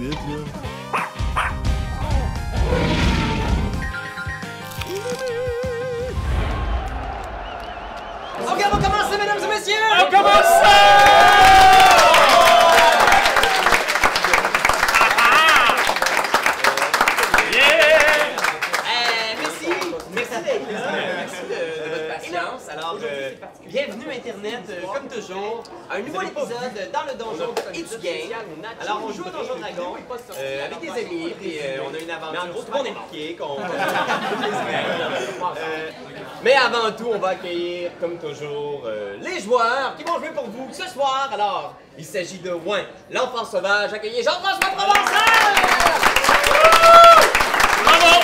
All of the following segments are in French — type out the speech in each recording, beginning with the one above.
vite, là. Ok, on va commencer, mesdames et messieurs! On commence! Merci d'être là. Merci de votre patience. Alors, bienvenue Internet, comme toujours, à un nouvel épisode dans le donjon et tu gagnes. Alors, on joue au Donjon Dragon avec des amis, puis on a une aventure. Mais en gros, tout le monde est marqué. Mais avant tout, on va accueillir, comme toujours, les joueurs qui vont jouer pour vous ce soir. Alors, il s'agit de Ouin, l'enfant sauvage. Accueillez Jean-François Provençal! Bravo!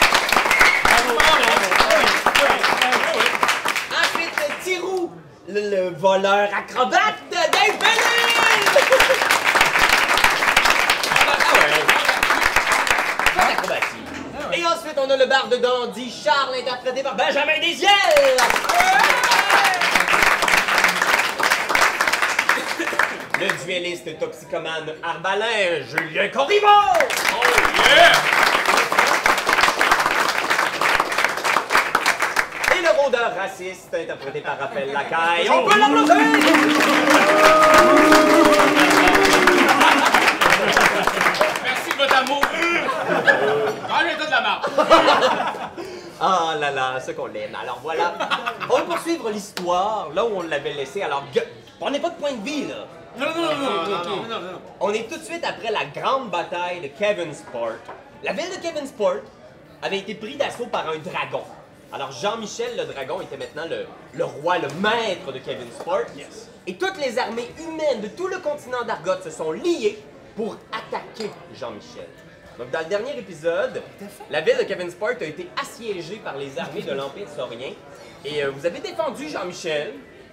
Ensuite, Tirou, le voleur acrobate de Dave Bellil! Pas d'acrobatie. Et ensuite, on a le barde dandy Charles, interprété par Benjamin Desiel! Le duelliste toxicomane arbalin Julien Corriveau! Oh yeah! Et le rôdeur raciste, interprété par Raphaël Lacaille. On peut l'applaudir! Merci de votre amour! Enlevez-toi de la marque! Ah là là, ce qu'on l'aime. Alors voilà, on va poursuivre l'histoire là où on l'avait laissé. Alors, on n'est pas de point de vie là. Non. On est tout de suite après la grande bataille de Kevinsport. La ville de Kevinsport avait été prise d'assaut par un dragon. Alors Jean-Michel le dragon était maintenant le roi, le maître de Kevinsport. Yes. Et toutes les armées humaines de tout le continent d'Argot se sont liées pour attaquer Jean-Michel. Donc dans le dernier épisode, la ville de Kevinsport a été assiégée par les armées de l'Empire saurien. Et vous avez défendu Jean-Michel.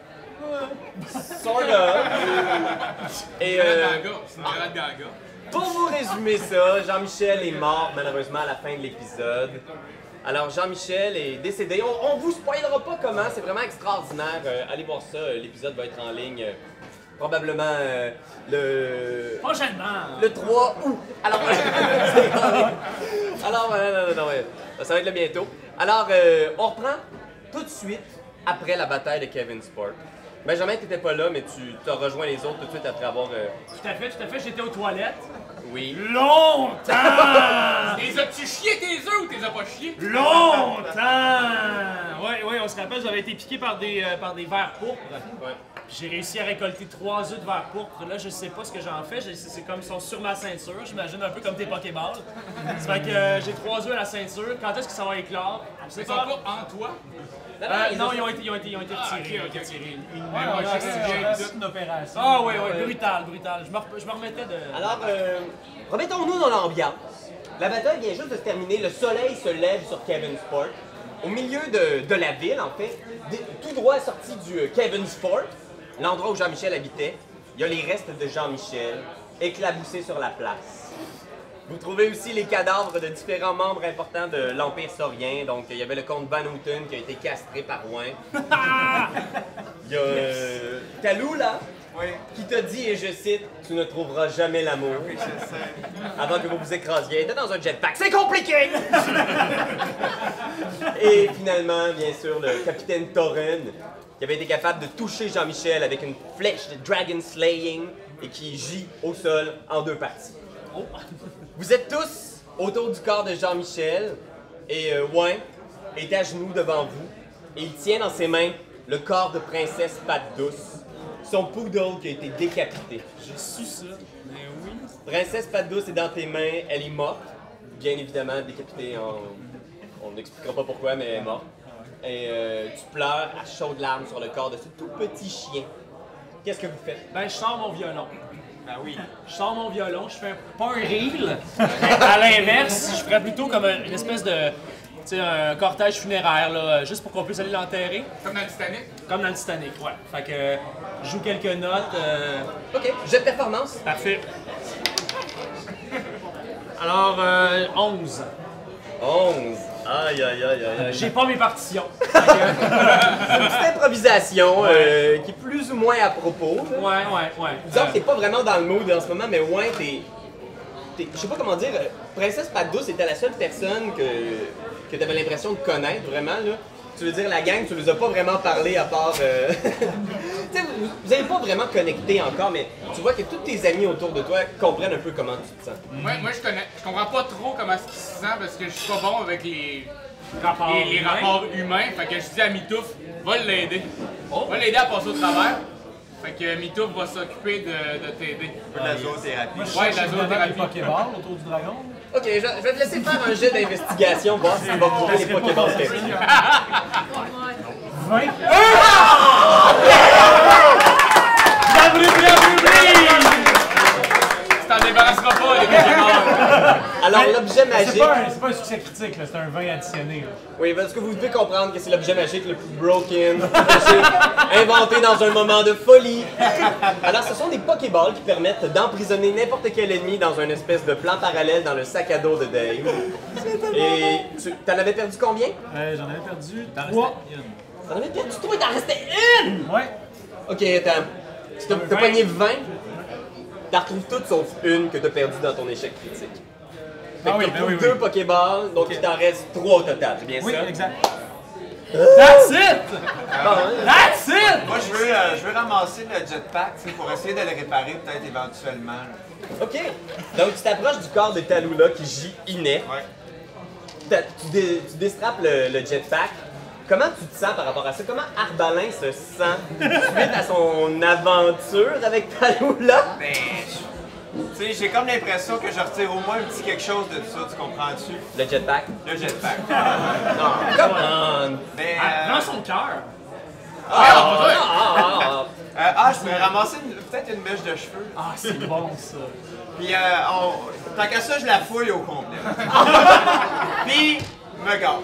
Sort of. Et C'est une grande gaga. pour vous résumer ça, Jean-Michel est mort malheureusement à la fin de l'épisode. Alors Jean-Michel est décédé. On vous spoilera pas comment, c'est vraiment extraordinaire. Allez voir ça, l'épisode va être en ligne probablement Prochainement! le 3 août. Alors, non, ouais. Ça va être là bientôt. Alors, on reprend tout de suite après la bataille de Kevinsport. Benjamin, t'étais pas là, mais tu t'as rejoint les autres tout de suite après avoir... Tout à fait, j'étais aux toilettes. Oui. Longtemps! Les as-tu chié tes œufs ou t'es as pas chié? Longtemps! Ouais, on se rappelle, j'avais été piqué par des vers pourpres. Ouais. J'ai réussi à récolter 3 œufs de vers pourpres. Là, je sais pas ce que j'en fais. C'est comme ils sont sur ma ceinture. J'imagine un peu comme tes Pokéballs. Ça fait que j'ai 3 œufs à la ceinture. Quand est-ce qu'ils s'en vont éclore? Je sais Ils sont pas. pas en toi? Non, ils ont été retirés. ok. C'est une opération. Ah ouais, brutal. Je me remettais de... Alors, remettons-nous dans l'ambiance. La bataille vient juste de se terminer. Le soleil se lève sur Kevinsport. Au milieu de la ville, en fait, tout droit sorti du Kevinsport, l'endroit où Jean-Michel habitait, il y a les restes de Jean-Michel éclaboussés sur la place. Vous trouvez aussi les cadavres de différents membres importants de l'Empire saurien. Donc, il y avait le comte Van Houten qui a été castré par Ouin. Il y a Talou, là, qui t'a dit, et je cite, « Tu ne trouveras jamais l'amour. » Avant que vous vous écrasiez. Il était dans un jetpack. C'est compliqué! Et finalement, bien sûr, le capitaine Torren, qui avait été capable de toucher Jean-Michel avec une flèche de Dragon Slaying et qui gît au sol en 2 parties. Vous êtes tous autour du corps de Jean-Michel et Ouin est à genoux devant vous et il tient dans ses mains le corps de princesse Patte Douce, son poodle qui a été décapité. J'ai su ça. Mais oui. Princesse Patte Douce est dans tes mains, elle est morte, bien évidemment décapitée on n'expliquera pas pourquoi, mais elle est morte. Et tu pleures à chaudes larmes sur le corps de ce tout petit chien. Qu'est-ce que vous faites? Ben, je sors mon violon. Ben oui. Je sors mon violon, je fais pas un reel. À l'inverse, je ferais plutôt comme une espèce de... Tu sais, un cortège funéraire, là, juste pour qu'on puisse aller l'enterrer. Comme dans le Titanic? Comme dans le Titanic, ouais. Fait que je joue quelques notes. Ok, jet de performance. Parfait. Alors, 11. 11. Aïe. J'ai pas mes partitions. C'est une petite improvisation qui est plus ou moins à propos. Là. Ouais. Disons que t'es pas vraiment dans le mood en ce moment, mais ouais, je sais pas comment dire, Princesse Pat-Douce était la seule personne que t'avais l'impression de connaître vraiment, là. Tu veux dire, la gang, tu les as pas vraiment parlé à part... tu sais, vous n'avez pas vraiment connecté encore, mais tu vois que tous tes amis autour de toi comprennent un peu comment tu te sens. Moi, je comprends pas trop comment est-ce qu'il se sent parce que je suis pas bon avec les Rapport rapports humains. Fait que je dis à Mitouf, va l'aider. Va l'aider à passer au travers. Fait que Mitouf va s'occuper de t'aider. De la zoothérapie. Ouais, de la des zoothérapie. Pokéballs autour du dragon. Ok, je vais te laisser faire un jet d'investigation, voir si tu vas trouver les Pokéballs que 20. Tu t'en débarrasseras pas, les Pokéballs. Alors, l'objet magique... C'est pas un succès critique, là, c'est un 20 additionné. Là. Oui, parce que vous devez comprendre que c'est l'objet magique le plus broken, inventé dans un moment de folie. Alors, ce sont des Pokéballs qui permettent d'emprisonner n'importe quel ennemi dans une espèce de plan parallèle dans le sac à dos de Dave. Et t'en avais perdu combien? J'en avais perdu 3. T'en avais perdu 3, il t'en restait une! Ouais. Ok, attends. T'as pogné 20. T'en retrouves toutes sauf une que t'as perdue dans ton échec critique. Fait que t'as retrouvé 2 Pokéballs, donc il t'en reste 3 au total, c'est bien Oui, ça? exact. That's it! Bon, hein? That's it! Moi, je veux ramasser le jetpack pour essayer de le réparer peut-être éventuellement. Là. Ok. Donc tu t'approches du corps de Talula qui gît inerte. Ouais. Tu déstrapes le jetpack. Comment tu te sens par rapport à ça? Comment Arbalin se sent suite à son aventure avec Talula? Ben, tu sais, j'ai comme l'impression que je retire au moins un petit quelque chose de ça, tu comprends-tu? Le jetpack? Le jetpack. Non, come on! Mais, Dans son cœur. je pourrais ramasser peut-être une mèche de cheveux. Ah, c'est bon ça. Puis, tant qu'à ça, je la fouille au complet. Puis, me gare.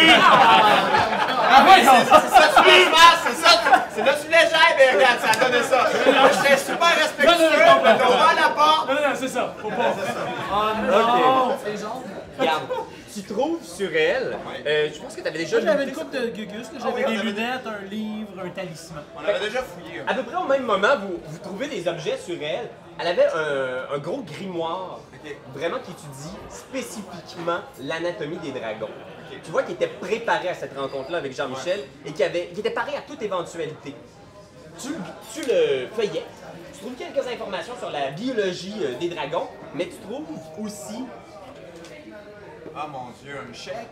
Ah oui, C'est ça que tu voulais que je fasse, c'est ça. C'est là que tu voulais que j'aille, mais regarde, ça donne ça. J'étais super respectueux, mais on va à la porte. Non, c'est ça. Faut pas. Ok. C'est jaune. Regarde, tu trouves sur elle, je pense que tu avais déjà J'avais une looté coupe de Gugus, Ah j'avais oui, des on avait lunettes, un livre, un talisman. On avait déjà fouillé. à peu près au même moment, vous trouvez des objets sur elle. Elle avait un gros grimoire, Ok. vraiment qui étudie spécifiquement l'anatomie des dragons. Tu vois qu'il était préparé à cette rencontre-là avec Jean-Michel et qu'il était paré à toute éventualité. Tu le feuillettes, tu trouves quelques informations sur la biologie des dragons, mais tu trouves aussi... Ah mon Dieu, un chèque?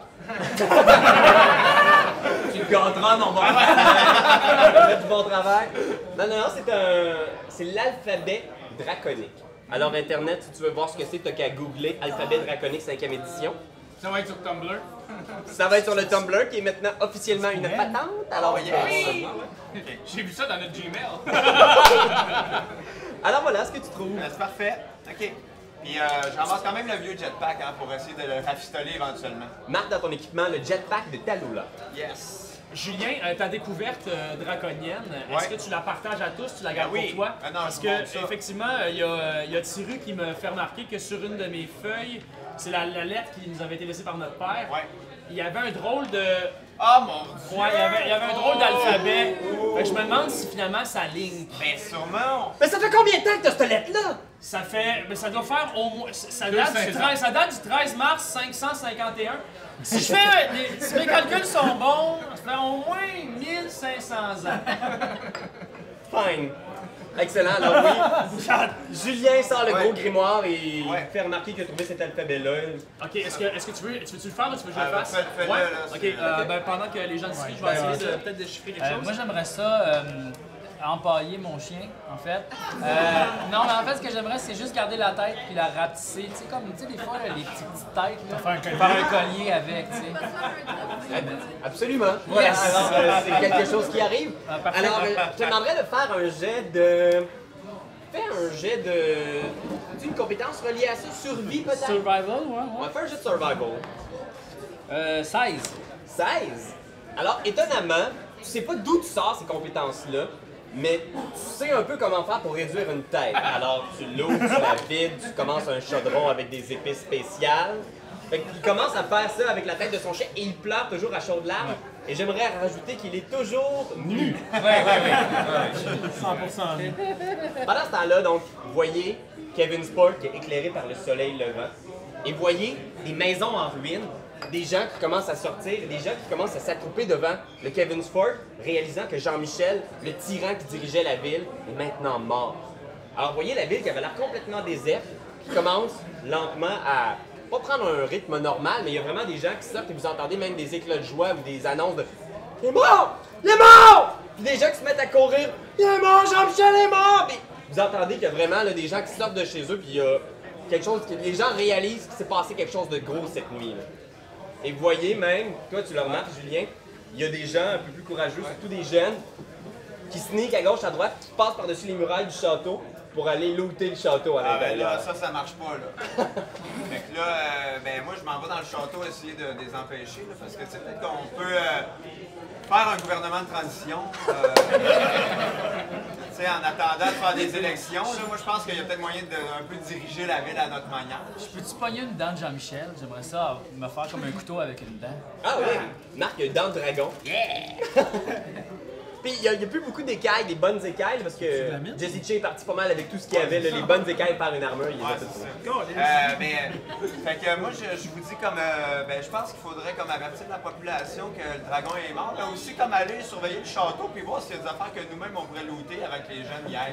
Tu le gâteras, mon bon travail. Tu fais du bon travail. Non, c'est l'alphabet draconique. Alors Internet, si tu veux voir ce que c'est, t'as qu'à googler alphabet draconique 5e édition. Ça va être sur Tumblr. Ça va être sur le Tumblr qui est maintenant officiellement une patente. Alors, J'ai vu ça dans notre Gmail. alors voilà ce que tu trouves. C'est parfait. OK. Puis je ramasse quand même le vieux jetpack pour essayer de le rafistoler éventuellement. Marque dans ton équipement le jetpack de Talula. Yes. Julien, ta découverte draconienne, est-ce que tu la partages à tous, tu la gardes oui. pour toi? Ah non, Parce je vous montre que ça. effectivement, il y a Thiru qui me fait remarquer que sur une de mes feuilles, c'est la lettre qui nous avait été laissée par notre père. Ouais. Il y avait un drôle de. Oh mon Dieu! Ouais, il y avait un drôle d'alphabet. Fait que je me demande si finalement ça link. Ben sûrement! Mais ça fait combien de temps que t'as cette lettre-là? Ça fait. Mais ça doit faire au moins. Ça date du 13 mars 551. Si je fais. Si mes calculs sont bons, ça fait au moins 1500 ans. Fine. Excellent. Alors oui, Julien sort le gros grimoire et fait remarquer qu'il a trouvé cet alphabet-là. Ok, est-ce que tu veux le faire ou tu veux que je le fasse? Fais-le, Ouais? là, Ok, c'est- ben pendant que les gens discutent, je vais essayer de peut-être déchiffrer quelque chose. Moi, j'aimerais ça empailler mon chien, en fait. Non, mais en fait, ce que j'aimerais, c'est juste garder la tête puis la rapetisser. Tu sais, comme, tu sais, des fois, là, les petites têtes, là, faire un collier avec, tu sais. Absolument. Yes. Alors, c'est quelque chose qui arrive. parfait. Alors, je te demanderais de faire un jet de... Fais un jet de... Une compétence reliée à ça? Survie, peut-être? Survival, On va faire un jet de survival. 16. 16. Alors, étonnamment, tu sais pas d'où tu sors ces compétences-là, mais tu sais un peu comment faire pour réduire une tête. Alors, tu l'ouvres, tu la vides, tu commences un chaudron avec des épices spéciales. Fait qu'il commence à faire ça avec la tête de son chien et il pleure toujours à chaudes larmes. Et j'aimerais rajouter qu'il est toujours nu. Ouais. 100% nu. Pendant ce temps-là, donc, vous voyez Kevin Sport qui est éclairé par le soleil levant. Et vous voyez des maisons en ruine, des gens qui commencent à sortir, des gens qui commencent à s'attrouper devant le Kevin Sport, réalisant que Jean-Michel, le tyran qui dirigeait la ville, est maintenant mort. Alors, vous voyez la ville qui avait l'air complètement déserte, qui commence lentement à pas prendre un rythme normal, mais il y a vraiment des gens qui sortent et vous entendez même des éclats de joie ou des annonces de « Il est mort! Il est mort! » Puis des gens qui se mettent à courir « Il est mort! Jean-Michel est mort! » Puis vous entendez qu'il y a vraiment là, des gens qui sortent de chez eux, puis il y a quelque chose que les gens réalisent qu'il s'est passé quelque chose de gros cette nuit. Là. Et vous voyez même, toi tu le remarques Julien, il y a des gens un peu plus courageux, surtout des jeunes, qui sneak à gauche, à droite, qui passent par-dessus les murailles du château pour aller looter le château à l'intérieur. Là, ça marche pas, là. Fait que là, ben moi, je m'en vais dans le château essayer de les empêcher, là, parce que, tu sais, peut-être qu'on peut faire un gouvernement de transition, tu sais, en attendant de faire des élections, là, moi, je pense qu'il y a peut-être moyen de un peu diriger la ville à notre manière. Je peux-tu pogner une dent de Jean-Michel? J'aimerais ça me faire comme un couteau avec une dent. Ah oui! Marc, il y a une dent de dragon. Yeah! Puis il n'y a plus beaucoup d'écailles, des bonnes écailles, parce que Jesse J est parti pas mal avec tout ce qu'il y avait, là, les bonnes écailles par une armure, il les a toutes trouvées. Fait que moi, je vous dis comme, ben, je pense qu'il faudrait comme avertir la population que le dragon est mort, mais aussi comme aller surveiller le château puis voir s'il y a des affaires que nous-mêmes on pourrait looter avec les jeunes hier.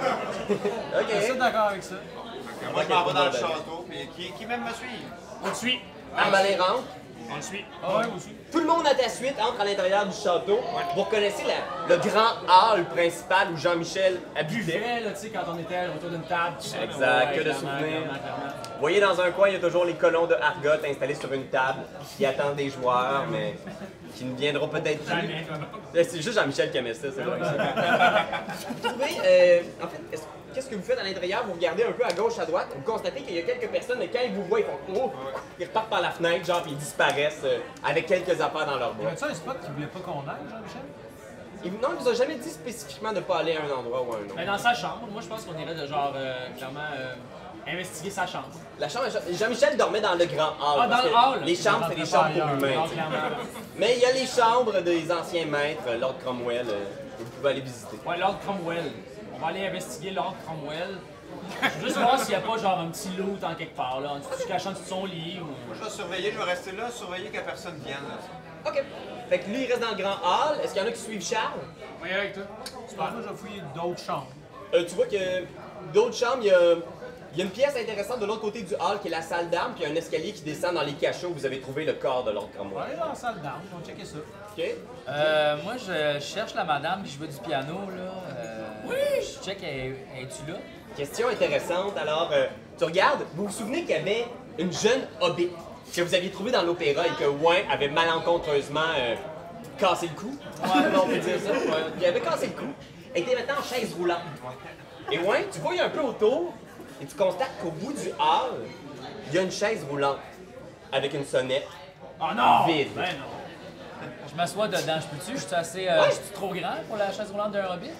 Je suis d'accord avec ça. Moi, je m'en vais dans le château, puis qui même me suit? On le suit. Arbalé rentre. On le suit. Ah ouais, aussi. Tout le monde à ta suite entre à l'intérieur du château. Vous reconnaissez le grand hall principal où Jean-Michel habitait. Buffet, là, tu sais, quand on était autour d'une table, tout ça. Exact, que de clairement, souvenirs. clairement. Vous voyez dans un coin, il y a toujours les colons de Argot installés sur une table qui attendent des joueurs, mais qui ne viendront peut-être plus. Jamais. C'est juste Jean-Michel qui aimait ça, c'est vrai. Vous trouvez, en fait, qu'est-ce que vous faites à l'intérieur? Vous regardez un peu à gauche, à droite, vous constatez qu'il y a quelques personnes, mais quand ils vous voient, ils font « Oh! » Ils repartent par la fenêtre, genre, puis ils disparaissent avec quelques affaires dans leur Y bras. avait-tu un spot qui voulait pas qu'on aille, Jean-Michel? Non, il vous a jamais dit spécifiquement de ne pas aller à un endroit ou à un autre. Mais dans sa chambre, moi je pense qu'on irait de genre, clairement, investiguer sa chambre. La chambre, Jean-Michel dormait dans le grand hall. Ah, dans parce le que hall? Les chambres, c'est des chambres pour humains. Non, tu sais. clairement. Mais il y a les chambres des anciens maîtres, Lord Cromwell, que vous pouvez aller visiter. Ouais, Lord Cromwell. On va aller investiguer Lord Cromwell. Je veux juste voir s'il n'y a pas genre un petit loot en quelque part, là, en dessous, se cachant sous son lit ou... Moi, je vais surveiller, je vais rester là, surveiller que personne vienne. Là. OK. Fait que lui, il reste dans le grand hall. Est-ce qu'il y en a qui suivent Charles? On va y aller avec toi. Moi, je vais fouiller d'autres chambres. Tu vois que d'autres chambres, il y a une pièce intéressante de l'autre côté du hall qui est la salle d'armes, puis il y a un escalier qui descend dans les cachots où vous avez trouvé le corps de Lord On va Cromwell. aller dans la salle d'armes, on va checker ça. OK? Moi, je cherche la madame qui joue du piano, là. Oui! Je check, es-tu là? Question intéressante. Alors, tu regardes, vous vous souvenez qu'il y avait une jeune hobbit que vous aviez trouvée dans l'opéra et que Ouin avait malencontreusement cassé le cou? Ouais, on peut dire ça. Ouais. Il avait cassé le cou. Elle était maintenant en chaise roulante. Et Ouin, tu vois un peu autour et tu constates qu'au bout du hall, il y a une chaise roulante avec une sonnette Oh non! vide. Ben non. Je m'assois dedans, je peux-tu? Je suis assez. Je suis trop grand pour la chaise roulante d'un hobbit?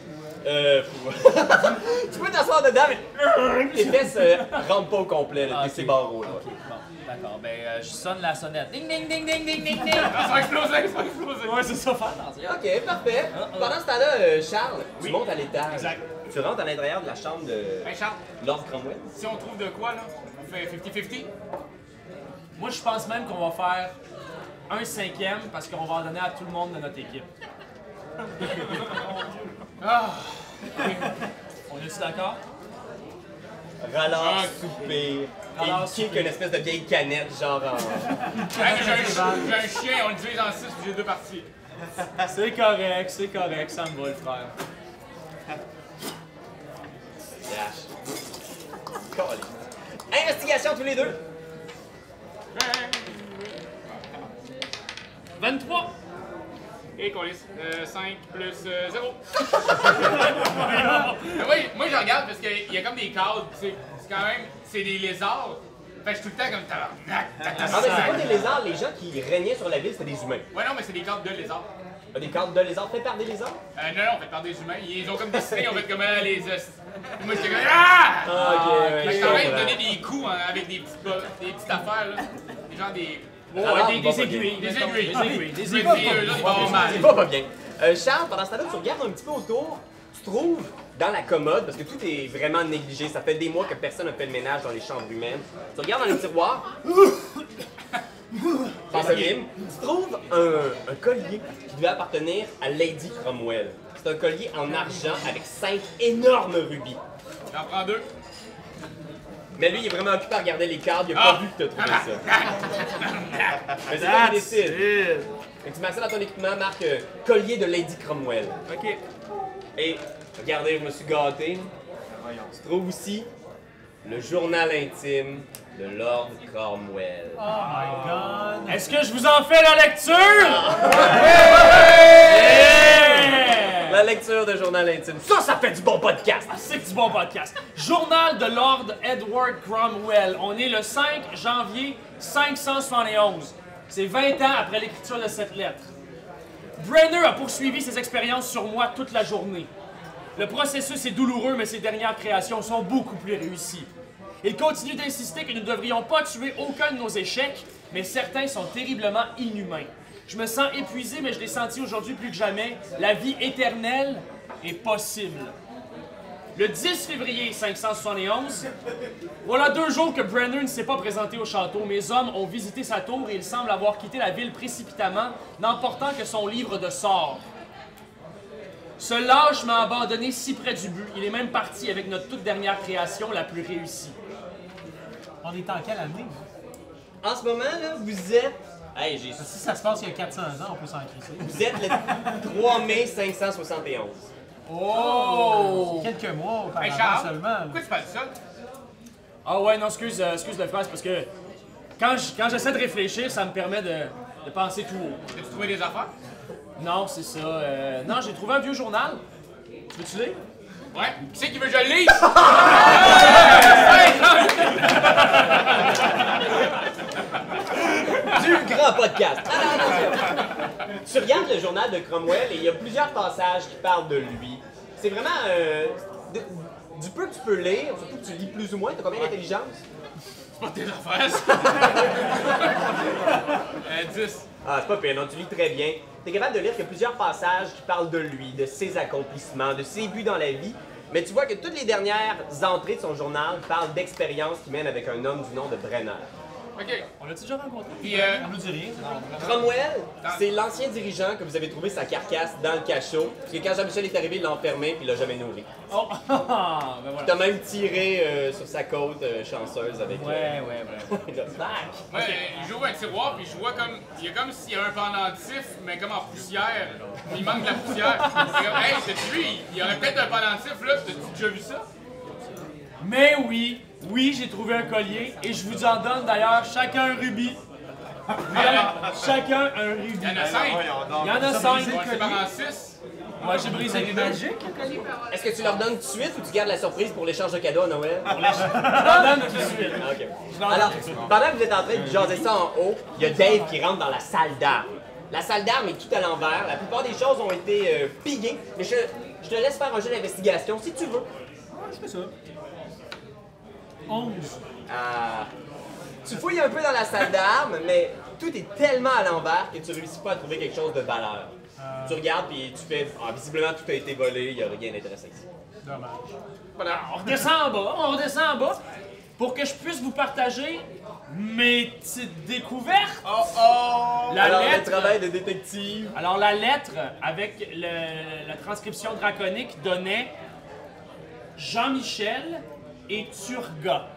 Tu peux t'asseoir dedans, mais les fesses rentrent pas au complet, là, Ah, c'est ok. barreau. Là. Ok, bon, d'accord. Ben, je sonne la sonnette. Ding, ding, ding, ding, ding, ding, ding! Ça va exploser, ça va exploser. Ouais, c'est ça, faire attention. Ok, parfait. Pendant ce temps-là, Charles, tu montes à l'étage. Exact. Tu rentres à l'intérieur de la chambre de Hey Charles, Lord Cromwell. si on trouve de quoi là, on fait 50-50? Moi, je pense même qu'on va faire un 5e parce qu'on va en donner à tout le monde de notre équipe. On est-tu d'accord? Rallard, soupir. Et Rallard, il kick soupir. une espèce de vieille canette, genre en... Hey, j'ai un chien, on le divise en 6 puis j'ai 2 parties. C'est correct, ça me va le frère. Yash. Calé. Investigation tous les deux. 23! Et qu'on lisse. 5 plus 0. Oui, moi je regarde parce qu'il y a comme des cadres, pis c'est quand même, c'est des lézards. Fait que je suis tout le temps comme tabarnak. Ah, mais c'est pas des lézards, les gens qui régnaient sur la ville, c'était des humains. Ouais, non, mais c'est des cadres de lézards. Des cadres de lézards faits par des lézards? Non, fait par des humains. Ils ont comme dessiné, ils ont fait comme les os. Puis moi j'étais comme ah! Ah, ok, Fait que ouais. je quand même donné des coups hein, avec des petites affaires là. Des gens des Des aiguilles. Des aiguilles. Des Je me aiguilles. dis, eux, là, ils vont avoir mal. C'est pas bien. Charles, pendant ce temps-là, tu regardes un petit peu autour, tu trouves dans la commode, parce que tout est vraiment négligé, ça fait des mois que personne n'a fait le ménage dans les chambres humaines. Tu regardes dans les tiroirs, pense à Bim, tu trouves un collier qui devait appartenir à Lady Cromwell. C'est un collier en argent avec 5 énormes rubis. J'en prends 2. Mais lui, il est vraiment occupé à regarder les cadres, il a pas vu que tu as trouvé ça. Mais c'est toi qui décides. Fait que tu marques ça dans ton équipement, marque collier de Lady Cromwell. Ok. Et regardez, je me suis gâté. Tu trouves aussi le journal intime de Lord Cromwell. Oh my god! Est-ce que je vous en fais la lecture? La lecture de journal intime. Ça fait du bon podcast! C'est du bon podcast. Journal de Lord Edward Cromwell. On est le 5 janvier 571. C'est 20 ans après l'écriture de cette lettre. Brenner a poursuivi ses expériences sur moi toute la journée. Le processus est douloureux, mais ses dernières créations sont beaucoup plus réussies. Il continue d'insister que nous ne devrions pas tuer aucun de nos échecs, mais certains sont terriblement inhumains. Je me sens épuisé, mais je l'ai senti aujourd'hui plus que jamais. La vie éternelle est possible. Le 10 février 571, voilà 2 jours que Brenner ne s'est pas présenté au château. Mes hommes ont visité sa tour et il semble avoir quitté la ville précipitamment, n'emportant que son livre de sorts. Ce lâche m'a abandonné si près du but. Il est même parti avec notre toute dernière création, la plus réussie. On est en quelle année? En ce moment, là, vous êtes... Hey, j'ai... Si ça se passe il y a 400 ans, on peut s'en crisser. Vous êtes le 3 mai 571. Oh! Quelques mois auparavant Hey Charles, seulement. là. pourquoi tu parles de ça? Ah ouais, non, excuse le phrase, parce que quand j'essaie de réfléchir, ça me permet de penser tout haut. As-tu trouvé des affaires? Non, c'est ça. Non, j'ai trouvé un vieux journal. Tu veux-tu lire? Ouais. Qui c'est qui veut que je le lise? Du grand podcast. Tu regardes le journal de Cromwell et il y a plusieurs passages qui parlent de lui. C'est vraiment... du peu que tu peux lire, surtout que tu lis plus ou moins. T'as combien d'intelligence? C'est pas tes affaires, ça. 10. Ah, c'est pas pire, non, tu lis très bien. Tu es capable de lire qu'il y a plusieurs passages qui parlent de lui, de ses accomplissements, de ses buts dans la vie. Mais tu vois que toutes les dernières entrées de son journal parlent d'expériences qu'il mène avec un homme du nom de Brenner. OK. On l'a-tu déjà rencontré? Puis, On nous dit rien. Cromwell, c'est l'ancien dirigeant que vous avez trouvé sa carcasse dans le cachot. Parce que quand Jean-Michel est arrivé, il l'a enfermé puis il l'a jamais nourri. Oh! ben voilà. T'as même tiré sur sa côte chanceuse avec... Ouais. Tac! ouais, j'ouvre un tiroir, puis je vois comme... Il y a comme s'il y a un pendentif, mais comme en poussière. Il manque de la poussière. C'est comme, hey, c'est lui, il y aurait peut-être un pendentif, là. T'as-tu déjà vu ça? Mais oui, j'ai trouvé un collier et je vous en donne d'ailleurs chacun un rubis. Chacun un rubis. Il y en a 5. Il y en a 5. On le sépare en 6. Moi, j'ai brisé les deux. Magique? Est-ce que tu leur donnes tout de suite ou tu gardes la surprise pour l'échange de cadeaux à Noël? Je l'en donne tout de suite. Ah, ok. Je l'en Alors, donne tout de suite. pendant que vous êtes en train de jaser ça en haut, il y a Dave qui rentre dans la salle d'armes. La salle d'armes est tout à l'envers. La plupart des choses ont été pillées, mais je te laisse faire un jeu d'investigation si tu veux. Je fais ça. 11. Ah. Tu fouilles un peu dans la salle d'armes, mais tout est tellement à l'envers que tu réussis pas à trouver quelque chose de valeur. Tu regardes puis tu fais visiblement tout a été volé, il n'y a rien d'intéressant ici. Dommage. Voilà, on redescend en bas pour que je puisse vous partager mes petites découvertes. Alors, le travail de détective. Alors, la lettre avec la transcription draconique donnait Jean-Michel et Turga.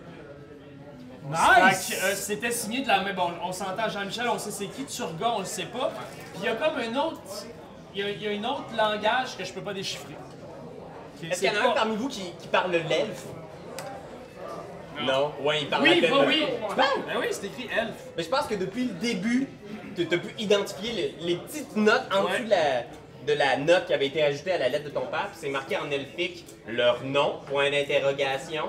Nice! C'était signé de la même. Bon, on s'entend Jean-Michel, on sait c'est qui, Turga, on le sait pas. Puis il y a comme un autre. Il y a un autre langage que je peux pas déchiffrer. Est-ce qu'il y en a un parmi vous qui parle l'elfe? Non. Ouais, il parle Oui, à peine. oui. Tu parles? Ben oui, c'est écrit elfe. Mais je pense que depuis le début, tu as pu identifier les petites notes en dessous de la note qui avait été ajoutée à la lettre de ton père, puis c'est marqué en elfique leur nom, point d'interrogation.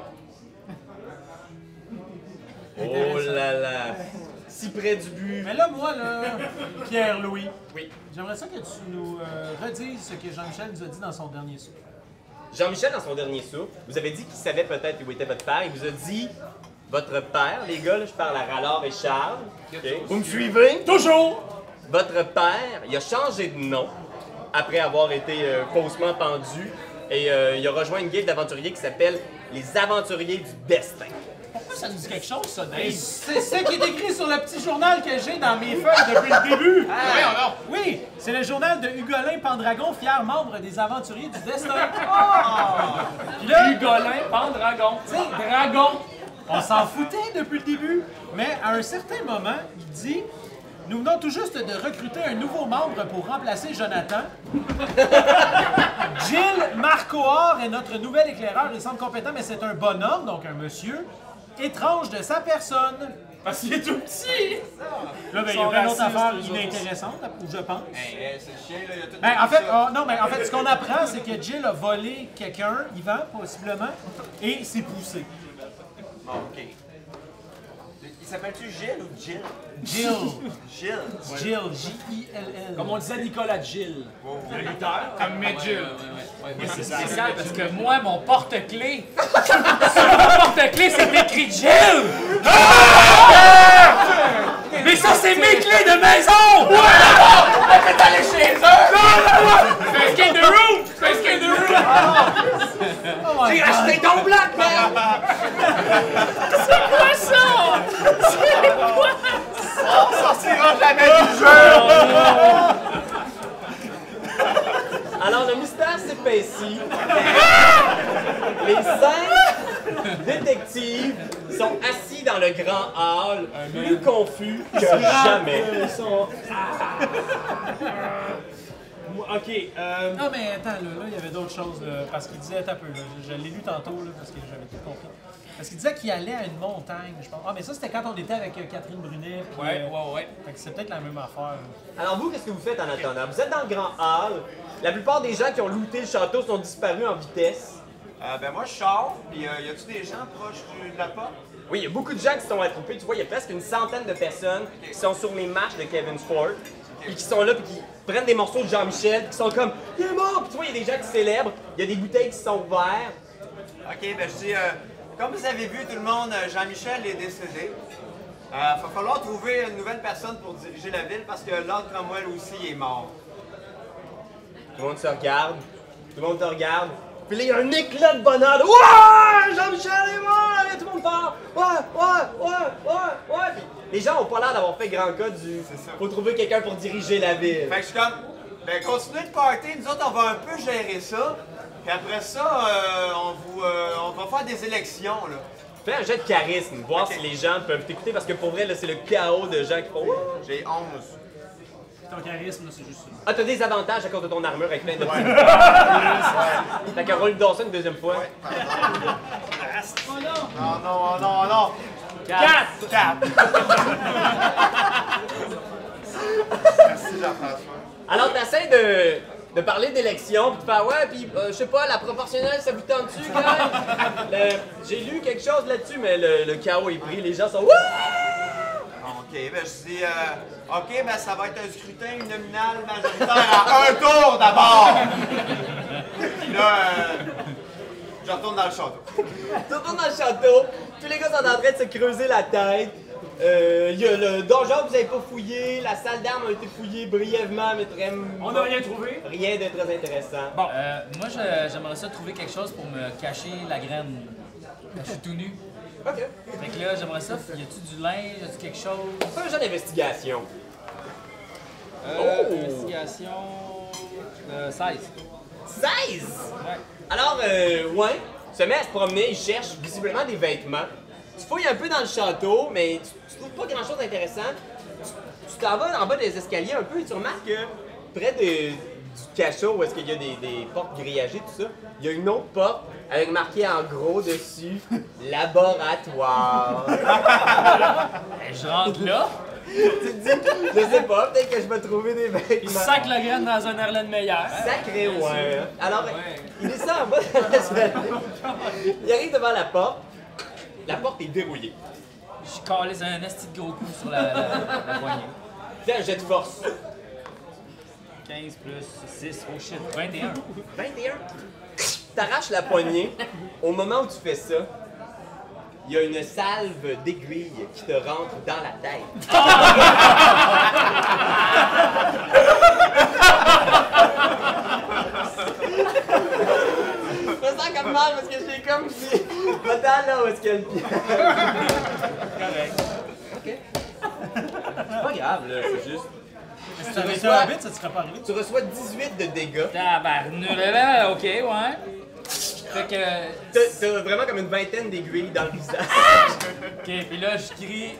Oh là là! Si près du but. Mais là, moi, là, Pierre-Louis, Oui. j'aimerais ça que tu nous redises ce que Jean-Michel nous a dit dans son dernier souffle. Jean-Michel, dans son dernier souffle, vous avez dit qu'il savait peut-être où était votre père. Il vous a dit Votre père, les gars, là, je parle à Rallard et Charles. Ok. Vous me suivez? Toujours! Votre père, il a changé de nom après avoir été faussement pendu et il a rejoint une guilde d'aventuriers qui s'appelle les Aventuriers du Destin. Pourquoi ça nous dit quelque chose, ça, Dave? C'est ce qui est écrit sur le petit journal que j'ai dans mes feuilles depuis le début. Voyons donc. Oui, c'est le journal de Hugolin Pendragon, fier membre des Aventuriers du Destin. Puis là, Hugolin, Pendragon. tu sais, Dragon, on s'en foutait depuis le début, mais à un certain moment, il dit « Nous venons tout juste de recruter un nouveau membre pour remplacer Jonathan. Jill Marcoar est notre nouvel éclaireur. Il semble compétent, mais c'est un bonhomme, donc un monsieur, étrange de sa personne. » Parce qu'il est tout petit! Là, ben, il y Sont a plein d'autres racistes, affaires eux autres inintéressantes, je pense. C'est le chien, là, il y a tout. Ben, en fait, non, mais en fait, ce qu'on apprend, c'est que Jill a volé quelqu'un, Yvan, possiblement, et s'est poussé. Bon, ok. Il s'appelle-tu Gilles ou Jill? Jill. Gilles. Jill, J-I-L-L. Comme on disait Nicolas Gill. Le lutteur. Comme Midget. C'est spécial parce que moi, mon porte-clés, sur mon porte-clés, c'est écrit Jill! Mais ça, c'est mes clés de maison! On peut aller chez eux! C'est escape the room! C'est escape the room! J'ai acheté ton bloc, man! C'est quoi ça? C'est quoi? On sortira jamais du jeu! Alors, le mystère s'épaissit. Les 5 détectives sont assis dans le grand hall, plus confus que jamais. Ok, Non, mais attends, là, il y avait d'autres choses, là, parce qu'il disait, attends un peu, là, je l'ai lu tantôt, là, parce que j'avais tout compris. Parce qu'il disait qu'il allait à une montagne, je pense. Ah, mais ça, c'était quand on était avec Catherine Brunet. Puis, Ouais. Fait que c'est peut-être la même affaire. Là. Alors vous, qu'est-ce que vous faites en attendant? Vous êtes dans le grand hall. La plupart des gens qui ont looté le château sont disparus en vitesse. Ben moi, je sors, puis y a-tu des gens proches de la porte? Oui, il y a beaucoup de gens qui sont attroupés. Tu vois, il y a presque une centaine de personnes qui sont sur les marches de Kevin's Fort. Puis qui sont là, puis qui prennent des morceaux de Jean-Michel, puis qui sont comme « Il est mort! » Puis tu vois, il y a des gens qui célèbrent. Il y a des bouteilles qui sont ouvertes. Ok, ben je dis, comme vous avez vu tout le monde, Jean-Michel est décédé. Va falloir trouver une nouvelle personne pour diriger la ville parce que Lord Cromwell aussi est mort. Tout le monde se regarde. Tout le monde te regarde. Puis là, il y a un éclat de bonheur. De, ouais! Jean-Michel est mort! Et tout le monde part. Ouais! Puis les gens ont pas l'air d'avoir fait grand cas du. Faut trouver quelqu'un pour diriger la ville. Fait que je suis comme, ben continuez de party, nous autres on va un peu gérer ça. Puis après ça, on va faire des élections, là. Fais un jet de charisme, voir si les gens peuvent t'écouter parce que pour vrai, là, c'est le chaos de gens qui font. J'ai 11. Ton charisme, là, c'est juste ça. Ah, t'as des avantages à cause de ton armure avec plein de petits. Fait qu'un roule dans ça une deuxième fois. Non. 4! Merci Jean-François. Alors, t'essaies de parler d'élection, puis tu fais ouais, puis je sais pas, la proportionnelle, ça vous tente-tu, gars? J'ai lu quelque chose là-dessus, mais le chaos est pris, les gens sont Ok, ben je dis, ok, ben ça va être un scrutin uninominal majoritaire à un tour d'abord. Puis là, je retourne dans le château. Tu retournes dans le château, tous les gars sont en train de se creuser la tête. Il y a le donjon que vous n'avez pas fouillé, la salle d'armes a été fouillée brièvement, mais très... on n'a rien trouvé. Rien de très intéressant. Bon. Moi, j'aimerais ça trouver quelque chose pour me cacher la graine. Je suis tout nu. Ok. Fait que là, j'aimerais ça. Y a-tu du linge? Y a-tu quelque chose? Fais un jeu d'investigation. Investigation. 16. 16! Ouais. Alors, ouais, se met à se promener, il cherche visiblement des vêtements. Tu fouilles un peu dans le château, mais tu trouves pas grand-chose d'intéressant. Tu t'en vas en bas des escaliers un peu et tu remarques que près du cachot où est-ce qu'il y a des portes grillagées, tout ça, il y a une autre porte avec marqué en gros dessus « Laboratoire ». Je rentre là. Tu te dis, je sais pas, peut-être que je vais trouver des Il vêtements. sac la graine dans un Erlen meilleur. Sacré ouais. Alors, il descend en bas de l'escalier. Il arrive devant la porte. La porte est verrouillée. Je calisse un esti de gros coup sur la poignée. Fais un jet de force. 15 plus 6, oh shit, 21. 21. T'arraches la poignée. Au moment où tu fais ça, il y a une salve d'aiguille qui te rentre dans la tête. Je me sens comme mal parce que j'ai comme si... Attends là où est-ce qu'il y a le pied. Correct. Ok. C'est pas grave là, c'est juste... Si tu avais été un bit, ça ne serait pas arrivé. Tu reçois 18 de dégâts. Tabarnak, ok, ouais. Fait que. T'as vraiment comme une vingtaine d'aiguilles dans le visage. Ok, puis là, je crie.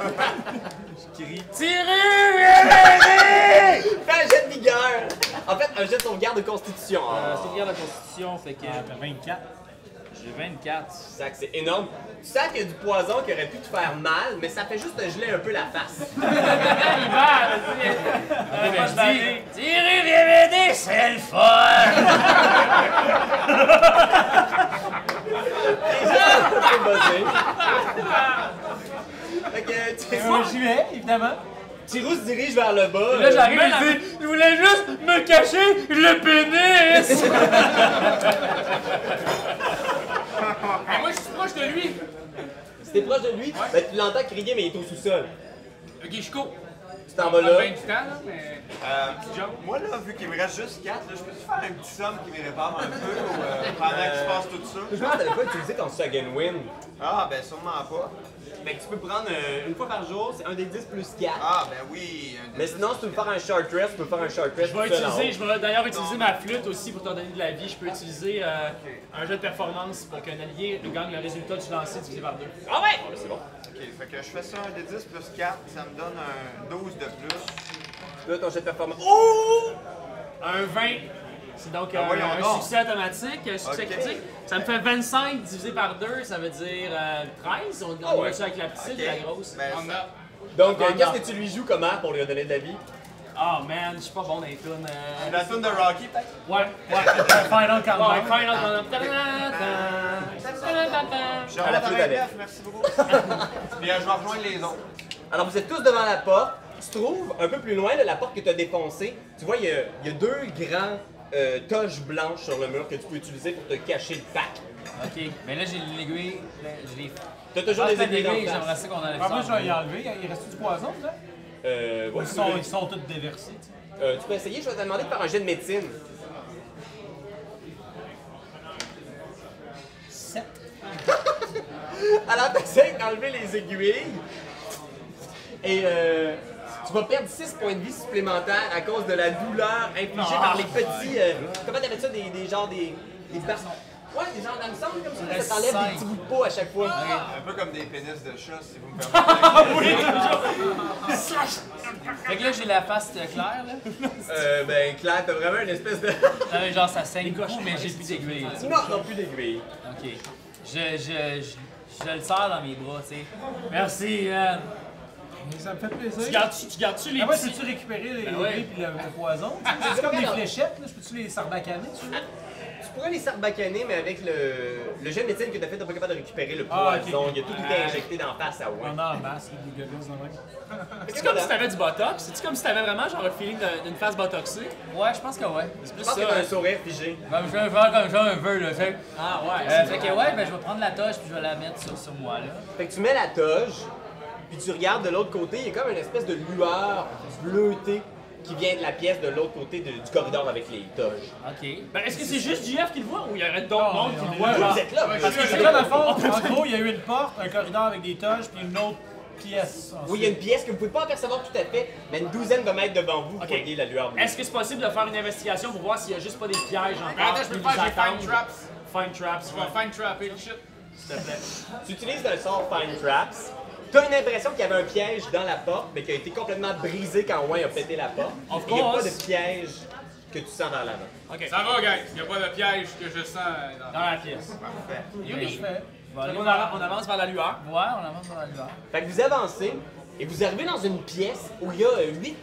Tirez! Fais un jet de vigueur! En fait, un jet de sauvegarde de constitution. Sauvegarde de la constitution, fait que. T'as 24. J'ai 24. Sac, c'est énorme. Tu sens qu'il y a du poison qui aurait pu te faire mal, mais ça fait juste te geler un peu la face. Il va, ok, ben, je dis. Tirez, viens m'aider, c'est le fun! C'est buzzé. Fait que J'y vais, évidemment. Tyrou se dirige vers le bas. Là, j'arrive et dis, je voulais juste me cacher le pénis! Mais moi, je suis proche de lui. Si t'es proche de lui, ben, tu l'entends crier, mais il est au sous-sol. Ok, je cours. Tu t'en vas Pas là. bien du temps, là, mais. Moi, là, vu qu'il me reste juste 4, je peux-tu faire un petit somme qui me répare un peu pendant qu'il se passe tout ça? Je pense que t'avais pas utilisé ton second win. Ah, ben sûrement pas. Fait que tu peux prendre une fois par jour, c'est un des 10 plus 4. Ah, ben oui. Mais sinon, si tu veux faire un short rest, tu peux faire un short rest. Je vais d'ailleurs utiliser ma flûte aussi pour t'en donner de la vie. Je peux utiliser un jeu de performance pour qu'un allié gagne le résultat du lancer divisé par 2. Ah ouais! C'est bon. Ok, fait que je fais ça un des 10 plus 4, ça me donne un 12 de plus. Là, ton jet de performance. Oh! Un 20. C'est donc voyons un donc. succès automatique, un succès Ok. critique. Ça me fait 25 divisé par 2, ça veut dire 13. On Ah ouais. va avec la petite et la grosse. Ben, On ça- a. Donc, qu'est-ce que tu lui joues comment pour lui donner de la vie? Oh man, je suis pas bon dans les tunes. La tune de Rocky, peut-être? Ouais. Final Countdown. Ouais, Final Countdown. Je À la remonte flûte à avec. 29, merci beaucoup. Puis je vais rejoindre les autres. Alors, vous êtes tous devant la porte. Tu trouves un peu plus loin là, la porte que tu as défoncée. Tu vois, il y a deux grands toges blanches sur le mur que tu peux utiliser pour te cacher le pack. Ok, mais là, j'ai l'aiguille. Je l'ai. Tu as toujours des aiguilles dans le j'aimerais face. ça qu'on enlève En ça. plus, je vais y enlever. Il reste du poison, là? Ouais, Ils sont tous déversés, tu sais. tu peux essayer. Je vais te demander de faire un jet de médecine. 7. Alors, tu essaies d'enlever les aiguilles. Et tu vas perdre 6 points de vie supplémentaires à cause de la douleur infligée par les petits. Comment t'appelles ça? Des genres des barres. Ouais, des genres d'hameçons comme ça. Ça t'enlève des petits bouts de peau à chaque fois. Un peu comme des pénis de chat, si vous me permettez. Fait que là, j'ai la face claire, là. Ben, Claire, t'as vraiment une espèce de. Genre, ça saigne beaucoup, mais j'ai plus d'aiguille. là. Non, non plus d'aiguilles. Ok. Je le sers dans mes bras, tu sais. Merci, man. Ça me fait plaisir. Tu gardes-tu les Ah ouais, petits... peux-tu récupérer les ouais. dés puis le poison? C'est comme des fléchettes, là. Je peux-tu les sarbacaner, tu vois? Tu pourrais les sarbacaner, mais avec le jet de médecine que t'as fait, t'es pas capable de récupérer le Ah, ok. poison. Il y a tout qui était injecté d'en face à On Owen. en a en masse, des gueules de même. C'est comme si t'avais du botox. C'est-tu comme si t'avais vraiment genre un feeling d'une face botoxée? Ouais, je pense que ouais. C'est Je plus pense que ça. t'as un sourire figé. Ben, je vais faire comme ça un peu, là, tu sais. Ah ouais. Fait que ouais, ben, je vais prendre la toche puis je vais la mettre sur moi, là. Fait que tu mets la toge, puis tu regardes de l'autre côté, il y a comme une espèce de lueur bleutée qui vient de la pièce de l'autre côté du corridor avec les toges. Ok. Ben, est-ce que c'est juste JF qui le voit ou il y aurait d'autres mondes qui le voient? Vous genre? êtes là! Parce que c'est là, dans le fond, en gros, il y a eu une porte, un corridor avec des toges, puis une autre pièce. Oui, il y a une pièce que vous ne pouvez pas apercevoir tout à fait, mais une douzaine de mètres devant vous, vous Ok. voyez la lueur bleue. Est-ce que c'est possible de faire une investigation pour voir s'il y a juste pas des pièges encore? Attends, je peux qui le faire, nous j'ai Find attendent? Traps. Find Traps, Je vais Find Trapper le shit. s'il te plaît. Tu utilises le sort Find Traps. Tu as une impression qu'il y avait un piège dans la porte, mais qui a été complètement brisé quand Wayne a pété la porte. Of Il n'y a pas course. de piège que tu sens vers l'avant. Ok. Ça va, guys. Il n'y a pas de piège que je sens dans Dans la pièce. Je fais. On avance vers la lueur. Ouais, on avance dans la lueur. Fait que vous avancez et vous arrivez dans une pièce où il y a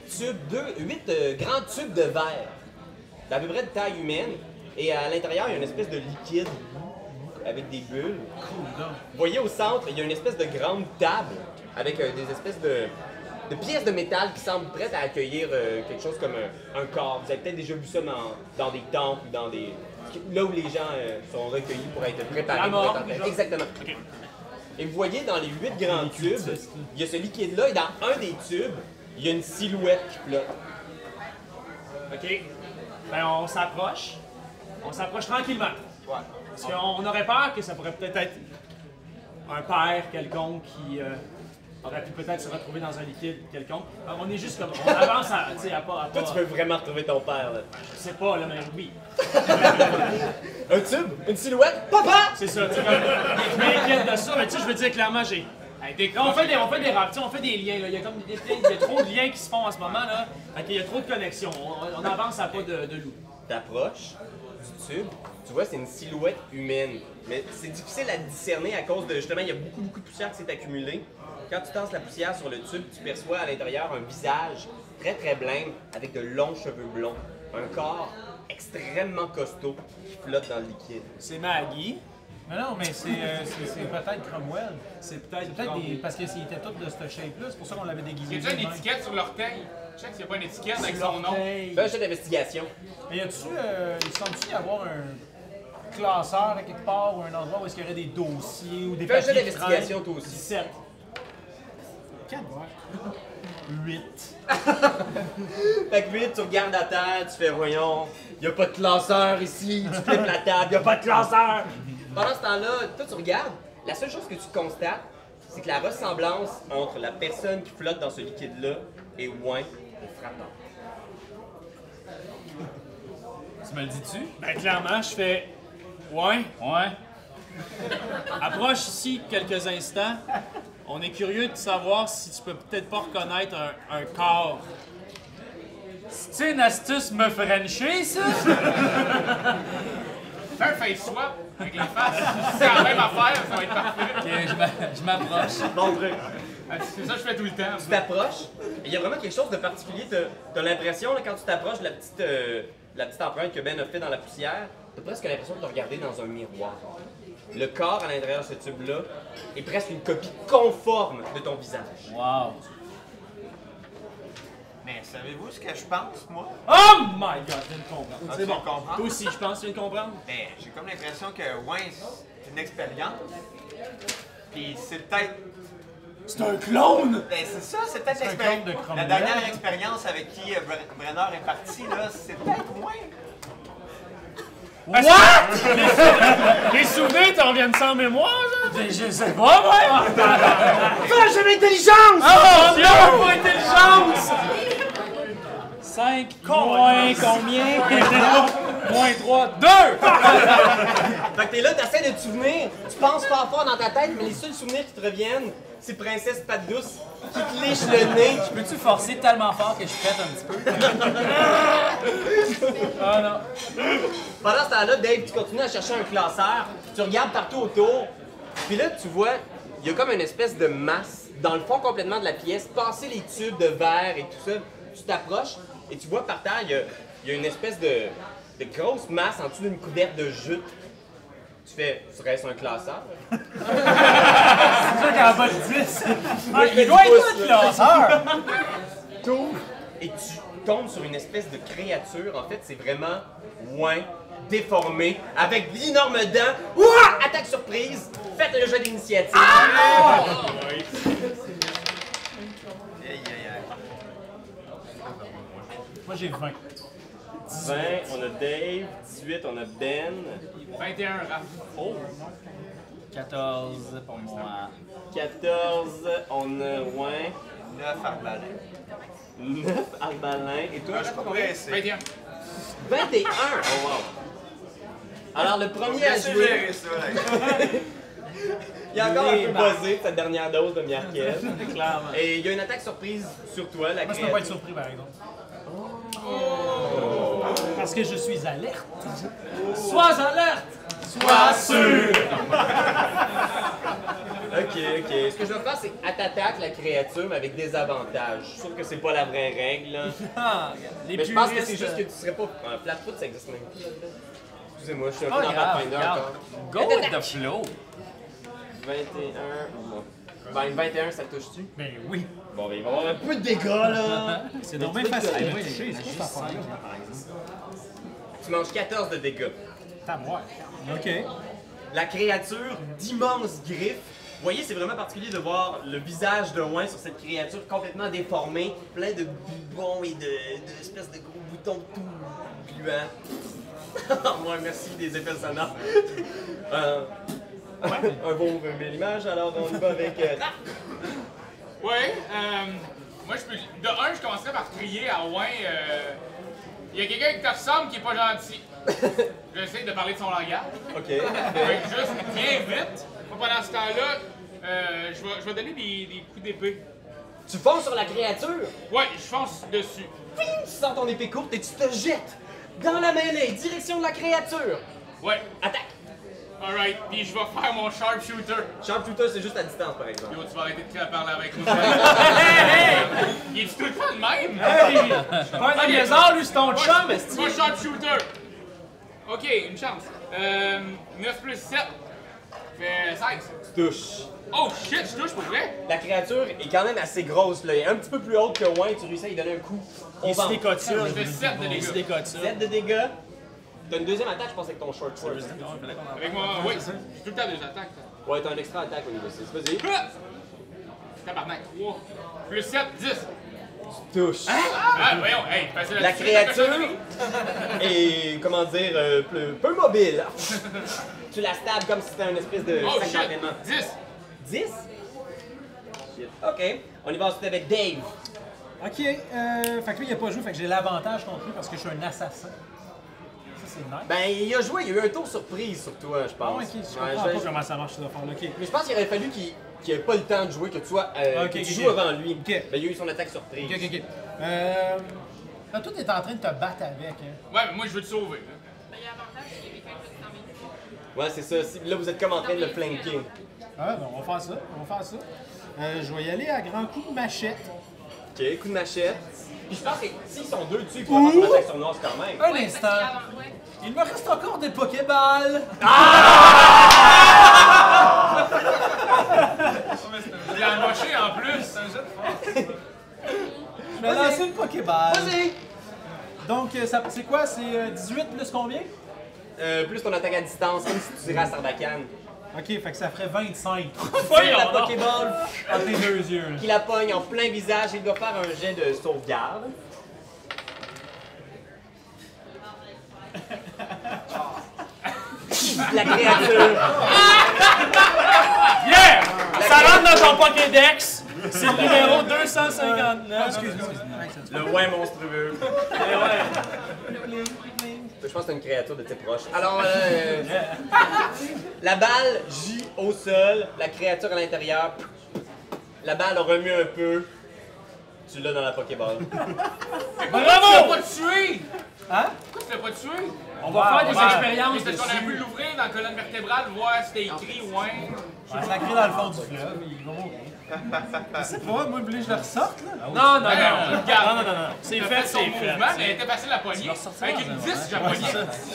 8 grands tubes de verre, d'à peu près de taille humaine. Et à l'intérieur, il y a une espèce de liquide avec des bulles. Vous voyez au centre, il y a une espèce de grande table avec des espèces de pièces de métal qui semblent prêtes à accueillir quelque chose comme un corps. Vous avez peut-être déjà vu ça dans des temples ou dans des... là où les gens sont recueillis pour être préparés. La mort, pour être enterrés. genre. Exactement. Ok. Et vous voyez dans les 8 grands tubes, il y a ce liquide-là, et dans un des tubes, il y a une silhouette qui flotte. OK. Ben, on s'approche. On s'approche tranquillement. Ouais. Parce qu'on aurait peur que ça pourrait peut-être être un père quelconque qui aurait pu peut-être se retrouver dans un liquide quelconque. Alors, on est juste comme. On avance à pas. Toi, tu veux vraiment retrouver ton père, là. Je sais pas, là, mais oui. Un tube? Une silhouette? Papa! C'est ça, tu sais, comme. Je m'inquiète de ça, mais tu sais, je veux dire clairement, j'ai. Là, on fait des rapports, on fait des liens. Là. Il y a comme il y a trop de liens qui se font en ce moment. Là. Fait qu'il y a trop de connexions. On avance à pas de loup. T'approches du tube, tu vois, c'est une silhouette humaine. Mais c'est difficile à discerner à cause de, justement, il y a beaucoup de poussière qui s'est accumulée. Quand tu tasses la poussière sur le tube, tu perçois à l'intérieur un visage très blême avec de longs cheveux blonds. Un corps extrêmement costaud qui flotte dans le liquide. C'est Maggie. Non, mais c'est peut-être Cromwell. C'est peut-être Parce qu'ils étaient tous de cette shape-là, c'est pour ça qu'on l'avait déguisé. Il y a déjà une étiquette sur l'orteil. Check s'il n'y a pas une étiquette avec son nom. Fais un jeu d'investigation. Mais y a-tu, il semble-tu y avoir un classeur à quelque part ou un endroit où est-ce qu'il y aurait des dossiers ou des Fais un jeu papiers qui d'investigation, toi aussi. 17. 8. Fait que vite, tu regardes à terre, tu fais voyons, y a pas de classeur ici, tu flippes la table, y a pas de classeur! Pendant ce temps-là, toi tu regardes, la seule chose que tu constates, c'est que la ressemblance entre la personne qui flotte dans ce liquide-là et Wayne est frappante. Tu me le dis-tu? Ben, clairement, je fais. Ouais. Approche ici quelques instants. On est curieux de savoir si tu peux peut-être pas reconnaître un corps. C'est une astuce me frencher, ça? Fais un face swap avec les faces. C'est la même affaire, ça va être parfait. Ok, je m'approche. Bon truc. C'est ça que je fais tout le temps. Tu t'approches, et il y a vraiment quelque chose de particulier. T'as l'impression, là, quand tu t'approches de la petite empreinte que Ben a fait dans la poussière, t'as presque l'impression de te regarder dans un miroir. Le corps à l'intérieur de ce tube-là est presque une copie conforme de ton visage. Wow. Mais savez-vous ce que je pense, moi? Oh my god, je viens de comprendre. Ah, C'est tu bon. comprends? Toi aussi, je pense que tu viens de comprendre. Ben, j'ai comme l'impression que Wayne, c'est une expérience. Puis c'est peut-être. C'est un clone! Ben, c'est ça, c'est peut-être C'est un clone de l'expérience. Cromwell. La dernière expérience avec qui Brenner est parti, là, c'est peut-être Wayne. What? Les souvenirs t'en reviennent sans mémoire, là? Je sais pas, moi! Fais un jeu d'intelligence! Oh mon dieu! Pas intelligence! 5 moins combien? Moins 3, 2! Fait que t'es là, t'essaies de te souvenir, tu penses fort dans ta tête, mais les seuls souvenirs qui te reviennent, c'est Princesse Patte Douce qui te liche le nez. Peux-tu forcer tellement fort que je pète un petit peu? Ah non. Pendant ce temps-là, Dave, tu continues à chercher un classeur, tu regardes partout autour, puis là, tu vois, il y a comme une espèce de masse dans le fond complètement de la pièce, passer les tubes de verre et tout ça. Tu t'approches et tu vois par terre, il y a une espèce de grosse masse en dessous d'une couverte de jute. Tu fais, serait-ce un classeur? C'est sûr qu'en bas de 10. Il doit être un classeur! T'ouvres et tu tombes sur une espèce de créature. En fait, c'est vraiment Wayne déformé, avec d'énormes dents. Ouah! Attaque surprise! Faites le jeu d'initiative. Aïe, aïe, aïe. Moi j'ai 20. 20, on a Dave. 18, on a Ben. 21 Raph. Oh! 14 pour moi. 14, on a Wayne. 9 arbalètes. 9, Arbalin. Et toi, Je suis pas pressé. 21. 21! Oh wow! Alors, le premier à Laissez jouer, gérer ça, là. il a encore un peu buzzé de cette dernière dose de Miarkel. Clairement. Et il y a une attaque surprise sur toi, la Moi je peux pas être créature. surpris par exemple. Parce que je suis alerte. Sois alerte! Sois sûr! Ok. Ce que je vais faire, c'est que t'attaques la créature, mais avec des avantages. Je trouve que c'est pas la vraie règle, là. Ah, les Mais je pense que puristes, c'est juste que tu serais pas. Flatfoot, ça existe même plus. Excusez-moi, je suis un peu Pas dans grave, Pathfinder regarde. encore. Go with the flow. 21. Bon. Ben, 21, ça touche-tu? Ben oui. Bon, ben, il va y avoir un peu de dégâts, là. C'est donc bien facile Hey, de moi, toucher, c'est quoi cette affaire-là? Tu manges 14 de dégâts. T'as moi. OK. La créature d'immenses griffes voyez, c'est vraiment particulier de voir le visage de Oin sur cette créature complètement déformée, plein de boubons et d'espèces de gros boutons tout gluants. Moi, merci des effets sonores. Un beau belle image, alors on y va avec... Ouais, moi je peux. De un, je commencerais par crier à Owen. Il y a quelqu'un qui te ressemble qui est pas gentil. J'essaie de parler de son langage. Ok. Fait que juste bien vite. Moi, pendant ce temps-là, je vais donner des coups d'épée. Tu fonces sur la créature, Ouais, je fonce dessus. ping, tu sors ton épée courte et tu te jettes dans la mêlée, direction de la créature. Ouais, Attaque. alright. Puis je vais faire mon sharpshooter. Sharpshooter, c'est juste à distance, par exemple. Yo, tu vas arrêter de parler avec moi. Il est tout le temps de même? Pas un lézard, lui, c'est ton chum, esti. Moi, sharpshooter. Ok, une chance. 9 plus 7 fait 16. Tu touches. Oh shit, je touche pour vrai? La créature est quand même assez grosse, là. Elle est un petit peu plus haute que Oin, tu réussis à lui donner un coup. Il se ventre. décote ça. Je fais 7 de Il se dégâts. décote ça. 7 de dégâts. T'as une deuxième attaque, je pense, avec ton short sword. Avec moi, oui, j'ai tout le temps des attaques. Ouais, t'as un extra attaque au niveau 6. Vas-y. Tabarnak, 3. Plus 7, 10. Tu touches. Ah, voyons, hey, facile à La tuer, créature cochonnerie. est, comment dire, peu mobile. Tu la stabs comme si c'était une espèce de Oh sac shit, d'entraînement. 10. 10? Shit. Ok. On y va ensuite avec Dave. Ok, fait que lui il a pas joué, fait que j'ai l'avantage contre lui parce que je suis un assassin. Ça c'est nice. Ben, il a joué, il y a eu un tour surprise sur toi, je Ah pense. ouais, ok, je Ouais, comprends pas comment ça marche cette affaire-là. Ok. Mais je pense qu'il aurait fallu qu'il ait pas le temps de jouer, que tu sois, Ok, que tu ok, joues ok. avant lui. Ok. Ben, il y a eu son attaque surprise. Ok, ok, ok. Là, toi, t'es en train de te battre avec, hein. Ouais, mais moi, je veux te sauver. Là. Ben, il y a avantage s'il y a quelqu'un qui s'en vient. Ouais, c'est ça. Là, vous êtes comme en train de le flanker. Ah, ben, on va faire ça, on va faire ça. Je vais y aller à grands coups de machette. Ok, coup de machette. Puis je pense que s'ils sont deux dessus, ils pourraient faire son attaque sur Nord quand même. Un Ouais, instant. parce qu'il avance, ouais. Il me reste encore des Pokéballs. Je l'ai embauché en plus. C'est un jet de force. Je vais lancer une Pokéball. Vas-y! Donc, c'est quoi? C'est 18 plus combien? Plus ton attaque à distance, comme si tu tirais à Sarbacane. Ok, fait que ça ferait 25. Tire la Pokéball Entre tes deux yeux, là. qui la pogne en plein visage. Il doit faire un jet de sauvegarde. La créature. Yeah! Ça rentre dans ton Pokédex. C'est le numéro 259. Excuse-moi. Le ouin monstrueux. Je pense que c'est une créature de type roche. Alors, la balle gît au sol, la créature à l'intérieur. La balle remue un peu. Tu l'as dans la Pokéball. Pourquoi tu l'as pas tué? Hein? Pourquoi tu l'as pas tué? On va faire des expériences Parce qu'on aurait pu dessus. l'ouvrir dans la colonne vertébrale, voir si c'était écrit, ouais. Je vais sacrer dans le fond du fleuve, il va mourir. Je sais pas, moi, vous voulez que je le ressorte, là? Non, non, Hey, on non. le garde. Non, non, non. C'est Il a fait, son c'est mouvement, mais elle fait. était facile à pogner. ressortir Avec dans une un 10, j'ai pogné.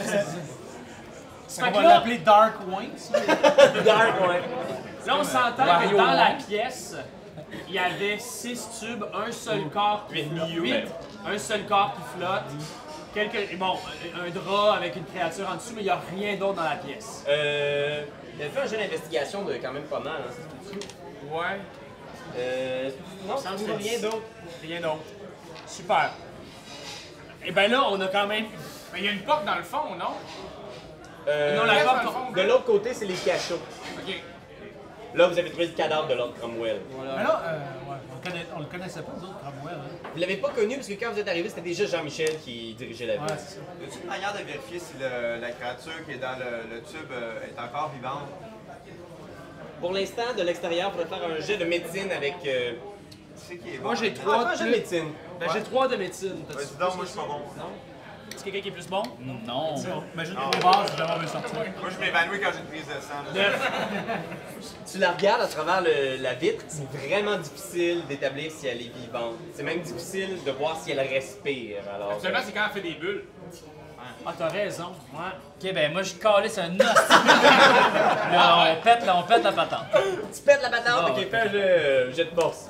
On va l'appeler Dark Wing, ça. Dark, ouais. Là, on s'entend que Wario dans la Wing. pièce, il y avait 6 tubes, un seul corps qui Huit flotte. millions. 8, un seul corps qui flotte. Bon, un drap avec une créature en dessous, mais il n'y a rien d'autre dans la pièce. Il a fait un jeu d'investigation de quand même pas mal. Hein, c'est tout. Ouais. Non, Ça me c'est fait rien d'autre. Rien d'autre. Super. Et ben là, on a quand même. Mais il y a une porte dans le fond, non? Non, la Reste porte. dans le fond. De l'autre côté, c'est les cachots. Ok. Là, vous avez trouvé le cadavre de Lord Cromwell. Mais là, ouais, on le connaissait pas, nous autres, Cromwell, hein. Vous l'avez pas connu parce que quand vous êtes arrivé, c'était déjà Jean-Michel qui dirigeait la ville. Ouais, c'est ça. Y a-t-il une manière de vérifier si la créature qui est dans le tube est encore vivante? Pour l'instant, de l'extérieur, il faudrait faire un jet de médecine avec. Tu sais qui est bon? Moi, j'ai Ah, 3 pas un de jet de plus. médecine. Ben, j'ai 3 de médecine. Vas-y donc, moi je suis pas bon. Est-ce quelqu'un qui est plus bon? Non. Imagine les bases si jamais on veut sortir. Moi je m'évanouis quand j'ai une prise de sang. là. Tu la regardes à travers la vitre, c'est vraiment difficile d'établir si elle est vivante. C'est même difficile de voir si elle respire. Alors, Seulement, c'est quand elle fait des bulles. Ah, t'as raison. Ouais. Ok, ben moi je calisse un os. Là, on pète la patente. tu pètes la patente, Ah, ok, ouais. fais un jet de force.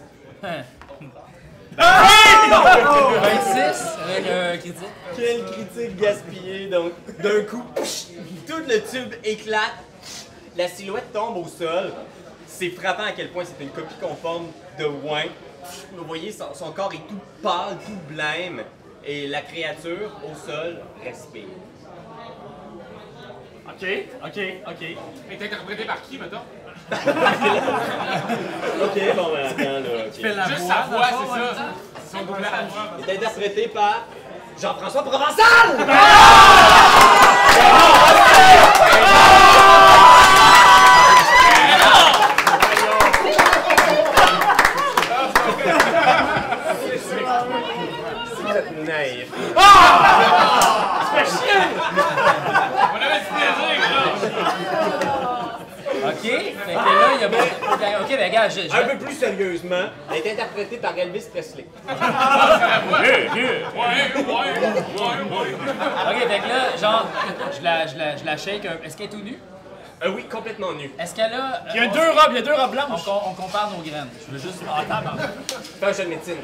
26 avec un critique. Quel critique gaspillé, donc d'un coup, tout le tube éclate, la silhouette tombe au sol. C'est frappant à quel point c'est une copie conforme de Oin. Vous voyez, son corps est tout pâle, tout blême, et la créature au sol respire. Ok. Elle est interprétée par qui, mettons? Ok, bon, ben attends, là. ok. Juste sa voix, c'est ça. C'est son doublage. Il est interprété par Jean-François Provençal! Naïf. On avait du plaisir, là. OK, fait que là, il y a beaucoup... OK, ben regarde, Un peu plus sérieusement, elle est interprétée par Elvis Presley. Ouais. OK, fait que là, genre, je la shake un... Est-ce qu'elle est tout nue? Oui, complètement nu. Est-ce qu'elle a... Il y a deux robes blanches. On compare nos graines. Je veux juste... Attends, Fais un jeu de médecine.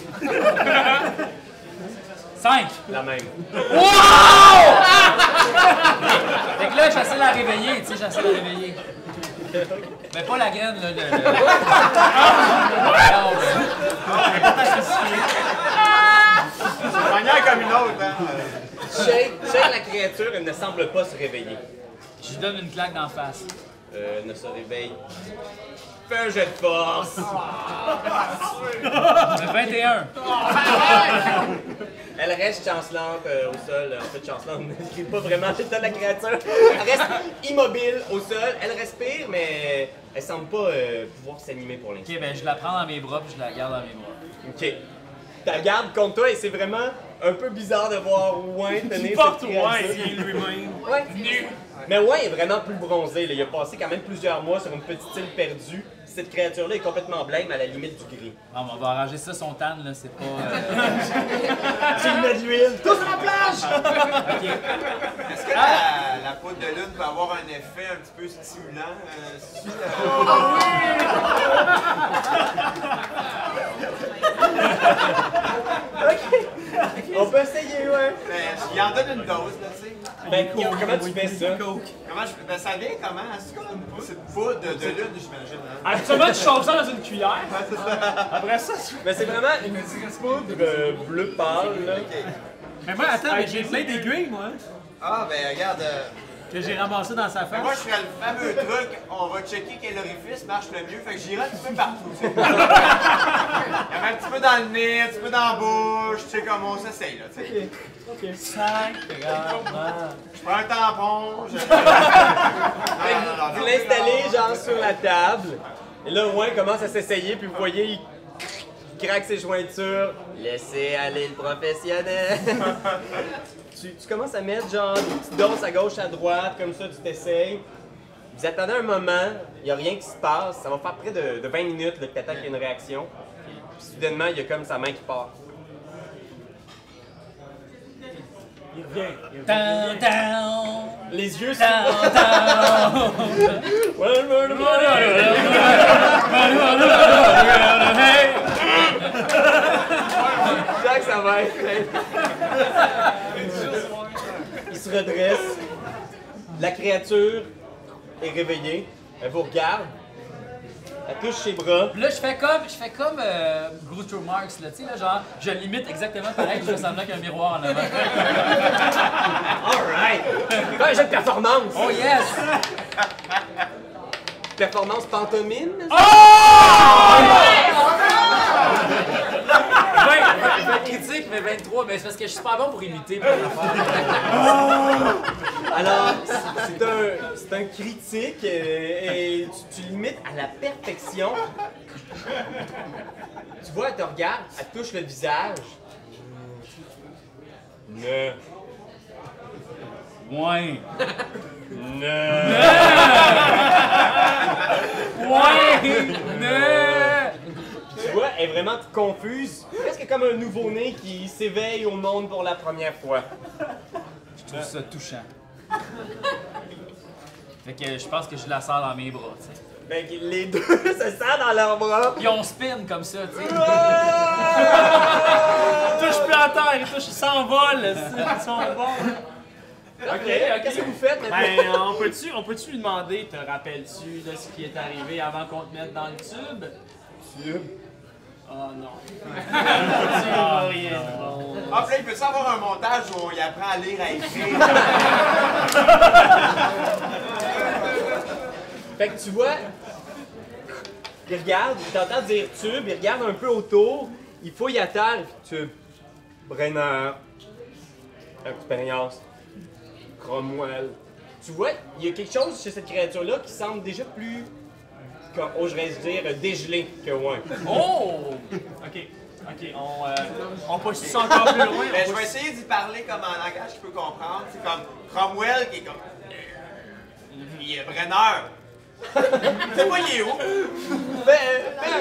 5. La même. Fait que là, j'essaie de la réveiller, tu sais, j'essaie de la réveiller. Mais pas la graine, là. C'est manière comme une autre, hein. Shake la créature, elle ne semble pas se réveiller. Je lui donne une claque d'en face. Ne se réveille. Fais un jet de force. 21. Elle reste chancelante au sol. En fait, chancelante ne crie pas vraiment l'état de la créature. Elle reste immobile au sol. Elle respire, mais elle semble pas pouvoir s'animer pour l'instant. OK, ben je la prends dans mes bras puis je la garde dans mes bras. OK. Tu la gardes contre toi et c'est vraiment un peu bizarre de voir Oin tenir cette Porte créature. Oin lui-même. Ouais. Mais Oin est vraiment plus bronzé. Là. Il a passé quand même plusieurs mois sur une petite île perdue. Cette créature-là est complètement blême à la limite du gris. Non, mais on va arranger ça, son tan, là, c'est pas... Tu lui mets de l'huile. Tous sur la plage! Est-ce que la poudre de lune peut avoir un effet un petit peu stimulant On peut essayer, ouais. Il en donne une dose, là, tu sais. Ben, comment tu fais ça? Comment je... Ben, ça vient comment? Est-ce que c'est une poudre de lune, j'imagine, hein? Absolument, tu changes ça dans une cuillère. Après ça, tu... Mais c'est vraiment une poudre bleu pâle, là. Mais moi, attends, mais j'ai plein d'aiguilles, moi, Ah, ben, regarde... que j'ai ramassé dans sa face. Moi, je ferais le fameux truc, on va checker quel orifice marche le mieux, fait que j'irai un petit peu partout, tu sais. Il y en a un petit peu dans le nez, un petit peu dans la bouche, tu sais, comme on s'essaye, là, tu sais. OK. Je prends un tampon, je... Vous l'installez, genre, sur la table. Et là, Oin commence à s'essayer, puis vous voyez, il craque ses jointures. Laissez aller le professionnel. Tu commences à mettre, genre, des petites doses à gauche, à droite, comme ça, tu t'essayes. Vous attendez un moment, il n'y a rien qui se passe. Ça va faire près de 20 minutes là, que tu attends qu'il y ait une réaction. Puis soudainement, il y a comme sa main qui part. Il revient. Down, down, Les yeux down, s'ouvrent. Jacques, ça va être. Il se redresse. La créature est réveillée. Elle vous regarde. Elle touche ses bras. Là, je fais comme Groucho Marx, là, tu sais, là, genre, je l'imite exactement pareil, je fais semblant qu'il y a un miroir en avant. Alright! Fais un jeu de performance! Oh yes! Performance pantomime? Critique, mais 23, mais c'est parce que je suis pas bon pour imiter pour l'affaire. Alors, c'est un critique et tu l'imites à la perfection. Tu vois, elle te regarde, elle te touche le visage. Ne. Ouais. Ne. Ouais! Ne! Tu vois, elle est vraiment confuse. Presque comme un nouveau-né qui s'éveille au monde pour la première fois. Je trouve ça touchant. Fait que je pense que je la sors dans mes bras, tu sais. Ben, les deux se serrent dans leurs bras. Puis on spin comme ça, tu sais. Il touche plus à terre, il s'envole, il s'envole. Qu'est-ce que vous faites maintenant? Ben, on peut-tu lui demander, te rappelles-tu de ce qui est arrivé avant qu'on te mette dans le tube? Tube? Oh non. Ah, rien. Bon. Ah, puis là, il peut-tu avoir un montage où il apprend à lire, à écrire? Fait que tu vois, il regarde, il t'entend dire tube, il regarde un peu autour, il fouille à terre, et puis tube. Brenner. Expérience. Cromwell. Tu vois, il y a quelque chose chez cette créature-là qui semble déjà plus, oserais-je dire, dégelé que loin. Oh! Ok, on pousse ça encore plus loin. Ben, je vais essayer d'y parler comme en langage qu'il peut comprendre. C'est comme Cromwell qui est comme. Puis Brenner. C'est pas il est où? Fais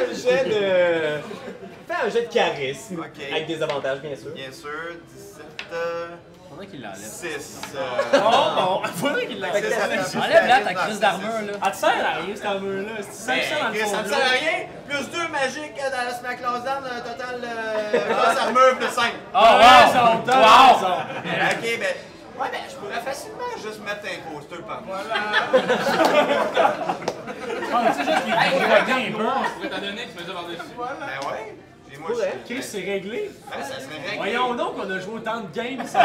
un jet de charisme. Ok. Avec des avantages, bien sûr. Bien sûr, 17. Faudrait qu'il l'enlève. 6. Oh non! Faudrait qu'il l'enlève. Enlève là ta crise d'armure là. Elle te sert à rien cette armure-là. C'est ça dans le fond. Ça me sert à rien. Plus 2 magiques dans la Smack Class Down, total classe armure plus 5. Oh ouais, ça on t'a raison. Ok, ben. Ouais, ben, je pourrais facilement juste mettre un poster par moi. C'est juste qu'il Hey, faut j'ai regarder un un noir, peu. je pourrais t'en donner, tu mets ça par-dessus. Ben ouais. Et moi, Ouais. je Ok, c'est réglé. Ben, ça serait réglé. Voyons donc, on a joué autant de games sans Ouais,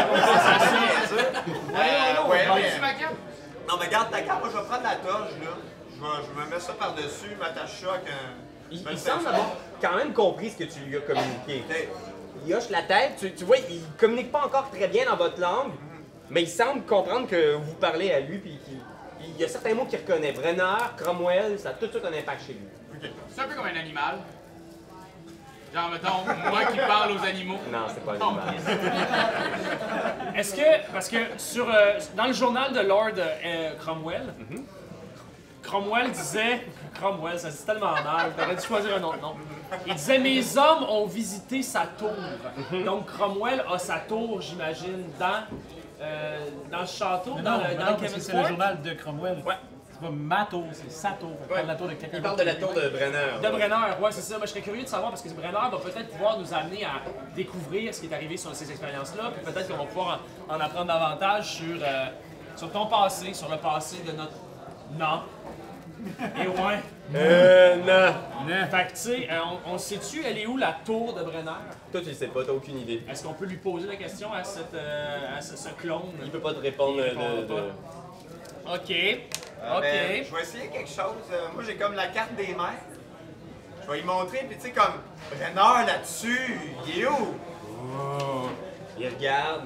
Prends-tu mais. ma cape? Non, mais garde ta carte, moi je vais prendre la torche, là. Je me mets ça par-dessus, m'attache ça avec un. Il semble avoir quand même compris ce que tu lui as communiqué. Ok. Il hoche la tête, tu vois, il communique pas encore très bien dans votre langue, mais il semble comprendre que vous parlez à lui, puis il y a certains mots qu'il reconnaît. Brenner, Cromwell, ça a tout de suite un impact chez lui. C'est un peu comme un animal. Genre, mettons, moi qui parle aux animaux. Non, c'est pas un animal. Est-ce que, parce que dans le journal de Lord Cromwell, Cromwell disait, Cromwell, ça se dit tellement mal, t'aurais dû choisir un autre nom. Il disait, mes hommes ont visité sa tour. Donc Cromwell a sa tour, j'imagine, dans le château, Mais dans non, le parce que Kevin c'est le Sport. journal de Cromwell. Ouais. C'est pas ma tour, c'est sa tour. Fait que parle de la tour de quelqu'un. Il parle de la tour de Brenner. De Brenner, ouais, c'est ça. Moi, je serais curieux de savoir parce que Brenner va peut-être pouvoir nous amener à découvrir ce qui est arrivé sur ces expériences-là, puis peut-être qu'on va pouvoir en apprendre davantage sur ton passé, sur le passé de notre. Non. Et ouais. Non. Fait que, tu sais, on sait-tu, elle est où la tour de Brenner? Toi, tu le sais pas, t'as aucune idée. Est-ce qu'on peut lui poser la question à ce clone? Il peut pas te répondre Ok. Ben, je vais essayer quelque chose. Moi, j'ai comme la carte des mers. Je vais y montrer, puis tu sais, comme Brenner là-dessus, il est où? Oh. Il regarde.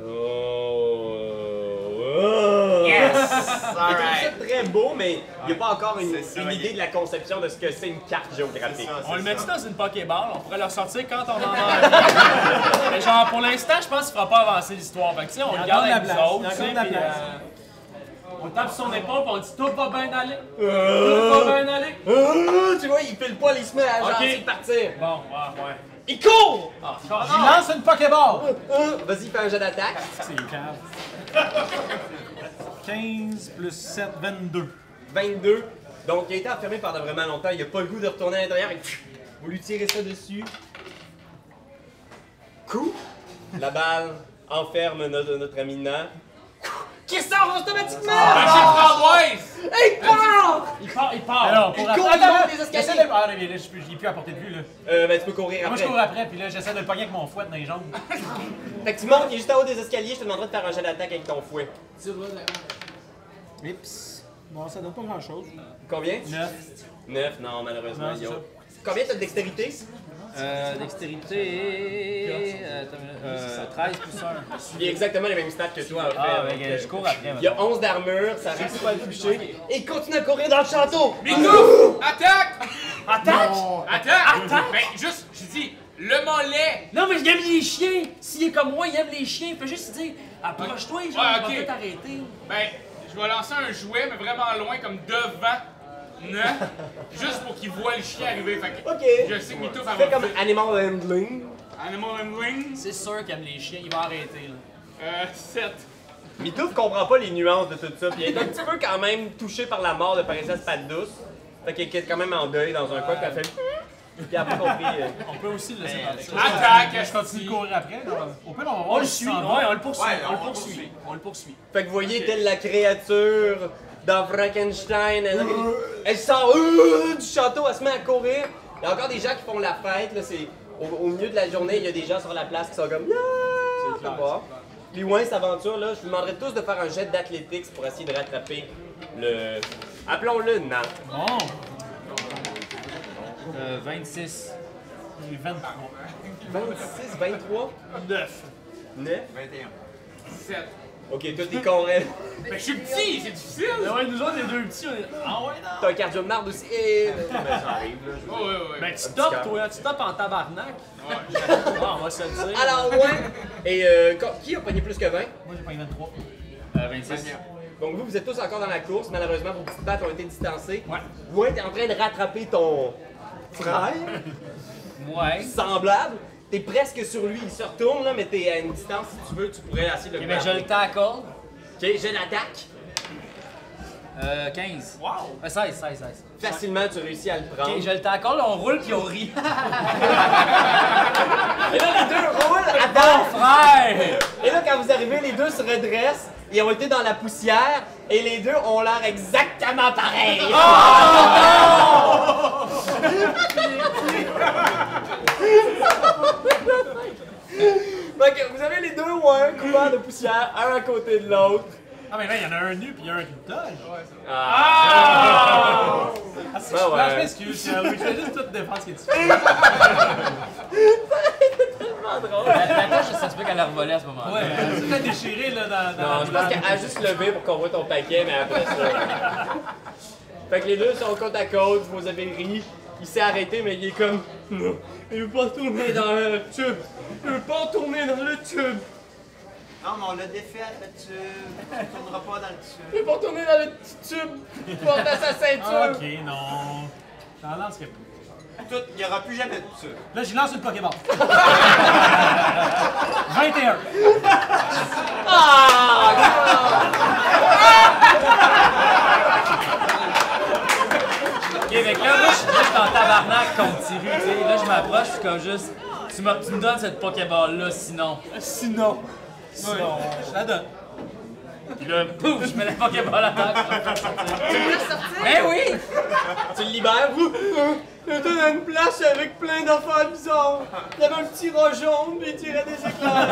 Oh. Yes! Il trouve Alright. ça très beau, mais il n'y a pas encore C'est ça, une idée de la conception de ce que c'est une carte géographique. On le met-tu dans une Pokéball? On pourrait le ressortir quand on en a envie. Mais genre, pour l'instant, je pense qu'il ne fera pas avancer l'histoire. Fait que, tu sais, on le garde avec nous autres, tu sais, puis, on tape sur son épaule et on dit « Tout va bien aller! Tout va bien aller! Tu vois, il file pas, il se met à Ok. gentil de partir. » Bon, ouais. Il court! Ah, Il lance une Pokéball! Vas-y, fais un jet d'attaque. C'est cave. 15 plus 7, 22. 22. Donc, il a été enfermé pendant vraiment longtemps. Il a pas le goût de retourner à l'intérieur. Vous lui tirez ça dessus. Coup. La balle enferme notre ami Nan. Qui sort automatiquement! Magic framboise! Il part! Il part! Alors, Il pour court après, le long là, des escaliers. j'essaie de... Ah, mais là, je n'ai plus à portée de vue, là. Ben, tu peux courir Moi, après. je cours après, puis là, j'essaie de le pogner avec mon fouet dans les jambes. Fait que tu montes, il est juste en haut des escaliers. Je te demanderai de faire un jet d'attaque avec ton fouet. Oups. Bon, ça donne pas grand-chose. Combien? 9. 9, non, malheureusement. Non, c'est yo. ça. Combien t'as de dextérité? Dextérité. 13 plus 1. Il a exactement les mêmes stats que toi, en fait. Ah, Donc, je cours après. il y a 11 d'armure, ça réussit pas à le toucher. Et il continue à courir dans le château! Mitouf! Attaque! Attaque! Attaque! Ben, juste, je dis, le mollet! Non, mais il aime les chiens! S'il est comme moi, il aime les chiens. Il fait juste dire approche-toi, genre, Ouais, il va ok. peut-être arrêter. Ben, je vais lancer un jouet, mais vraiment loin, comme devant. Juste pour qu'il voit le chien arriver. Fait que Ok. je sais que Mitouf, elle Fais va comme me dire, Animal Handling. Animal Handling. C'est sûr qu'il aime les chiens, il va arrêter, là. 7. Mitouf comprend pas les nuances de tout ça, puis il est un petit peu quand même touché par la mort de Princesse Patte Douce. Fait qu'il est quand même en deuil dans un coin, puis elle fait Puis après, compris. On peut aussi le laisser partir. Attaque, Je continue de courir après. Là. Au pire, on va voir. On le s'il suit, s'en va. ouais, on le poursuit, Ouais, on le on poursuit. poursuit. On le poursuit. Fait que vous voyez, telle la créature dans Frankenstein, elle sort du château, elle se met à courir. Il y a encore des gens qui font la fête, là, c'est au milieu de la journée, il y a des gens sur la place qui sont comme yeah! C'est clair. Puis ouais, cette aventure là, je vous demanderais tous de faire un jet d'athlétiques pour essayer de rattraper le... Appelons-le Nat. Bon. 26. J'ai 23. 26, 23, 9. 9. 21. 7. Ok, toi t'es con, Red. Fait que je suis petit, c'est difficile. Mais ouais, nous autres, les deux petits, on est... Ah ouais, non! T'as un cardio-marde aussi. Et... Ben, ça arrive, là. Oh, ouais, ouais. Ben, tu topes, toi, tu topes en tabarnak. Ouais. Ah, on va se le dire. Alors, ouais. Et qui a pogné plus que 20? Moi, j'ai pas eu 23. 26. Donc vous êtes tous encore dans la course. Malheureusement, vos petites battes ont été distancées. Ouais. Ouais, t'es en train de rattraper ton frère Ouais. semblable. T'es presque sur lui. Il se retourne, là, mais t'es à une distance. Si tu veux, tu pourrais essayer de le Eh ben, je grabber. le tackle. Ok, je l'attaque. 15. Wow! 16. Facilement, tu réussis à le prendre. Ok, je le tackle, on roule puis on rit. Et là, les deux roulent à Mon terre. frère! Et là, quand vous arrivez, les deux se redressent. Ils ont été dans la poussière. Et les deux ont l'air exactement pareils. Donc, vous avez les deux couverts de poussière, un à côté de l'autre. Ah, mais là, il y en a un nu puis un qui dodge. Ah! Ah, c'est Ah, ouais. je m'excuse, Pierre-Louis. Je fais juste tout défendre ce que tu fais. La coche, ça se peut qu'elle a revolé à ce moment-là. Ouais, c'est peut-être déchiré là, dans Non, je pense qu'elle a juste levé pour qu'on voit ton paquet, mais après ça. Fait que les deux sont côte à côte, vous avez ri. Il s'est arrêté, mais il est comme. Non, il veut pas tourner dans le tube. Il veut pas tourner dans le tube. Non, mais on l'a défait, le tube. Tu ne tourneras pas dans le Il tube. veut pas tourner dans le petit tube. Il porte à sa ceinture. Ok, non. J'en lancerai pas. Tout, il n'y aura plus jamais de tube. Là, j'y lance une Pokéball. 21. Ah! Ok, fait que là, moi, je suis juste en tabarnak contre Tiru, tu sais. Là, je m'approche, je suis comme juste. Tu me donnes cette Pokéball-là, sinon. Sinon, je la donne. Puis là, pouf, je mets la Pokéball à terre. Ben oui! Tu le libères, vous? Il était dans une place avec plein d'affaires bizarres. Il y avait un petit rat jaune, puis il tirait des éclairs.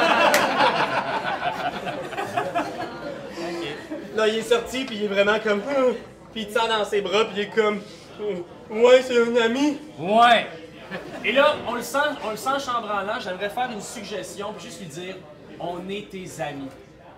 Là, il est sorti, puis il est vraiment comme. Puis il te sent dans ses bras, puis il est comme. Ouais, c'est un ami. Ouais! Et là, on le sent chambranlant. J'aimerais faire une suggestion, puis juste lui dire on est tes amis.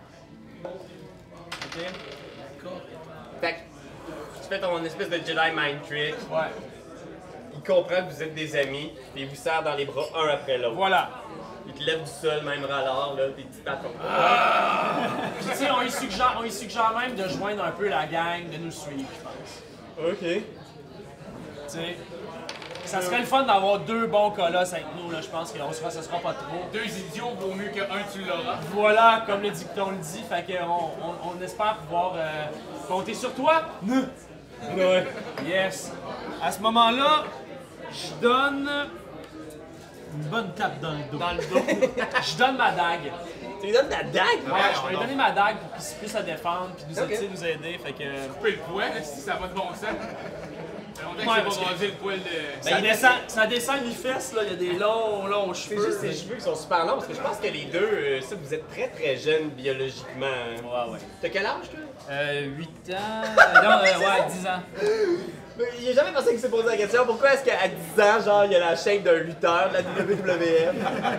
Ok? Fait que tu fais ton espèce de Jedi mind trick. Ouais. Il comprend que vous êtes des amis, puis il vous serre dans les bras un après l'autre. Voilà. Il te lève du sol, même râleur, là, tes petites pattes comme. Puis tu sais, on lui suggère même de joindre un peu la gang, de nous suivre, je pense. Ok. Tu sais. Ça serait le fun d'avoir deux bons colosses avec nous, là. Je pense que ça sera pas trop. Deux idiots vaut mieux qu'un tu l'auras. Voilà, comme le dicton le dit, fait qu'on espère pouvoir compter sur toi. Ouais. Yes. À ce moment-là, je donne Une bonne tape dans le dos. dans le dos. Je donne ma dague. Tu lui donnes ta dague? Ouais, je vais lui donner ma dague pour qu'il puisse se défendre puis nous, Ok. nous aider. Fait que. Couper le poil, si ça va de bon sens. Ça fait longtemps que Ouais, j'ai parce pas que- rasé le poil de. Ça descend mi-fesses, là. Il y a des longs C'est cheveux. juste ses cheveux qui sont super longs parce que je pense que les deux, ça, vous êtes très jeunes biologiquement. Ouais. T'as quel âge, toi? 8 ans. Non, ouais, 10 ans. Mais il n'y a jamais personne qui s'est posé la question pourquoi est-ce qu'à 10 ans, genre, il y a la shape d'un lutteur de la WWF?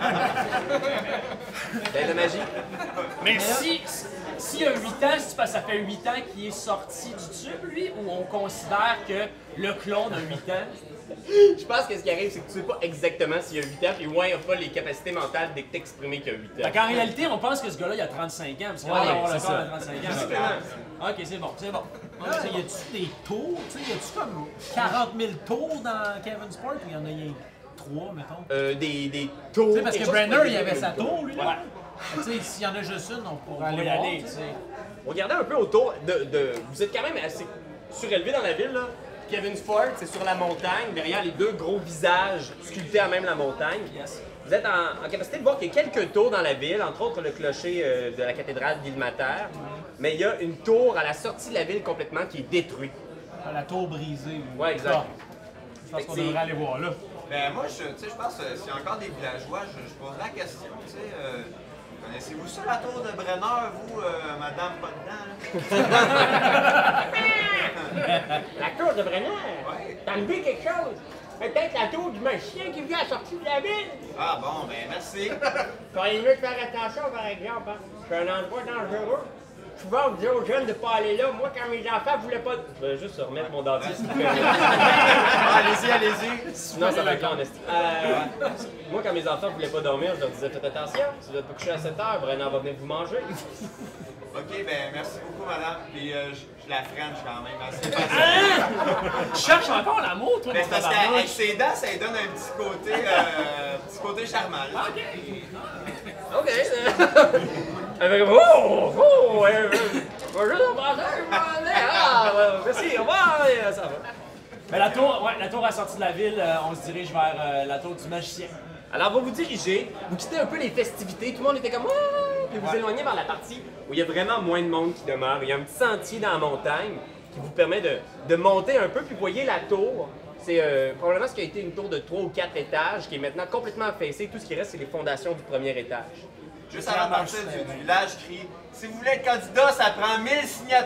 Ben, de magie. Mais s'il a 8 ans, c'est parce que ça fait 8 ans qu'il est sorti du tube, lui, ou on considère que le clone a 8 ans? Je pense que ce qui arrive, c'est que tu sais pas exactement s'il y a 8 ans, puis ouais, il n'a pas les capacités mentales de t'exprimer qu'il y a 8 ans. Fait qu'en réalité, on pense que ce gars-là, il a 35 ans, parce qu'on Ouais, va avoir le c'est corps ça. à 35 ans. Exactement. Ok, c'est bon. Là, y a-tu des tours? Tu sais, y a-tu comme 40 000 tours dans Kevin Sport ou y en a rien 3, mettons? Des tours. Tu sais, parce quelque que chose Brenner, pour il avait aider sa le tour, lui, là. Ouais. Tu sais, s'il y en a juste une, on pourrait On va aller y voir, aller, tu tu sais. sais. Regardez un peu autour de. Vous êtes quand même assez surélevé dans la ville, là. Kevin's Fort, c'est sur la montagne, derrière les deux gros visages sculptés à même la montagne. Vous êtes en capacité de voir qu'il y a quelques tours dans la ville, entre autres le clocher de la cathédrale d'Ilmater. Mais il y a une tour à la sortie de la ville complètement qui est détruite. La tour brisée. Ouais, exact. Je pense qu'on devrait aller voir là. Ben moi, je pense que s'il y a encore des villageois, je poserai la question, tu sais. Connaissez-vous ça, la tour de Brenner, vous, madame pas dedans, La tour de Brenner? Ouais. T'as me dit quelque chose? Peut-être la tour du magicien qui vit à la sortie de la ville? Ah bon, ben merci. Faudrait mieux faire attention, par exemple. Hein? C'est un endroit dangereux. Souvent, on disait aux jeunes de pas aller là. Moi, quand mes enfants voulaient pas... Je vais juste remettre mon dentier, s'il te plaît. Allez-y. Sinon, ça va être long, en esti. Moi, quand mes enfants voulaient pas dormir, je leur disais faites attention, si vous êtes pas couché à 7 heures, Brennan va venir vous manger. OK, ben merci beaucoup, madame. Puis je la French quand même, assez facile. Tu cherches encore l'amour, toi, Ben, dans c'est parce ta qu'avec barnouche. ses dents, ça lui donne un petit côté charmant. Là. OK. Bonjour, merci, au revoir, ça va. Mais la tour à la sortie de la ville, on se dirige vers la tour du magicien. Alors, vous vous dirigez, vous quittez un peu les festivités, tout le monde était comme ah! Puis vous éloignez vers la partie où il y a vraiment moins de monde qui demeure. Il y a un petit sentier dans la montagne qui vous permet de monter un peu, puis vous voyez la tour. C'est probablement ce qui a été une tour de 3 ou 4 étages qui est maintenant complètement affaissée. Tout ce qui reste, c'est les fondations du premier étage. Juste avant de partir du village, je crie « Si vous voulez être candidat, ça prend 1000 signatures! »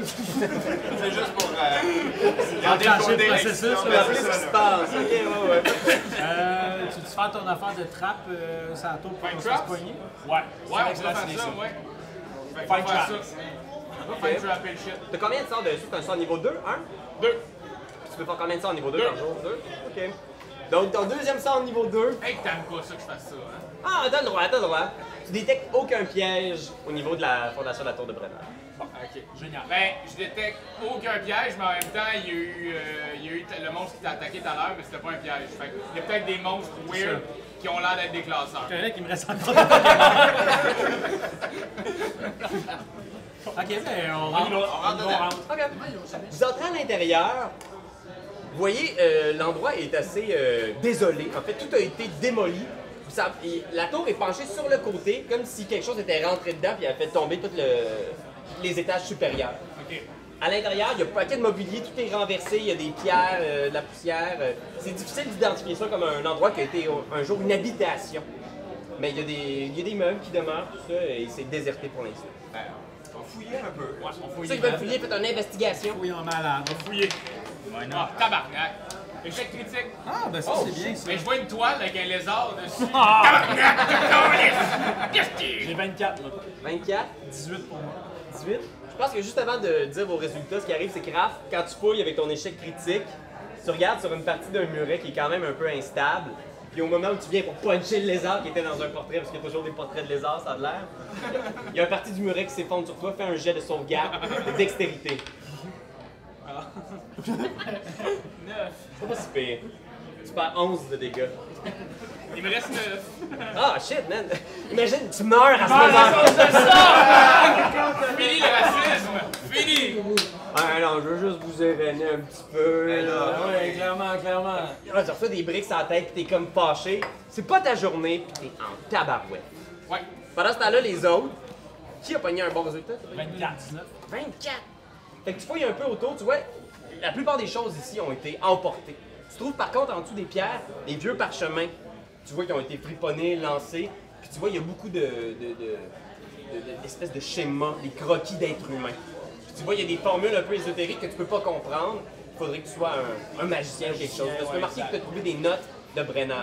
C'est juste pour... Enclencher le processus, On va rappeler ce qui se passe. OK, ouais. Tu veux faire ton affaire de trappe sur la tour pour Find qu'on se traps? poigner? Ouais, on vrai peut que c'est faire facile, ça, ça. ouais. Fait Find qu'on va faire trap. ça. Find trap et le shit. T'as combien de sorts dessus? T'as un sort niveau 2? 1? 2. Tu peux faire combien de sorts niveau 2 Deux. par jour? 2? OK. Donc, ton deuxième sort niveau 2. Hey, t'aimes pas ça que je fasse ça, hein? Ah, t'as le droit, t'as le droit. Tu détectes aucun piège au niveau de la fondation de la tour de Brenner. Ok, génial. Ben, je détecte aucun piège, mais en même temps, il y a eu le monstre qui t'a attaqué tout à l'heure, mais c'était pas un piège. Fait que il y a peut-être des monstres weird qui ont l'air d'être des classeurs. C'est vrai qu'il me reste encore Ok, ben on rentre. OK. Vous entrez à l'intérieur. Vous voyez, l'endroit est assez désolé. En fait, tout a été démoli. La tour est penchée sur le côté, comme si quelque chose était rentré dedans et a fait tomber tous les étages supérieurs. Ok. À l'intérieur, il y a un paquet de mobilier, tout est renversé, il y a des pierres, de la poussière. C'est difficile d'identifier ça comme un endroit qui a été un jour une habitation. Mais il y a des meubles qui demeurent, tout ça, et c'est déserté pour l'instant. Ben, on va fouiller un peu. Ouais, on fouille. Ceux qui veulent fouiller, faites une investigation. Oui, en malade. Fouiller. Ah, tabarnak. Échec critique. Ah, ben ça, c'est bien ça. Mais je vois une toile avec un lézard dessus. J'ai 24, là. 24, 18 pour moi. 18. Je pense que juste avant de dire vos résultats, ce qui arrive, c'est que Raph, quand tu fouilles avec ton échec critique, tu regardes sur une partie d'un muret qui est quand même un peu instable. Puis au moment où tu viens pour puncher le lézard qui était dans un portrait, parce qu'il y a toujours des portraits de lézards, ça a l'air, il y a une partie du muret qui s'effondre sur toi, fais un jet de sauvegarde de dextérité. C'est pas si pire. Tu perds 11 de dégâts. Il me reste 9. Ah shit, man! Imagine, tu meurs à ce moment-là! Fini le racisme! Fini! Ah non, je veux juste vous éveiller un petit peu. Là. Ouais, clairement. Ah, tu reçois des briques sur la tête pis t'es comme fâché. C'est pas ta journée pis t'es en tabarouette. Ouais. Pendant ce temps-là, les autres, qui a pogné un bon résultat? 24. 24! Fait que tu fouilles un peu autour, tu vois, la plupart des choses ici ont été emportées. Tu trouves par contre en dessous des pierres, des vieux parchemins. Tu vois qu'ils ont été friponnés, lancés. Puis tu vois, il y a beaucoup d'espèces de schémas, des croquis d'êtres humains. Puis tu vois, il y a des formules un peu ésotériques que tu peux pas comprendre. Il faudrait que tu sois un magicien ou quelque chose. Tu peux remarquer que tu as trouvé des notes de Brenner.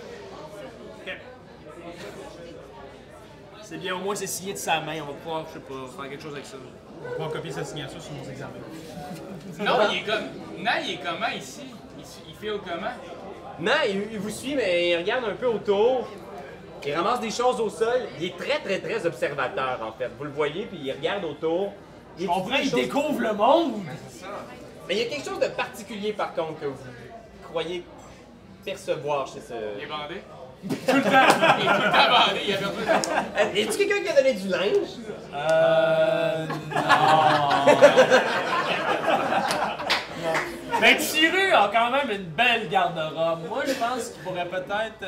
C'est bien, au moins c'est signé de sa main. On va pouvoir, je sais pas, faire quelque chose avec ça. On va pouvoir copier sa signature sur nos examens. Non, il est comme. Non, il est comment ici? Il feel comment? Non, il vous suit, mais il regarde un peu autour. Il ramasse des choses au sol. Il est très observateur, en fait. Vous le voyez, puis il regarde autour. Je comprends, il découvre le monde! Mais il y a quelque chose de particulier, par contre, que vous croyez percevoir chez ce... Il est bandé? Tout le temps! Il est tout le temps bandé, il a perdu. Y a-tu quelqu'un qui a donné du linge? Non. Ben, Tiru a quand même une belle garde-robe. Moi, je pense qu'il pourrait peut-être.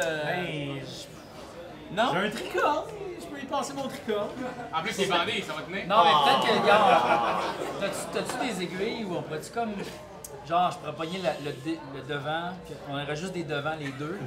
Non? J'ai un tricorne. Je peux y passer mon tricorne. En plus, c'est bandé, ça va tenir. Non, mais peut-être que, regarde, t'as-tu des aiguilles ou on pourrait-tu comme. Genre, je pourrais pogner le devant, on aurait juste des devants les deux.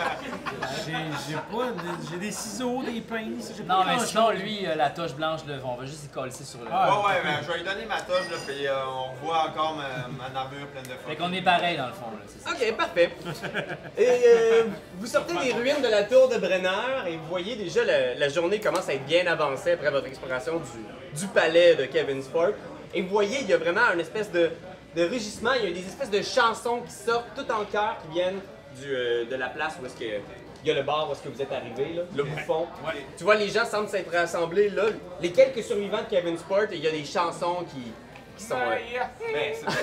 J'ai des ciseaux, des pinces. J'ai Non, pas mais grand-chose. sinon, lui, la touche blanche, là, on va juste y coller sur le. Ouais, ben, je vais lui donner ma toche, là, puis on revoit encore ma armure pleine de Fait fuck. qu'on est pareil dans le fond, là, c'est ça. Ok, parfait. Et vous sortez des ruines de la tour de Brenner et vous voyez déjà la journée commence à être bien avancée après votre exploration du palais de Kevin Sport. Et vous voyez, il y a vraiment une espèce de rugissement, il y a des espèces de chansons qui sortent tout en chœur qui viennent de la place où est-ce que il y a le bar où est-ce que vous êtes arrivé, là, le bouffon. Tu vois, les gens semblent s'être rassemblés là. Les quelques survivants de Kevin Sport, il y a des chansons qui sont... Ben, c'est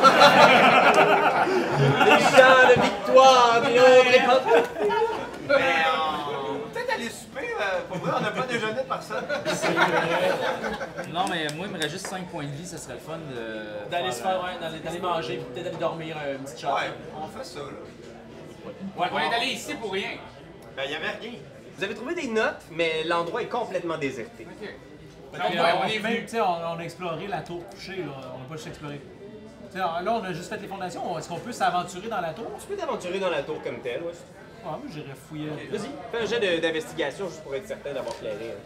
des chants de victoire, puis on répond... Ben, on va peut-être aller souper. Pour vrai, on n'a pas déjeuné de personne. Non, mais moi, il me reste juste 5 points de vie, ça serait le fun de. D'aller se faire, ouais, d'aller manger, puis peut-être d'aller dormir une petite chat. Ouais, on fait ça, là. Ouais, on est allé ici pour rien. Ben, il n'y avait rien. Vous avez trouvé des notes, mais l'endroit est complètement déserté. OK. Fait Donc, que, ouais, on est même, venu. tu sais, on a exploré la tour couchée, là. On n'a pas juste exploré. Tu sais, là, on a juste fait les fondations. Est-ce qu'on peut s'aventurer dans la tour? Tu peux t'aventurer dans la tour comme telle, ouais. Ouais, moi, j'irais fouiller. Vas-y, fais un jet d'investigation juste pour être certain d'avoir clairé.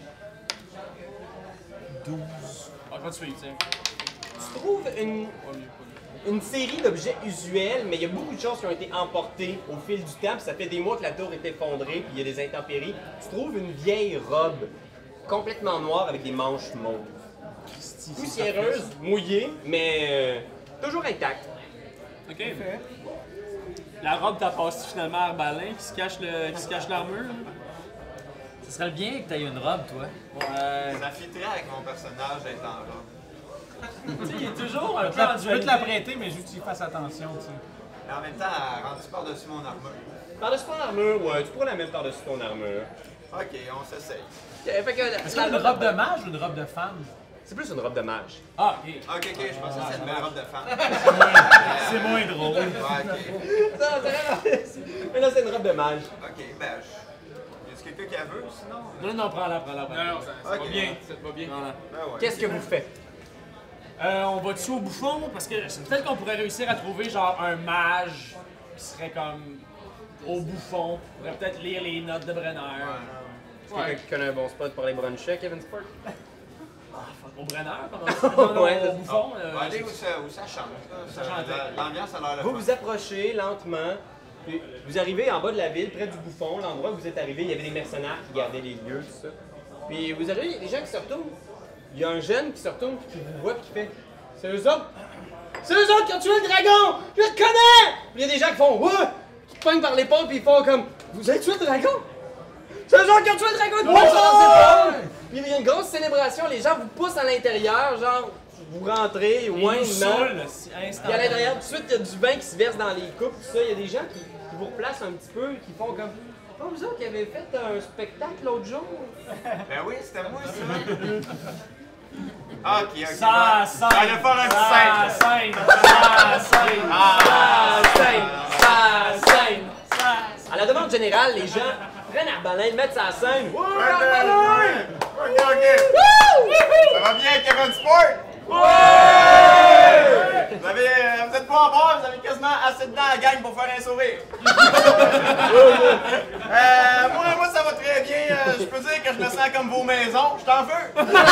12. On va te suivre, tu sais. Tu trouves une série d'objets usuels, mais il y a beaucoup de choses qui ont été emportées au fil du temps, puis ça fait des mois que la tour est effondrée, puis il y a des intempéries. Tu trouves une vieille robe complètement noire avec des manches mauves. Poussiéreuse, mouillée, mais toujours intacte. Ok. La robe t'a passé finalement à Arbalin qui se cache l'armure. là. Ce serait bien que t'aies une robe, toi. Ouais. Ça fitterait avec mon personnage d'être en robe. Tu sais, il est toujours un peu en Je peux te dualité. la prêter, mais juste que tu y fasses attention, tu sais. Mais en même temps, rendu par-dessus mon armure. Par-dessus ton armure, ouais, tu pourrais la mettre par-dessus ton armure. Ok, on s'essaye. Fait que, Est-ce que c'est une robe de mage ou une robe de femme? c'est plus une robe de mage. Ah, ok. Ok, je pensais que c'était une belle robe de femme. C'est moins drôle. Ouais, ok. Mais là, c'est une robe de mage. Ok, ben, est-ce quelqu'un qui la veut, sinon? Non, prends-la. Non, non, ça va Ok. bien. Ça va bien. Voilà. Ben ouais. Qu'est-ce que vous faites? On va dessus au bouffon parce que peut-être qu'on pourrait réussir à trouver genre un mage qui serait comme au bouffon. On pourrait peut-être lire les notes de Brenner. Est-ce que quelqu'un qui connaît un bon spot pour aller bruncher, Kevin Sport? Au Brenner, pendant Ouais, au bouffon. On va aller où ça chante. Ça chante. L'ambiance a l'air le Vous fun. vous approchez lentement. Puis vous arrivez en bas de la ville, près du bouffon, l'endroit où vous êtes arrivé, il y avait des mercenaires qui gardaient les lieux, tout ça. Puis vous arrivez, il y a des gens qui se retournent. Il y a un jeune qui se retourne puis qui vous voit puis qui fait « C'est eux autres! C'est eux autres qui ont tué le dragon! Je le connais! » Puis il y a des gens qui font « Ouais! » Qui te pognent par l'épaule puis ils font comme « Vous avez tué le dragon? C'est eux autres qui ont tué le dragon! » Ils te pognent sur leurs épaules! Puis il y a une grosse célébration, les gens vous poussent à l'intérieur, genre vous rentrez, Il ouais, nous non. saoule, Puis à instantanément. l'intérieur, tout de suite, il y a du vin qui se verse dans les coupes, tout ça. Il y a des gens qui vous replacent un petit peu, qui font comme. Oh, vous autres qui avez fait un spectacle l'autre jour? Ben oui, c'était moi, ça. Ah, ok, ok. Ça On scène! va faire un petit scène. Scène! À la demande générale, les gens prennent Arbalin, mettent sa scène. Ouais, Arbalin! Ok, ok. Ça va bien, Kevin Sport? Vous êtes pas en bord, vous avez quasiment assez dedans à la gang pour faire un sourire. Moi, ça va très bien. Je peux dire que je me sens comme vos maisons. Je t'en veux.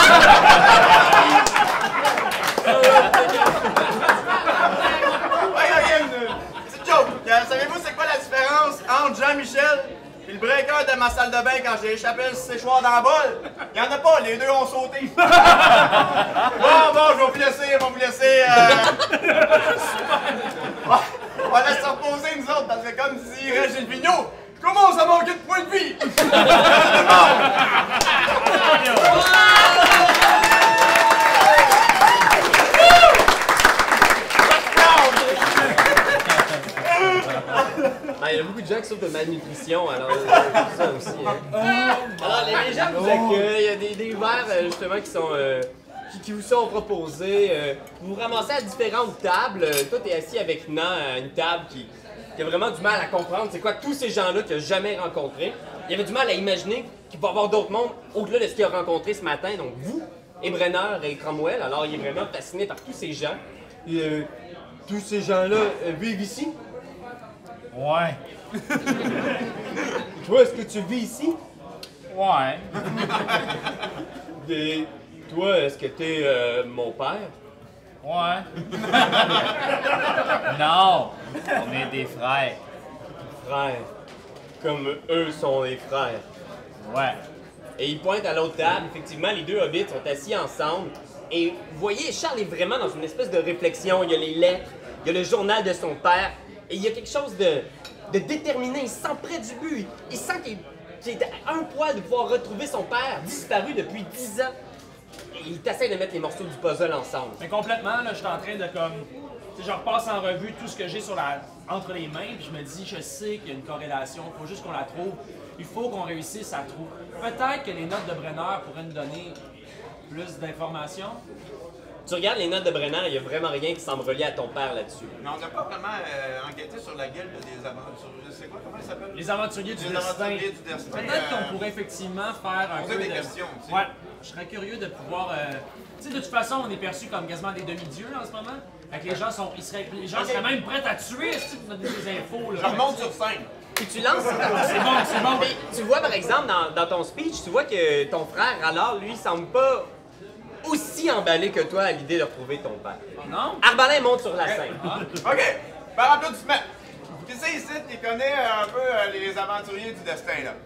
Ouais, ok, une petite joke. Savez-vous c'est quoi la différence entre Jean-Michel et le breaker de ma salle de bain quand j'ai échappé le séchoir dans la bolle? Il y en a pas, les deux ont sauté. Bon, je vais vous laisser, on va laisser reposer nous autres, parce que comme dirait Gilles Vigneault, je commence à manquer de points de vie. Ah, il y a beaucoup de gens qui souffrent de malnutrition, alors ça aussi. Hein. Alors, les gens vous accueillent, il y a des verres justement qui sont qui vous sont proposés. Vous vous ramassez à différentes tables. Toi, t'es assis avec Nan à une table qui a vraiment du mal à comprendre c'est quoi tous ces gens-là qu'il n'a jamais rencontrés. Il avait du mal à imaginer qu'il peut y avoir d'autres mondes au-delà de ce qu'il a rencontré ce matin. Donc vous, et Brenner et Cromwell, alors il est vraiment fasciné par tous ces gens. Tous ces gens-là vivent ici? Ouais. Toi, est-ce que tu vis ici? Ouais. Et toi, est-ce que t'es mon père? Ouais. Non, on est des frères. Frères. Comme eux sont les frères. Ouais. Et il pointe à l'autre table. Effectivement, les deux hobbits sont assis ensemble. Et vous voyez, Charles est vraiment dans une espèce de réflexion. Il y a les lettres, il y a le journal de son père. Et il y a quelque chose de déterminé. Il se sent près du but. Il sent qu'il est à un poil de pouvoir retrouver son père, disparu depuis 10 ans. Et il essaie de mettre les morceaux du puzzle ensemble. Mais complètement, là, je suis en train de comme... Tu sais, je repasse en revue tout ce que j'ai entre les mains, puis je me dis, je sais qu'il y a une corrélation, il faut juste qu'on la trouve. Il faut qu'on réussisse à trouver. Peut-être que les notes de Brenner pourraient nous donner plus d'informations. Tu regardes les notes de Brenner, il n'y a vraiment rien qui semble relié à ton père là-dessus. Mais on n'a pas vraiment enquêté sur la guilde des aventuriers. C'est quoi, comment ça s'appelle? Les aventuriers du destin. Aventuriers du destin. Peut-être qu'on pourrait effectivement faire un poser peu des de... questions, tu sais. Ouais, je serais curieux de pouvoir... Tu sais, de toute façon, on est perçus comme quasiment des demi-dieux là, en ce moment. Fait que les gens seraient même prêts à tuer si tu nous donnes des infos. Là. Je remonte sur scène. Puis tu lances... C'est bon. Mais tu vois, par exemple, dans ton speech, tu vois que ton frère, alors, lui, semble pas aussi emballé que toi à l'idée de retrouver ton père. Non? Arbalin monte sur la scène. OK, par applaudissement. Qui c'est ici qui connaît un peu les aventuriers du destin, là?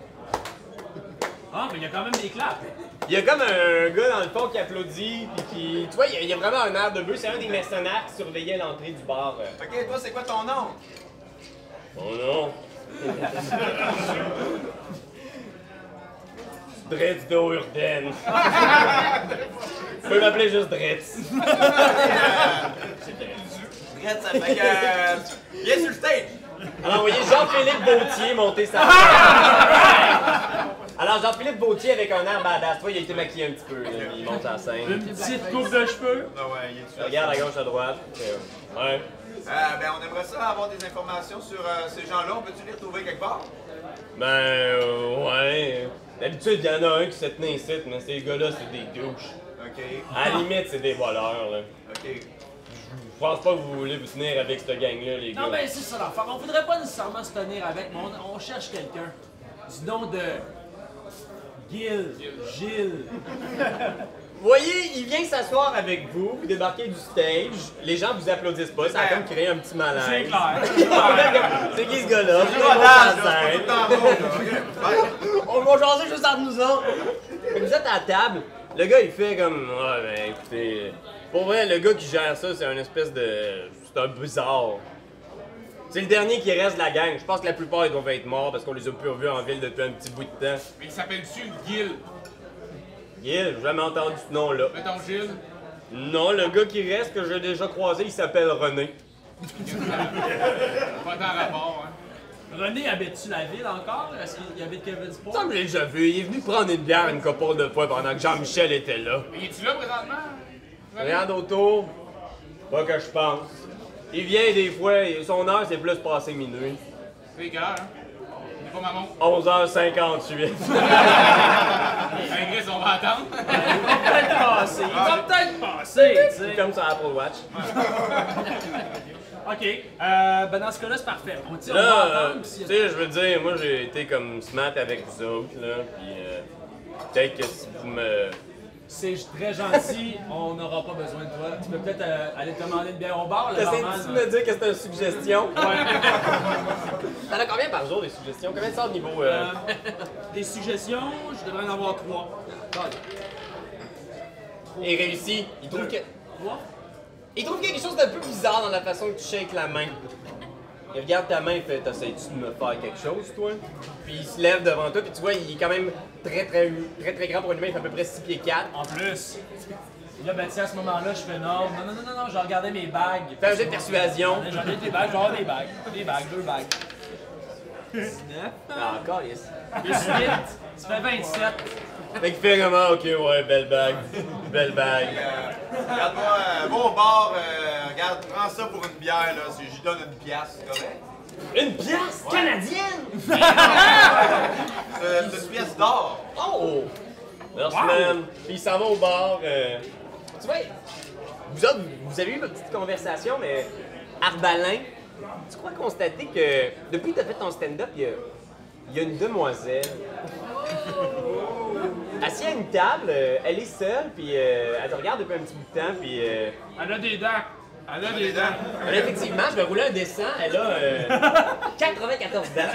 Ah, mais il y a quand même des claps. Il y a comme un gars dans le fond qui applaudit, puis qui... Tu vois, il y a vraiment un air de bœuf. C'est un des mercenaires qui surveillait l'entrée du bar. OK, toi, c'est quoi ton nom? Mon nom? Dretz d'Ourden. Tu peux m'appeler juste Dretz. Dretz, ça fait que... viens sur le stage! Alors, vous voyez Jean-Philippe Bautier monter sa scène. Alors, Jean-Philippe Bautier avec un air badass. Toi, il a été maquillé un petit peu. Là. Il monte sa scène. Une petite coupe de cheveux. Ah ouais, il est dessus. Regarde à gauche, à droite. Ouais. Ben, on aimerait ça avoir des informations sur ces gens-là. On peut-tu les retrouver quelque part? Ben, ouais. D'habitude, il y en a un qui se tenait ici, mais ces gars-là, c'est des douches. OK. À la limite, c'est des voleurs, là. OK. Je pense pas que vous voulez vous tenir avec cette gang-là, les gars. Non, ben c'est ça l'affaire. On voudrait pas nécessairement se tenir avec, mais on cherche quelqu'un. Du nom de... Gilles. Vous voyez, il vient s'asseoir avec vous, vous débarquez du stage, les gens vous applaudissent pas, ça a comme créé un petit malaise. C'est clair. C'est qui ce gars-là? On va jaser juste entre nous autres. Comme vous êtes à la table, le gars il fait comme... Ouais, ben écoutez... Pour vrai, le gars qui gère ça, c'est un espèce de... C'est un bizarre. C'est le dernier qui reste de la gang. Je pense que la plupart ils doivent être morts parce qu'on les a plus revus en ville depuis un petit bout de temps. Mais il s'appelle-tu Gil? Gilles, j'ai jamais entendu ce nom-là. Mettons Gilles. Non, le gars qui reste, que j'ai déjà croisé, il s'appelle René. Pas dans rapport, hein. René, habite-tu la ville encore? Est-ce qu'il habite Kevinsport? Ça me l'a déjà vu. Il est venu prendre une bière une couple de fois pendant que Jean-Michel était là. Mais es-tu là présentement? Rien d'auto? Pas que je pense. Il vient des fois, et son heure c'est plus passé minuit. C'est quelle heure, hein? C'est pas ma montre. 11h58. Ben, Chris, on va attendre. Il va peut-être passer, tu sais. Comme sur Apple Watch. OK. Ben dans ce cas-là, c'est parfait. On va Là, attendre. tu sais, je veux dire, moi j'ai été comme smart avec vous autres, là, puis peut-être que si vous me... C'est très gentil, on n'aura pas besoin de toi. Tu peux peut-être aller te demander une bière au bar, le barman. T'essaies-tu de me dire que c'est une suggestion? Ouais. T'en as combien par jour des suggestions? Combien de ça au niveau... Des suggestions, je devrais en avoir 3. Et réussi, il trouve que... 3? Il trouve quelque chose d'un peu bizarre dans la façon que tu shakes la main. Il regarde ta main et fait « T'essayes-tu de me faire quelque chose, toi? » Puis il se lève devant toi, puis tu vois, il est quand même très grand pour une humain, il fait à peu près 6 pieds 4. En plus. Là, ben, à ce moment-là, je fais non, je regardais mes bagues. Fais un jet de persuasion. J'en ai des bagues, je vais avoir des bagues. Des bagues, 2 bagues. Ah, encore, yes. Plus 8, ça fait 27. Fait qu'il fait comment? Ok, ouais, belle bague. Belle bague. Regarde-moi, va au bar, regarde, prends ça pour une bière, là, si j'y donne une pièce, c'est correct? Une pièce canadienne! C'est une pièce d'or. Oh! Merci, man. Puis il s'en va au bar. Tu vois, vous autres, vous avez eu votre petite conversation, mais Arbalin, tu crois constater que depuis que tu as fait ton stand-up, il y a une demoiselle assise à une table, elle est seule, puis elle te regarde depuis un petit bout de temps, puis... Elle a des dents. Elle a des dents. Effectivement, je vais rouler un dessin, elle a 94 dents.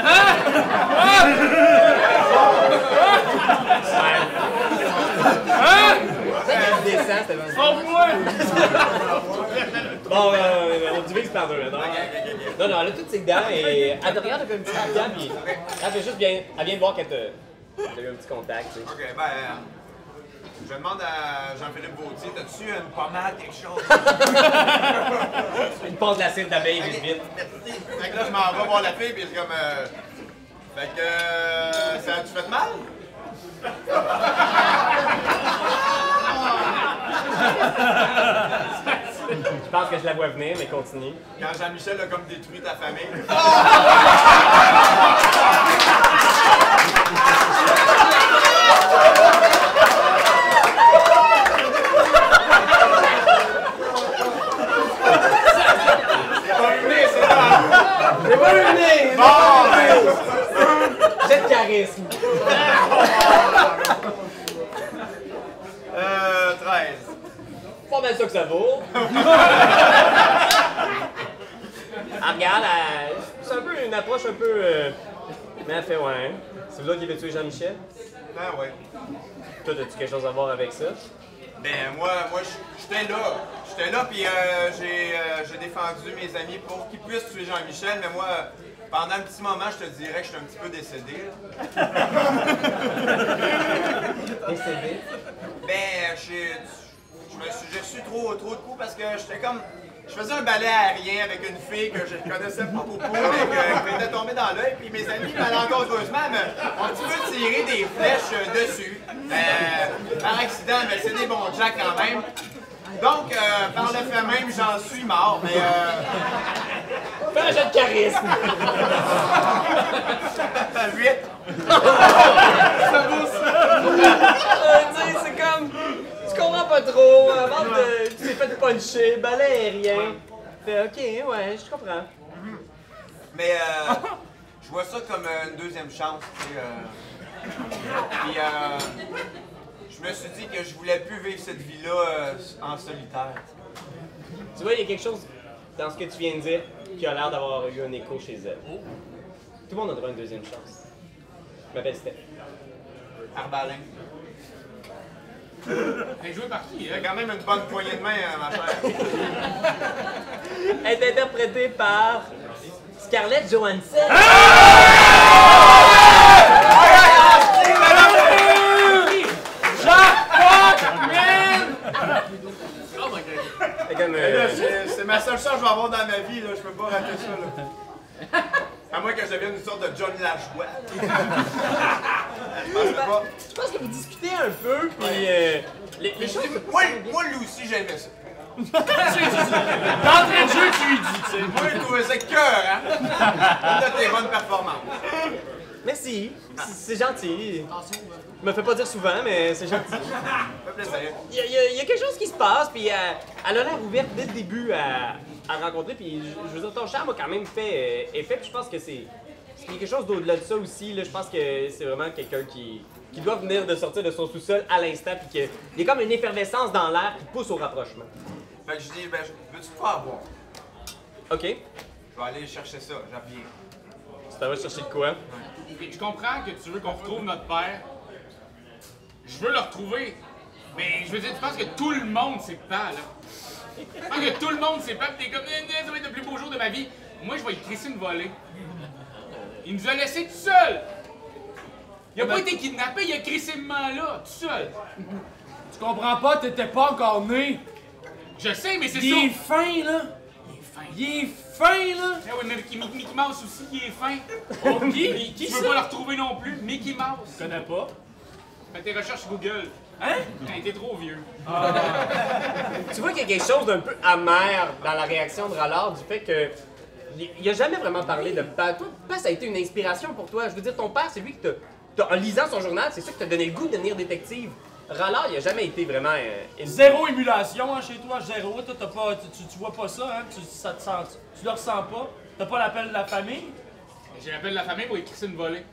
C'est un dessin, c'était vraiment... Sauve-moi! Bon, on divise par deux, là, non? Non, elle a toutes ses dents et elle te regarde depuis un petit bout de temps, puis elle fait juste bien... Elle vient de voir qu'elle t'a eu un petit contact, tu sais. Ok, ben... je demande à Jean-Philippe Vautier, t'as-tu une pommade, quelque chose? Une passe de la cire d'abeille, vite, vite. Merci. Fait que là, je m'en vais voir la fille, puis je suis comme... Fait que... ça a-tu fait mal? Je pense que je la vois venir, mais continue. Quand Jean-Michel a comme détruit ta famille. C'est pas le nez! Bon, J'ai de charisme. 13. Pas mal ça que ça vaut. Elle regarde, c'est un peu une approche un peu... Mais elle fait ouais. C'est vous autres qui avez tué Jean-Michel? Ben ouais. Toi, as-tu quelque chose à voir avec ça? Ben moi j'étais là. J'étais là, puis j'ai défendu mes amis pour qu'ils puissent tuer Jean-Michel, mais moi... Pendant un petit moment, je te dirais que j'étais un petit peu décédé. Décédé? Ben, j'ai reçu trop de coups parce que j'étais comme... Je faisais un balai aérien avec une fille que je connaissais pas beaucoup, mais qui m'était tombée dans l'œil, puis mes amis, malencontreusement, ont un petit peu tiré des flèches dessus. Par accident, mais c'est des bons jacks quand même. Donc, par le fait même, j'en suis mort, mais... Fais un jet de charisme! 8! C'est comme... Tu comprends pas trop, avant de... Tu t'es fait puncher, balai aérien. Fait ok, ouais, je comprends. Mais je vois ça comme une deuxième chance, tu sais. Puis je me suis dit que je voulais plus vivre cette vie-là en solitaire. Tu vois, il y a quelque chose dans ce que tu viens de dire qui a l'air d'avoir eu un écho chez elle. Tout le monde a droit à une deuxième chance. Je m'appelle Steph. Arbalin. T'es joué par qui, Il y a hein? quand même une bonne poignée de main, ma chère. Elle est interprétée par Scarlett Johansson. C'est ma seule chance que je vais avoir dans ma vie, là. Je peux pas rater ça, là. À moins que je devienne une sorte de John Lajoie. Je pense pas. Je pense que vous discutez un peu, puis les choses... Moi, lui aussi, j'aimais ça. D'entrée de jeu, tu lui dis, tu sais. Moi, je trouvais ça cœur, hein? Une de tes bonnes performances. Merci, c'est gentil. Je me fais pas dire souvent, mais c'est gentil. Ça fait plaisir. Il y a quelque chose qui se passe, puis elle a l'air ouverte dès le début à rencontrer, puis je veux dire, ton charme a quand même fait effet, puis je pense que c'est quelque chose d'au-delà de ça aussi, là, je pense que c'est vraiment quelqu'un qui doit venir de sortir de son sous-sol à l'instant, puis qu'il y a comme une effervescence dans l'air qui pousse au rapprochement. Fait que je dis, ben, veux-tu pas avoir? OK. Je vais aller chercher ça, j'en reviens. Tu t'en vas chercher de quoi? Je comprends que tu veux qu'on retrouve notre père. Je veux le retrouver. Mais je veux dire, tu penses que tout le monde c'est pas là? Tu penses que tout le monde c'est pas, pis t'es comme, ça va être le plus beau jour de ma vie. Moi, je vais lui crisser une volée. Il nous a laissés tout seul. Il a pas été kidnappé, il a crissé le là, tout seul. Tu comprends pas, t'étais pas encore né. Je sais, mais c'est ça. Il est fin, là. Il est fin. Il est fin, là! Eh oui, mais Mickey Mouse aussi, il est fin. Oh, qui Tu ça? veux pas le retrouver non plus, Mickey Mouse. Je connais pas. Fais tes recherches Google. Hein? T'es trop vieux. Tu vois qu'il y a quelque chose d'un peu amer dans la réaction de Rallard du fait que. Il a jamais vraiment parlé de Pat. Toi, Pat, ça a été une inspiration pour toi. Je veux dire, ton père, c'est lui qui en lisant son journal, c'est ça qui t'a donné le goût de devenir détective. Rallard, il a jamais été vraiment. Zéro émulation hein, chez toi, zéro. Toi, t'as pas, tu vois pas ça, hein? Tu le ressens pas. T'as pas l'appel de la famille. J'ai l'appel de la famille pour écrire une volée.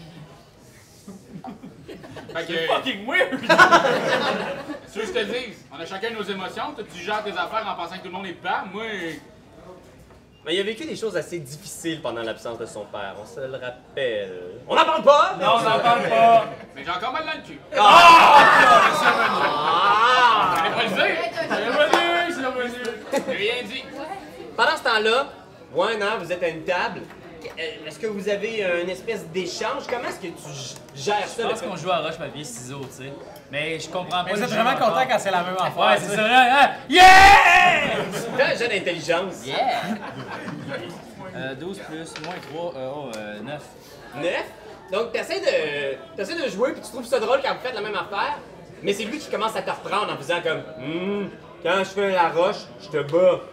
Fait que. Fucking weird! Tu veux que je te dise? On a chacun nos émotions. Toi, tu gères tes affaires en pensant que tout le monde est père. Moi. Mais il a vécu des choses assez difficiles pendant l'absence de son père, on se le rappelle. On n'en parle pas! Non, on n'en parle pas! Mais j'ai encore mal dans le cul. Ah! J'allais pas le dire! C'est revenu! J'ai rien dit. Pendant ce temps-là, ouais, non, vous êtes à une table. Est-ce que vous avez une espèce d'échange? Comment est-ce que tu gères ça? Je pense qu'on joue à roche, papier, ciseaux, tu sais. Mais je comprends pas. Mais vous le êtes jeu vraiment encore. content quand c'est la même affaire. Ouais, tu c'est sais. vrai, hein? Yeah! T'as un jeu d'intelligence. Yeah! 12 plus, moins 3, 9. 9. Donc, t'essaies de jouer puis tu trouves ça drôle quand vous faites la même affaire. Mais c'est lui qui commence à te reprendre en faisant comme quand je fais la roche, je te bats.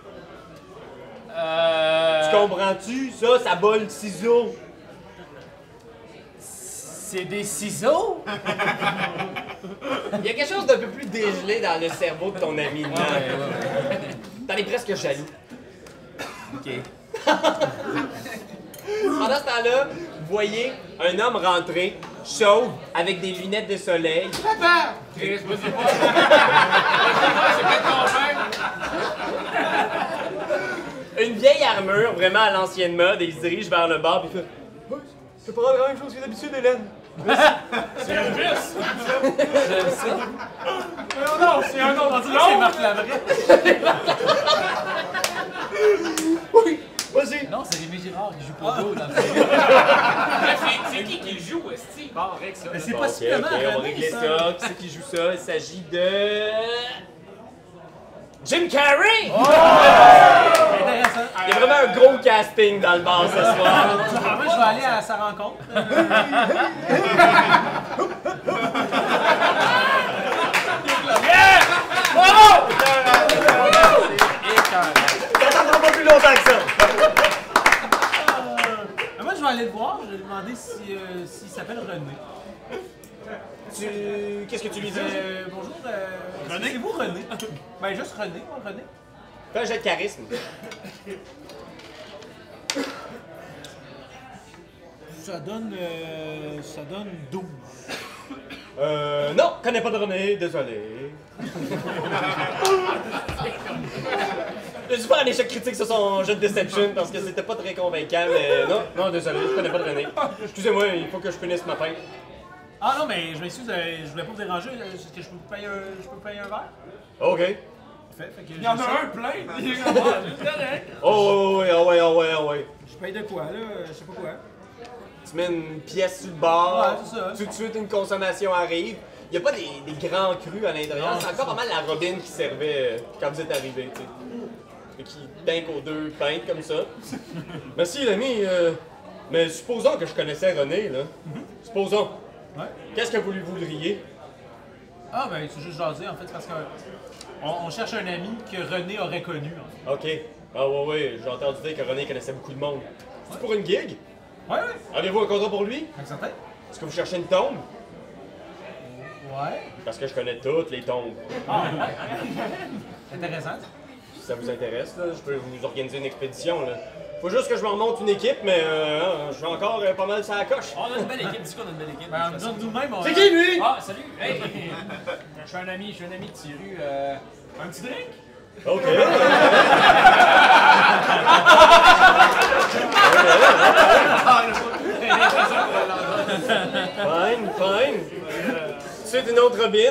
Tu comprends-tu? Ça bat le ciseau. C'est des ciseaux? Il y a quelque chose d'un peu plus dégelé dans le cerveau de ton ami. T'en es presque jaloux. Ok. Pendant ce temps-là, vous voyez un homme rentrer, chauve, avec des lunettes de soleil. Papa! Chris, vas-y pas. C'est peut-être ton père. Une vieille armure, vraiment à l'ancienne mode, et il se dirige vers le bar, puis il fait « C'est pas la même chose que d'habitude, Hélène. » C'est un vice! J'aime ça. Non, c'est un autre. C'est Marc Lavray. Oui, vas-y. Non, c'est Rémi Girard qui joue pas d'eau dans le film. C'est qui le joue, Esti? Bon, règle ça. Mais c'est Ok, possiblement on va René, régler ça. ça. Qui c'est qui joue ça? Il s'agit de... Jim Carrey! Intéressant. Il y a vraiment un gros casting dans le bar ce soir. Moi, je vais aller à sa rencontre. Ça t'entend pas plus longtemps que ça. Moi, je vais aller le voir. Je vais lui demander s'il s'appelle René. Qu'est-ce que tu lui dis? Bonjour. René? C'est vous, René? Ben, juste René, moi, René. Fais un jet de charisme. Ça donne 12. Non, connais pas de René, désolé. J'ai dû faire un échec critique sur son jeu de Deception parce que c'était pas très convaincant, mais non, désolé, je connais pas de René. Excusez-moi, il faut que je finisse ma peine. Ah non, mais je m'excuse, je voulais pas vous déranger. Est-ce que je peux vous payer un verre? Ok. Fait que Il y en a un plein! Il est correct. Oh, ouais. Je paye de quoi, là? Je sais pas quoi. Tu mets une pièce sur le bord, Ouais, c'est ça. tout de suite une consommation arrive. Il n'y a pas des grands crus à l'intérieur, c'est encore pas mal la robine qui servait quand vous êtes arrivés, tu sais. Et qui dingue aux deux peintes comme ça. Merci l'ami, mais supposons que je connaissais René, là. Supposons. Ouais. Qu'est-ce que vous lui voudriez? Ah, ben, c'est juste jaser, en fait, parce que on cherche un ami que René aurait connu, en fait. Ok. Ah ouais, j'ai entendu dire que René connaissait beaucoup de monde. C'est pour une gig? Ouais. Avez-vous un contrat pour lui? Certain? Est-ce que vous cherchez une tombe? Ouais. Parce que je connais toutes les tombes. Intéressant. Si ça vous intéresse, là, je peux vous organiser une expédition. Là. Faut juste que je me remonte une équipe, mais je suis encore pas mal sur la coche. On a une belle équipe, dis qu'on a une belle équipe. Ben, nous autres, nous-mêmes, on... C'est qui lui? Ah, salut! Hey! Je suis un ami de Thiru. Un petit drink? Ok. Fine. C'est une autre robine.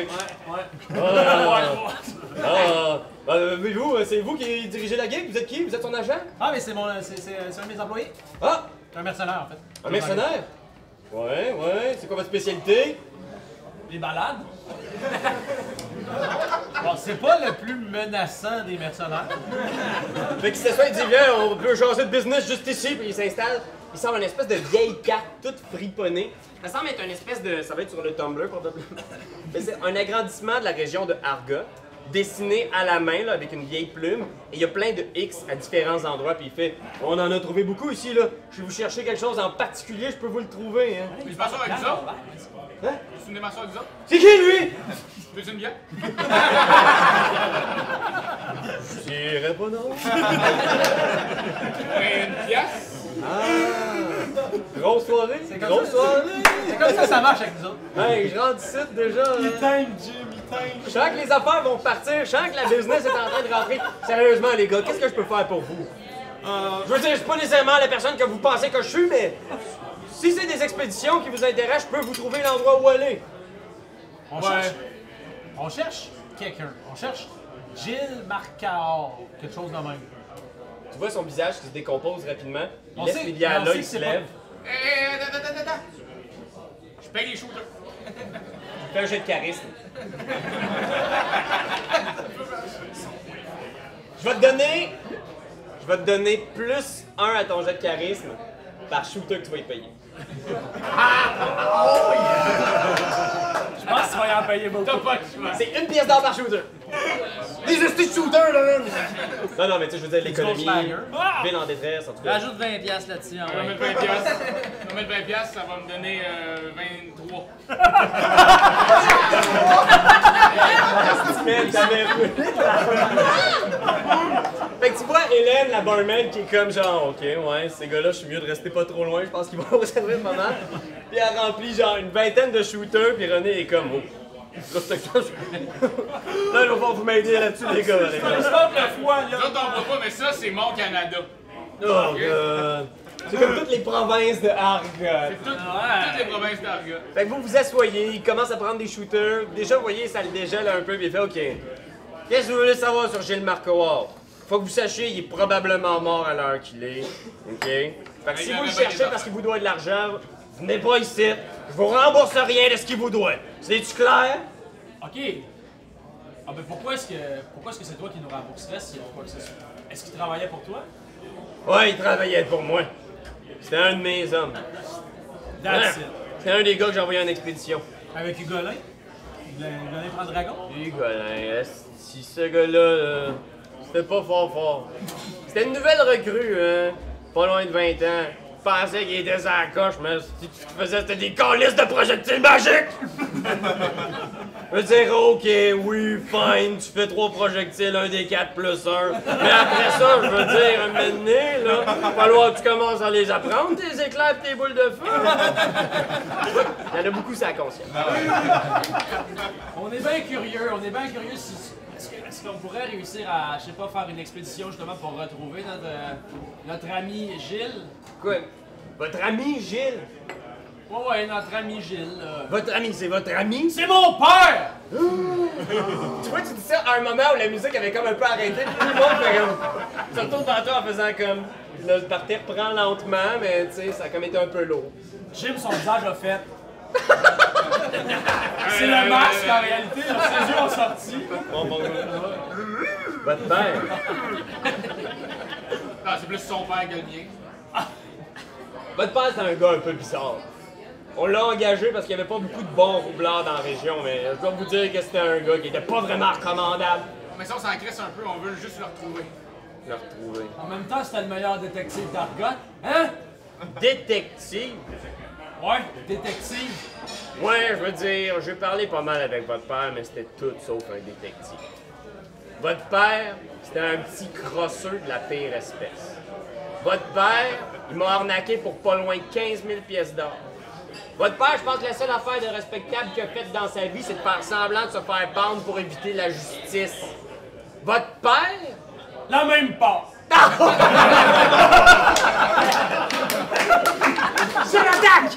Vous, c'est vous qui dirigez la gig? Vous êtes qui? Vous êtes son agent? Ah, mais c'est un de mes employés. Ah! Un mercenaire, en fait. Un mercenaire? Ouais. C'est quoi votre spécialité? Les balades? Bon, c'est pas le plus menaçant des mercenaires. Fait qu'il s'assoit, il dit viens, on peut changer de business juste ici, puis il s'installe. Il semble une espèce de vieille carte toute friponnée. Ça semble être une espèce de. Ça va être sur le Tumblr probablement. Mais c'est un agrandissement de la région de Argot, dessiné à la main là, avec une vieille plume. Et il y a plein de X à différents endroits, puis il fait on en a trouvé beaucoup ici là. Si vous cherchez quelque chose en particulier, je peux vous le trouver. Hein. Tu passes avec nous autres? Hein? Tu venais m'asseoir avec nous autres? C'est qui lui? Veux-tu une bière? Je dirais pas non. Une pièce? Grosse soirée. Grosse soirée. C'est comme ça marche avec nous autres. Hey, je rentre ici déjà. Il t'aime, Jim, il t'aime. Je sens que les affaires vont partir, je sens que la business est en train de rentrer. Sérieusement, les gars, qu'est-ce que je peux faire pour vous? Je veux dire, je suis pas nécessairement la personne que vous pensez que je suis, mais si c'est des expéditions qui vous intéressent, je peux vous trouver l'endroit où aller. On cherche quelqu'un. On cherche Gilles Marcard. Quelque chose de même. Tu vois son visage qui se décompose rapidement. Il On laisse sait- les bières on là, sait il que se c'est lève. Attends. Je paye les shooters. Fais un jet de charisme. Je vais te donner plus 1 à ton jet de charisme par shooter que tu vas y payer. Je pense qu'il va y en payer beaucoup. T'as pas le choix. C'est 1 pièce d'or par shooter. Des estis de shooters, là, man! Non, mais tu sais, je veux dire, l'économie, ville en détresse, en tout cas. Rajoute 20$ là-dessus. On va Ouais. mettre 20 piastres. On va mettre 20 piastres, ça va me donner 23. Fait que tu vois Hélène, la barman, qui est comme genre, ok, ouais, ces gars-là, je suis mieux de rester pas trop loin, je pense qu'ils vont réserver le moment. Puis elle remplit genre une vingtaine de shooters, puis René est comme, oh. Là, il va falloir vous m'aider là-dessus, les gars. Les gars. Stop le foie, Nous autres, on voit pas, mais ça, c'est mon Canada. Oh, God. C'est comme toutes les provinces de Argot. Toutes les provinces d'Argot. Fait que vous vous asseyez, il commence à prendre des shooters. Déjà, vous voyez, ça le dégèle un peu, puis il fait OK. Qu'est-ce que vous voulez savoir sur Gilles Marcoire? Faut que vous sachiez, il est probablement mort à l'heure qu'il est. OK? Fait que si vous le cherchez parce qu'il vous doit de l'argent, venez pas ici. Je vous rembourse rien de ce qu'il vous doit. C'est-tu clair? OK. Ah ben pourquoi est-ce que c'est toi qui nous rembourserais si quoi que ce soit? Est-ce qu'il travaillait pour toi? Ouais, il travaillait pour moi. C'était un de mes hommes. That's it. C'est un des gars que j'ai envoyé en expédition. Avec Hugolin. Hugolin prend le dragon. Hugolin, si ce gars-là, c'était pas fort. C'était une nouvelle recrue, hein. Pas loin de 20 ans. Je pensais qu'il était sur la coche, mais ce qu'il faisait, c'était des calices de projectiles magiques! Je veux dire, ok, oui, fine, tu fais 3 projectiles, un des 4 plus 1. Mais après ça, je veux dire, un moment donné, là, il va falloir que tu commences à les apprendre, tes éclairs et tes boules de feu. Il y en a beaucoup, ça conscience. On est bien curieux si... Est-ce qu'on pourrait réussir à, je sais pas, faire une expédition justement pour retrouver notre ami Gilles? Quoi? Votre ami Gilles? Ouais, notre ami Gilles. Votre ami, c'est votre ami? C'est mon père! Tu vois, tu dis ça à un moment où la musique avait comme un peu arrêté, puis tout le monde fait comme... Ça retourne vers toi en faisant comme... Là, le party reprend lentement, mais tu sais, ça a comme été un peu lourd. Jim, son visage a fait. C'est le masque en réalité, là, ses yeux ont sorti. Bon. Votre père? Non, c'est plus son père que le mien. Votre père, c'est un gars un peu bizarre. On l'a engagé parce qu'il n'y avait pas beaucoup de bons roublards dans la région, mais je dois vous dire que c'était un gars qui était pas vraiment recommandable. Mais ça, on s'en crisse un peu, on veut juste le retrouver. Le retrouver. En même temps, c'était le meilleur détective d'Argot. Hein? Détective? Ouais, détective. Ouais, je veux dire, j'ai parlé pas mal avec votre père, mais c'était tout sauf un détective. Votre père, c'était un petit crosseux de la pire espèce. Votre père, il m'a arnaqué pour pas loin de 15 000 pièces d'or. Votre père, je pense que la seule affaire de respectable qu'il a faite dans sa vie, c'est de faire semblant de se faire pendre pour éviter la justice. Votre père? La même part. Je l'attaque!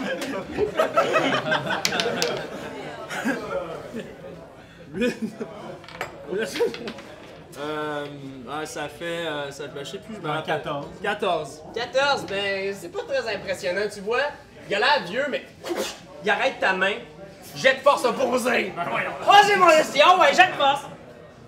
Ça fait, je sais plus, je me rappelle. 14. 14. 14, ben, c'est pas très impressionnant, tu vois. Il a l'air vieux, mais il arrête ta main. Jet de force opposée. Troisième mon estion, ouais, jet de force.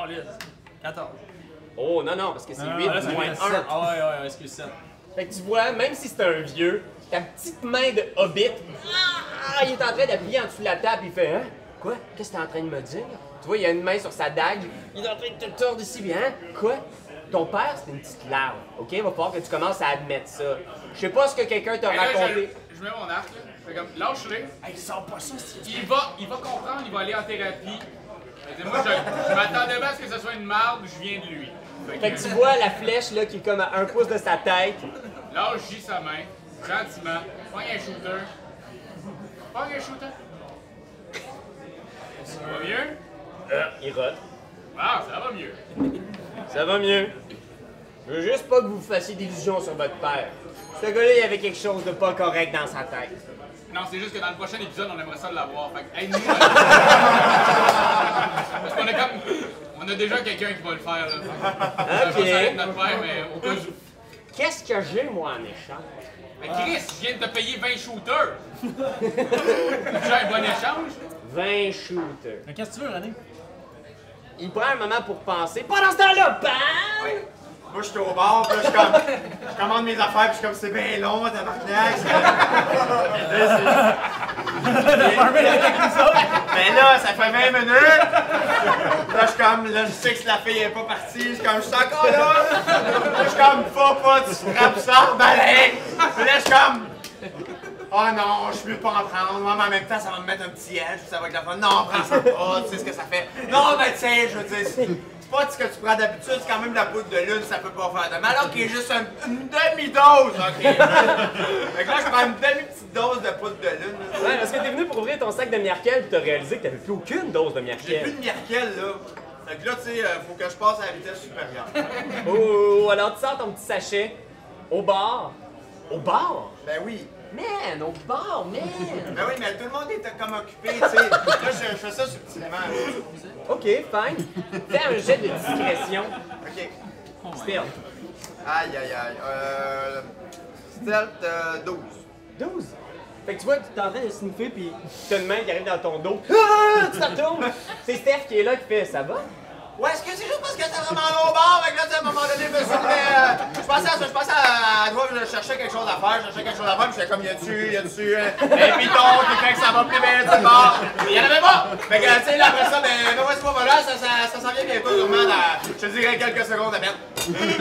Caliste. 14. Oh non, non, parce que c'est 8 là, ça moins fait 1. 7. Ah ouais, excuse 7. Fait que tu vois, même si c'est un vieux, ta petite main de hobbit, il est en train d'appuyer en dessous de la table, il fait « Hein? Quoi? Qu'est-ce que t'es en train de me dire? » Tu vois, il y a une main sur sa dague, il est en train de te tordre ici, bien, hein? Quoi? Ton père, c'est une petite larve, OK? Il va falloir que tu commences à admettre ça. Je sais pas ce que quelqu'un t'a raconté. Je mets mon arc, là. Fait comme, lâche-le. Hey, sors pas ça, Il va comprendre, il va aller en thérapie. Moi, je m'attendais pas à ce que ce soit une marde, je viens de lui. Fait que tu vois la flèche là, qui est comme à 1 pouce de sa tête. Lâche J sa main, gentiment, pogne un shooter. Pogne un shooter. Ça va mieux? Il rote. Ah, ça va mieux. Ça va mieux. Je veux juste pas que vous vous fassiez d'illusions sur votre père. Ce gars-là, il avait quelque chose de pas correct dans sa tête. Non, c'est juste que dans le prochain épisode, on aimerait ça l'avoir. Fait que, aide-nous. Parce qu'on est comme. On a déjà quelqu'un qui va le faire, là. Ok. Ça va être notre père, mais au cas où. Qu'est-ce que j'ai, moi, en échange? Mais Chris, je viens de te payer 20 shooters! J'ai un bon échange? 20 shooters. Mais qu'est-ce que tu veux, René? Il prend un moment pour penser. Pendant ce temps-là, bam! Moi, je suis au bar, puis là, je commande mes affaires, puis je suis comme, c'est bien long, tabarnak. Mais là, ça fait 20 minutes. Là, je suis comme, là, je sais que la fille est pas partie. Je suis comme, je suis encore là. Là, je suis comme, faut pas, tu frappes ça, balai. Puis là, je suis comme, oh non, je peux pas en prendre. Moi, mais en même temps, ça va me mettre un petit edge, puis ça va être la fin. Non, prends ça pas, tu sais ce que ça fait. Non, ben, tu sais, je veux dire, c'est pas ce que tu prends d'habitude, c'est quand même de la poudre de lune, ça peut pas faire de mal. Alors qu'il est juste une demi-dose, ok? Fait que là, je prends une demi-petite dose de poudre de lune. Ouais, parce que t'es venu pour ouvrir ton sac de Myrkel et t'as réalisé que t'avais plus aucune dose de J'ai Myrkel. plus de Myrkel, là. Fait que là, tu sais, faut que je passe à la vitesse supérieure. Oh, alors tu sors ton petit sachet au bar. Au bar? Ben oui. Man, au bar, man! Ben oui, mais tout le monde était comme occupé, tu sais. Là, je fais ça subtilement. Ok, fine. Fais un jet de discrétion. Ok. Stealth. Aïe, aïe, aïe. Stealth 12. 12. Fait que tu vois que tu es en train de sniffer pis t'as une main qui arrive dans ton dos. Ah! Tu te retournes. C'est Steph qui est là qui fait ça va? Ouais, est-ce que c'est juste parce que c'était vraiment long au bar, fait que là, à un moment donné, je me suis dit, je pensais à droite, je cherchais quelque chose à faire, puis je fais comme, y a-tu un piton qui fait que ça va plus vite, c'est bon. Il y en avait pas! Fait que, tu sais, là, après ça, ben, ouais, c'est pas voilà, ça s'en vient bientôt, sûrement, dans, je te dirais, quelques secondes à peine.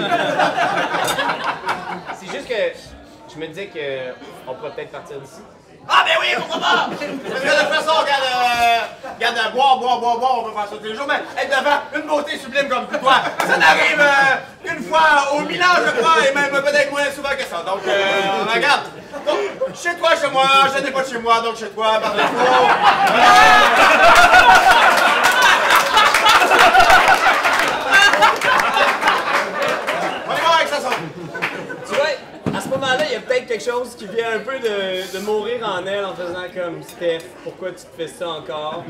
C'est juste que je me disais que on pourrait peut-être partir d'ici. Ah, ben oui, pourquoi pas! Parce que de toute façon, regarde, boire, on peut faire ça tous les jours, mais être devant une beauté sublime comme toi, ça n'arrive qu'une fois au 1000 ans, je crois, et même peut-être moins souvent que ça. Donc, regarde. Donc, chez toi, chez moi, je n'ai pas de chez moi, donc chez toi, par défaut. On y va avec ça, ça. Tu vois, à ce moment-là, il y a peut-être quelque chose qui vient un peu de mourir en elle en faisant comme Steph, pourquoi tu te fais ça encore?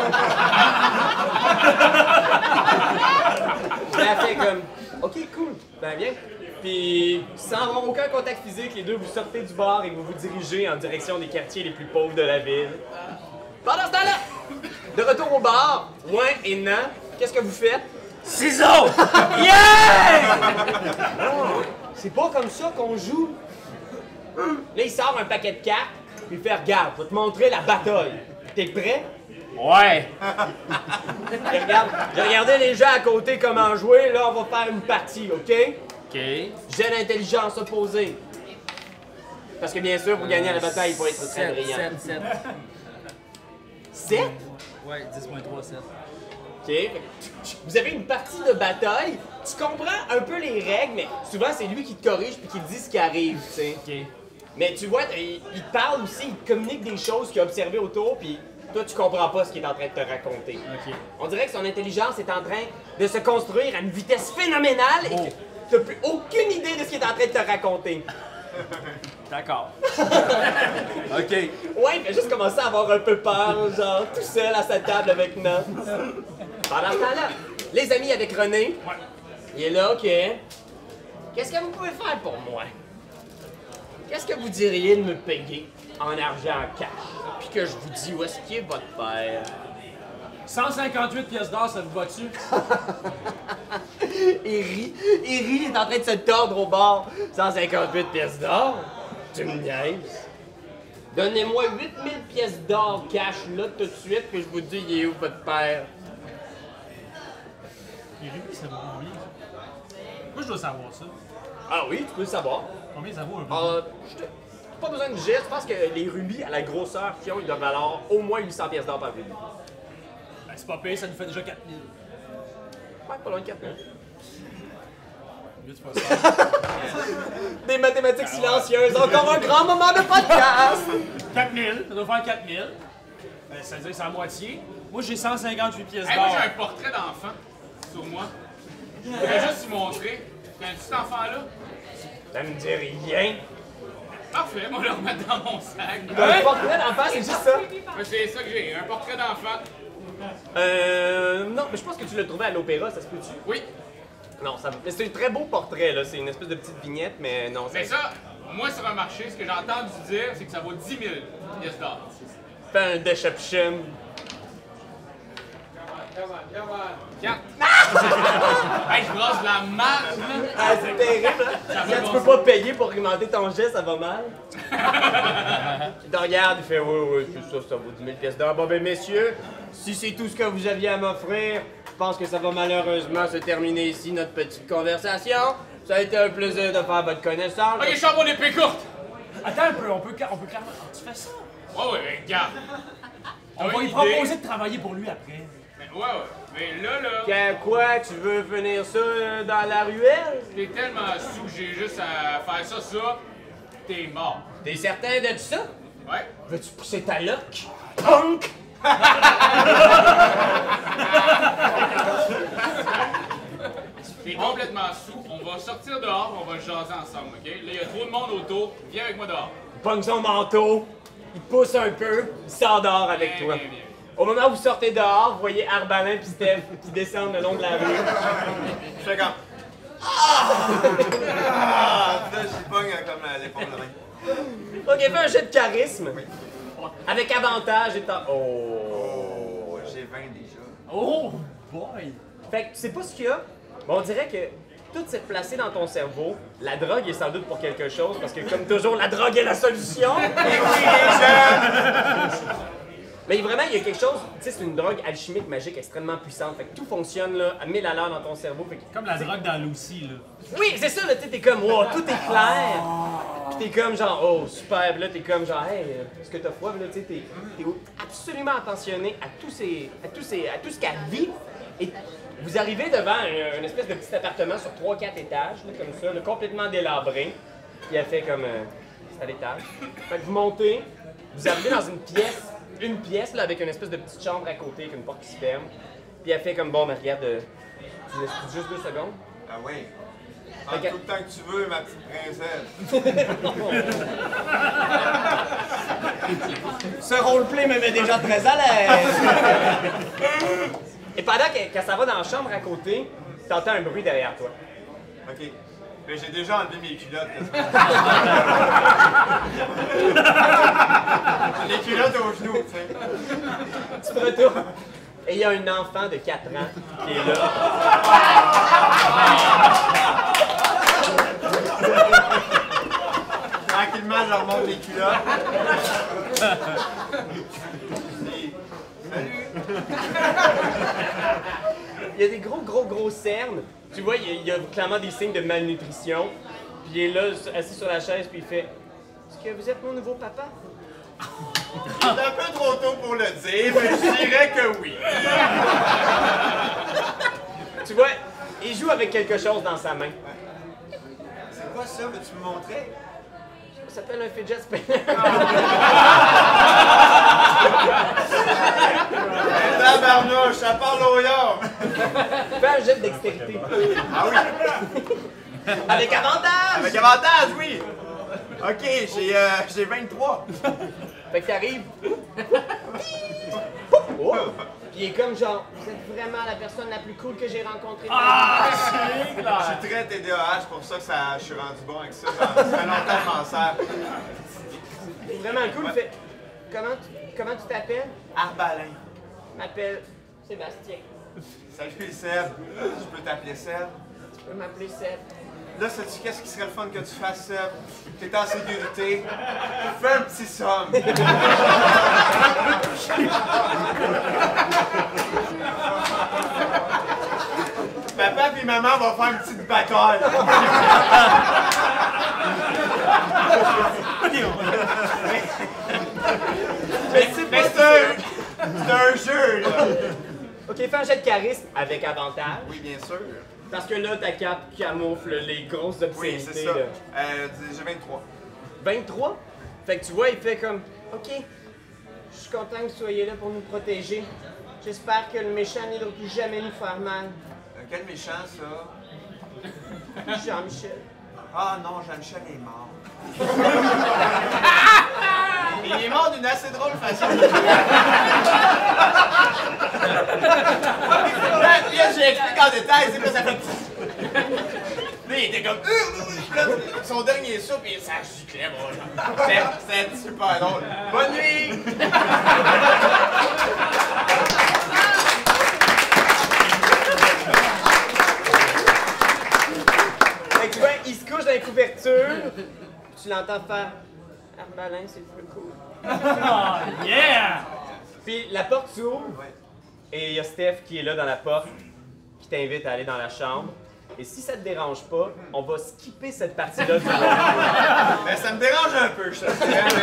Elle a fait comme ok, cool, ben bien. Puis sans avoir aucun contact physique, les deux vous sortez du bar et vous vous dirigez en direction des quartiers les plus pauvres de la ville. Pendant ce temps-là, de retour au bar, Ouin et Nan, qu'est-ce que vous faites? Ciseaux! Yeah! Oh, c'est pas comme ça qu'on joue. Là, il sort un paquet de cartes, puis il fait regarde, je vais te montrer la bataille. T'es prêt? Ouais! J'ai regardé les gens à côté comment jouer, là, on va faire une partie, OK? Ok. Jet d'intelligence opposée. Parce que bien sûr, pour gagner à la bataille, il faut être très brillant. 7. 7? Ouais, 10.3, 7. OK. Vous avez une partie de bataille, tu comprends un peu les règles, mais souvent c'est lui qui te corrige puis qui te dit ce qui arrive, tu sais. Ok. Mais tu vois, il te parle aussi, il te communique des choses qu'il a observées autour, puis toi, tu comprends pas ce qu'il est en train de te raconter. Ok. On dirait que son intelligence est en train de se construire à une vitesse phénoménale et que tu n'as plus aucune idée de ce qu'il est en train de te raconter. D'accord. OK. Ouais, il fait juste commencer à avoir un peu peur, genre tout seul à sa table avec Nan. Pendant ce temps-là, les amis avec René, il est là, OK. Qu'est-ce que vous pouvez faire pour moi? Qu'est-ce que vous diriez de me payer en argent cash? Puis que je vous dis où est-ce qu'il est votre père? 158 pièces d'or, ça vous va-tu? Il rit, il est en train de se tordre au bord. 158 pièces d'or? Tu me niaises? Donnez-moi 8000 pièces d'or cash là tout de suite, que je vous dis, il est où votre père? Les rubis, ça vaut combien? Moi, je dois savoir ça. Ah oui, tu peux le savoir. Combien ça vaut un rubis? Pas besoin de geste, je pense que les rubis, à la grosseur qu'ils ont, ils doivent valoir au moins 800 pièces d'or par rubis. Ben, c'est pas payé, ça nous fait déjà 4000. Ouais, pas loin de 4000. Mieux de faire ça. Des mathématiques silencieuses, encore un grand moment de podcast! 4000, ça doit faire 4000. Ben, ça veut dire que c'est la moitié. Moi, j'ai 158 pièces Hey, moi, d'or. j'ai un portrait d'enfant sur moi. Je voudrais juste y montrer. T'as un petit enfant-là? Ça me dit rien. Parfait, moi, le remettre dans mon sac. Un portrait d'enfant, c'est juste ça? Moi, c'est ça que j'ai, un portrait d'enfant. Non, mais je pense que tu l'as trouvé à l'opéra, ça se peut-tu? Oui. Non, ça... mais c'est un très beau portrait, là. C'est une espèce de petite vignette, mais non, Mais ça, moi, sur un marché, ce que j'ai entendu dire, c'est que ça vaut 10 000 pièces d'or. Fait un deception. Quatre. Hey, je brasse de la marde, là. Ah, c'est terrible, hein? va Quand tu bon peux sens. pas payer pour augmenter ton jet, ça va mal. Il te regarde, il fait oui, c'est ça, ça vaut 10 000 pièces d'or. Bon, ben, messieurs, si c'est tout ce que vous aviez à m'offrir, je pense que ça va malheureusement se terminer ici, notre petite conversation. Ça a été un plaisir de faire votre connaissance. Ok, je sors mon épée courte. Attends un peu, on peut clairement. Tu fais ça? Ouais, ouais, regarde. On va une lui idée? proposer de travailler pour lui après. Ouais, ouais. Mais là, Quoi, tu veux finir ça dans la ruelle? t'es tellement sous que j'ai juste à faire ça, t'es mort. T'es certain de ça? Ouais. Veux-tu pousser ta loque? Punk! T'es complètement sous. On va sortir dehors, on va jaser ensemble, ok? Là, il y a trop de monde autour. Viens avec moi dehors. Il pogne son manteau, il pousse un peu, il s'endort avec Viens, toi. viens, viens. Au moment où vous sortez dehors, vous voyez Arbalin et Steph qui descendent le long de la rue. Je fais comme. Ah! Puis là, j'y pogne comme l'épaule de main. Ok, fais un jet de charisme. Avec avantage et temps. Oh! Oh, j'ai 20 déjà. Oh boy! Fait que tu sais pas ce qu'il y a, mais on dirait que tout s'est placé dans ton cerveau. La drogue est sans doute pour quelque chose, parce que comme toujours, la drogue est la solution. Et oui, les gens! Mais vraiment, il y a quelque chose, tu sais, c'est une drogue alchimique, magique, extrêmement puissante. Fait que tout fonctionne là, à 1000 à l'heure dans ton cerveau. Fait que... Comme la drogue dans Lucy, là. Oui, c'est ça, là, tu sais, t'es comme, wow, tout est clair. Puis t'es comme genre, oh, super. Puis là, t'es comme genre, hey, est-ce que t'as froid? Puis là, tu sais, t'es absolument attentionné à tout ce qu'elle vit. Et vous arrivez devant une espèce de petit appartement sur 3-4 étages, là, comme ça, là, complètement délabré. Puis elle fait comme, c'est à l'étage. Fait que vous montez, vous arrivez dans une pièce là, avec une espèce de petite chambre à côté, avec une porte qui se ferme. Puis elle fait comme, bon, mais regarde, tu me laisses juste 2 secondes? Ah oui. Prends tout le temps que tu veux, ma petite princesse. Ce roleplay me met déjà très à l'aise. Et pendant qu'elle s'en va dans la chambre à côté, t'entends un bruit derrière toi. OK. Mais j'ai déjà enlevé mes culottes. Les culottes aux genoux, tu sais. Tu te retournes. Et il y a un enfant de 4 ans qui est là. Tranquillement, je remonte les culottes. Salut! Il y a des gros cernes. Tu vois, il y a clairement des signes de malnutrition. Puis il est là, assis sur la chaise, puis il fait « Est-ce que vous êtes mon nouveau papa? » C'est un peu trop tôt pour le dire, mais je dirais que oui. Tu vois, il joue avec quelque chose dans sa main. C'est quoi ça? Veux-tu me montrer? Ça s'appelle un fidget spinner. Tabarnouche, ça parle au yard! Fais un jet de dextérité. Ah oui! Avec avantage! Avec avantage, oui! Ok, j'ai 23. Fait que t'arrives. Oh. Puis il est comme genre, vous êtes vraiment la personne la plus cool que j'ai rencontrée. Ah, c'est Je clair! suis très TDAH, pour ça que je suis rendu bon avec ça. Ça fait longtemps que je m'en sers. Vraiment cool. Il fait, comment tu t'appelles? Arbalin. Je m'appelle Sébastien. Salut Seb. Je peux t'appeler Seb? Tu peux m'appeler Seb. Là, sais-tu qu'est-ce qui serait le fun que tu fasses, Seb? T'es en sécurité. Fais un petit somme. Papa et maman vont faire une petite bataille. Mais c'est un jeu, là. Ok, fais un jet de charisme avec avantage. Oui, bien sûr. Parce que là, ta cape camoufle les grosses obscénités. Oui, c'est ça. Là. J'ai 23. 23? Fait que tu vois, il fait comme, ok, je suis content que vous soyez là pour nous protéger. J'espère que le méchant n'ira plus jamais nous faire mal. Quel méchant, ça? Jean-Michel. Ah non, Jean-Michel est mort. Il est mort d'une assez drôle façon. Là, j'ai expliqué en détail, c'est que ça fait. Là, il était comme. Là, son dernier soupe, et ça giclait, moi. C'était super drôle. Bonne nuit! Fait que tu vois, il se couche dans les couvertures. Tu l'entends faire Arbalin, c'est plus cool. Oh, yeah! Puis la porte s'ouvre. Et il y a Steph qui est là dans la porte, qui t'invite à aller dans la chambre. Et si ça te dérange pas, on va skipper cette partie-là du roleplay. Mais ça me dérange un peu, je te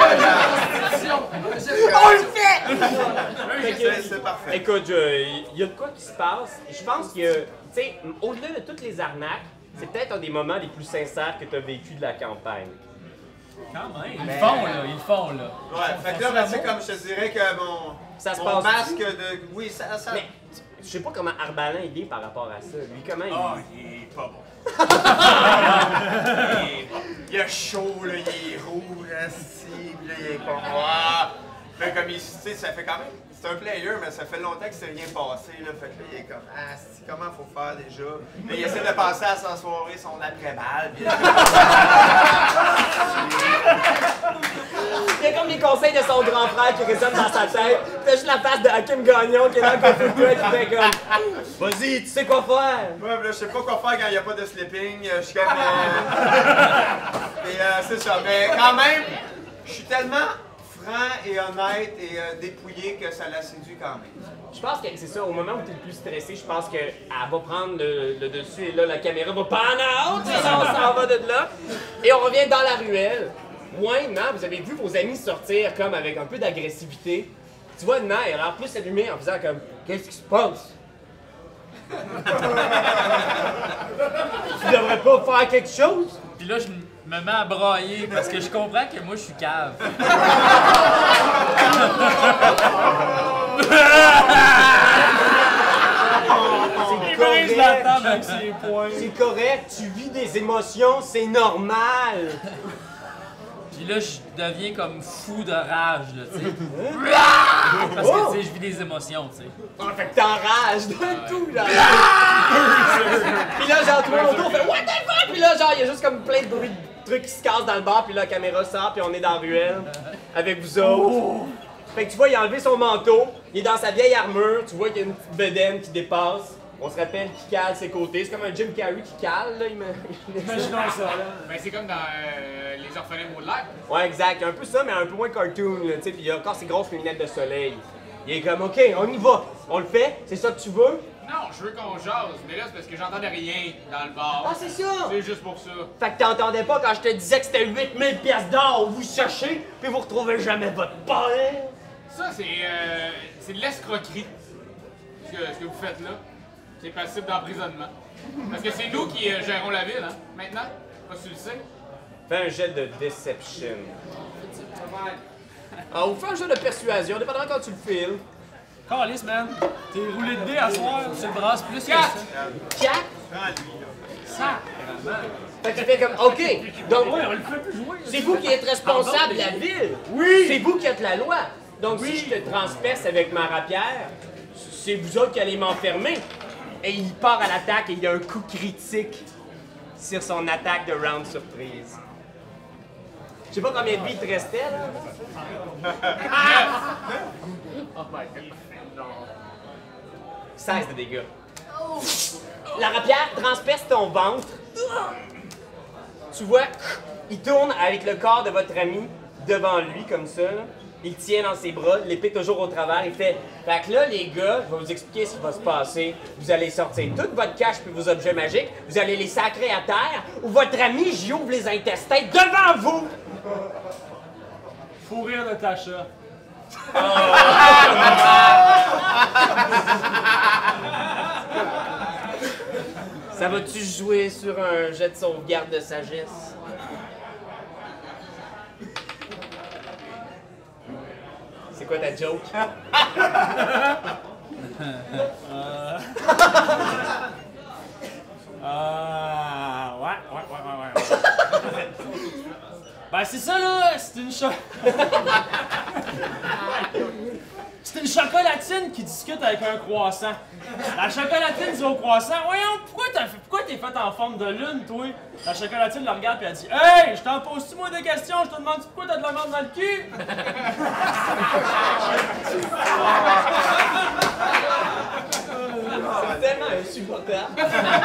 On le fait! C'est parfait. Écoute, il y a de quoi qui se passe. Je pense que, tu sais, au-delà de toutes les arnaques, c'est peut-être un des moments les plus sincères que tu as vécu de la campagne. Quand même. Ils font, là, ils font, là. Ouais, fait que là, ben, c'est comme je te dirais que Ça se mon passe. masque de. Oui, ça. Mais je sais pas comment Arbalin il est par rapport à ça. Lui, comment il Ah, il est pas bon. Il a chaud, là, il est rouge, assis, puis là, il est pas noir. Là, comme il, tu sais, ça fait quand même. C'est un player, mais ça fait longtemps que c'est rien passé, là. Fait que là, il est comme, ah, comment faut faire déjà? Là, il essaie de passer à sa soirée, son après-balle, puis Il y a comme les conseils de son grand frère qui résonnent dans sa tête. T'as juste la face de Hakim Gagnon qui est dans le côté de toi qui fait comme vas-y, tu sais quoi faire? ouais, là, je sais pas quoi faire quand il n'y a pas de sleeping. Je suis comme. C'est ça. Mais quand même, je suis tellement franc et honnête et dépouillé que ça la séduit quand même. Je pense que c'est ça, au moment où tu es le plus stressé, je pense qu'elle va prendre le dessus et là, la caméra va pan out, et là, on s'en va de là. Et on revient dans la ruelle. Moindrement, vous avez vu vos amis sortir comme avec un peu d'agressivité. Tu vois, Nair, elle a l'air plus allumée en faisant comme qu'est-ce qui se passe? Tu devrais pas faire quelque chose? Puis là, je me mets à brailler parce que je comprends que moi, je suis cave. C'est correct, tu vis des émotions, c'est normal. Puis là, je deviens comme fou de rage, là, tu sais. Parce que, tu sais, je vis des émotions, tu sais. Oh, fait que t'enrages d'un tout, genre. Puis là, genre, tout le monde autour fait what the fuck? Puis là, genre, il y a juste comme plein de bruits, de trucs qui se cassent dans le bar, puis là, la caméra sort, puis on est dans la ruelle avec vous autres. Fait que tu vois, il a enlevé son manteau, il est dans sa vieille armure, tu vois qu'il y a une petite bedaine qui dépasse. On se rappelle qu'il cale ses côtés. C'est comme un Jim Carrey qui cale, là. Imaginons ça, là. Ben, c'est comme dans Les Orphelins Baudelaire. Ouais, exact. Il y a un peu ça, mais un peu moins cartoon, là, tu sais. Puis il a encore ses grosses lunettes de soleil. Il est comme, OK, on y va. On le fait? C'est ça que tu veux? Non, je veux qu'on jase, mais là, c'est parce que j'entendais rien dans le bar. Ah, c'est ça! C'est juste pour ça. Fait que t'entendais pas quand je te disais que c'était 8000 pièces d'or, vous cherchez, puis vous retrouvez jamais votre père? Ça, c'est de l'escroquerie, ce que vous faites là. C'est passible d'emprisonnement. Parce que c'est nous qui gérons la ville, hein, maintenant. Pas si tu le sais. Fais un jet de deception. Ah, ou fais un jet de persuasion, dépendamment quand tu le files. Calice, man. T'es roulé de dés à soir. Tu le brasses plus que 4! ça. 4? Prends-lui, là. Ça! Fait que tu fais comme, OK, donc Ouais, on le fait plus jouer. c'est vous qui êtes responsable de la ville. Oui! C'est vous qui êtes la loi. Donc si je te transperce avec ma rapière, c'est vous autres qui allez m'enfermer. Et il part à l'attaque et il y a un coup critique sur son attaque de round surprise. Je sais pas combien de vie il te restait, là. Oh my god. 16 de dégâts. La rapière transperce ton ventre. Tu vois, il tourne avec le corps de votre ami devant lui, comme ça. Là. Il tient dans ses bras, l'épée toujours au travers. Il fait « Fait que là, les gars, je vais vous expliquer ce qui va se passer. Vous allez sortir toute votre cache puis vos objets magiques. Vous allez les sacrer à terre. Ou votre ami, j'y ouvre les intestins devant vous. » Faut rire de Tasha. Ça va-tu jouer sur un jet de sauvegarde de sagesse? C'est quoi ta joke? Ouais. Ben c'est ça là, c'est une c'est une chocolatine qui discute avec un croissant. La chocolatine dit au croissant, voyons, pourquoi t'es fait en forme de lune, toi? La chocolatine le regarde et elle dit, hey, je t'en pose-tu moi des questions, je te demande pourquoi t'as de la merde dans le cul? C'est tellement insupportable.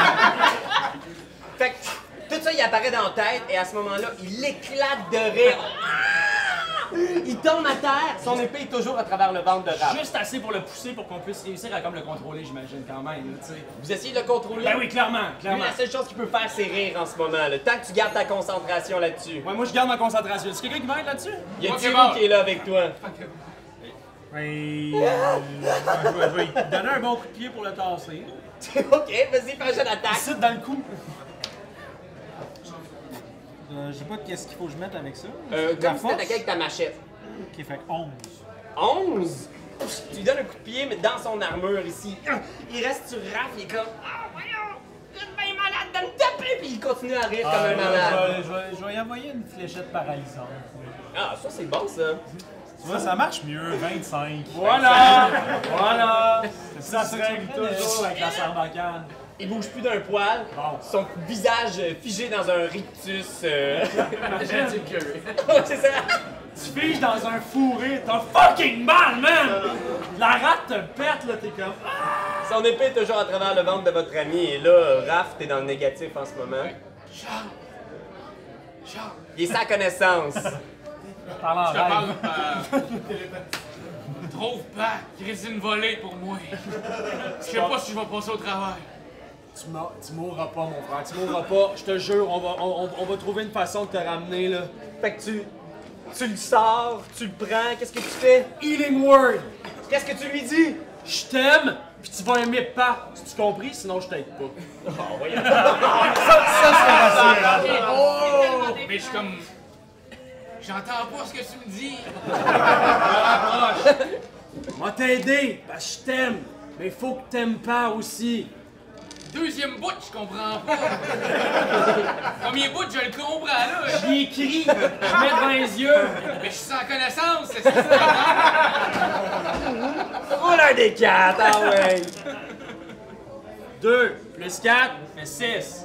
Fait que tout ça, il apparaît dans la tête et à ce moment-là, il éclate de rire. Il tombe à terre, son épée est toujours à travers le ventre de Raph. Juste assez pour le pousser pour qu'on puisse réussir à comme le contrôler, j'imagine, quand même, tu sais. Vous essayez de le contrôler? Ben oui, clairement. Lui, la seule chose qu'il peut faire, c'est rire en ce moment. Là. Tant que tu gardes ta concentration là-dessus. Ouais, moi, je garde ma concentration. Est-ce quelqu'un qui m'aide là-dessus? Y a Thierry qui est là avec toi. Oui, je vais lui donner un bon coup de pied pour le tasser. OK, vas-y, fais un jeu d'attaque. Ici, dans le cou. Je sais pas qu'est-ce qu'il faut que je mette avec ça. Comme si t'attaquais avec ta machette. Ok, fait 11. 11? Tu lui donnes un coup de pied, mais dans son armure ici. Il reste sur Raph, il est comme voyons, je suis bien malade de me taper, puis il continue à rire comme un malade. Je vais y envoyer une fléchette paralysante. Ah, ça c'est bon ça. Tu vois, ça marche mieux, 25. Voilà! Voilà! Ça se règle toujours avec la sarbacane. Il bouge plus d'un poil, son visage figé dans un rictus. J'ai dit que. Ouais, c'est ça. Tu figes dans un fourré, t'as fucking mal, man! La rate te pète, là, t'es comme... Son épée est toujours à travers le ventre de votre ami, et là, Raph, t'es dans le négatif en ce moment. Charles! Il est sans connaissance. Parle en Je te parle. rêve. Trouve pas Christine volée pour moi. Je sais pas si je vais passer au travail. Tu mourras pas, mon frère, tu mourras pas. Je te jure, on va trouver une façon de te ramener, là. Fait que tu le sors, tu le prends, qu'est-ce que tu fais? Healing word! Qu'est-ce que tu lui dis? Je t'aime, pis tu vas aimer pas. Tu compris? Sinon, je t'aide pas. Oh, voyons. Mais je suis comme. J'entends pas ce que tu me dis. Moi t'aider, parce que je t'aime. Mais faut que t'aimes pas aussi. Deuxième bout, je comprends pas. Premier bout, je le comprends là. J'y écris, je mets devant les yeux. Mais je suis sans connaissance, c'est ça. Roule un des 4, ah ouais. 2 plus 4 fait 6.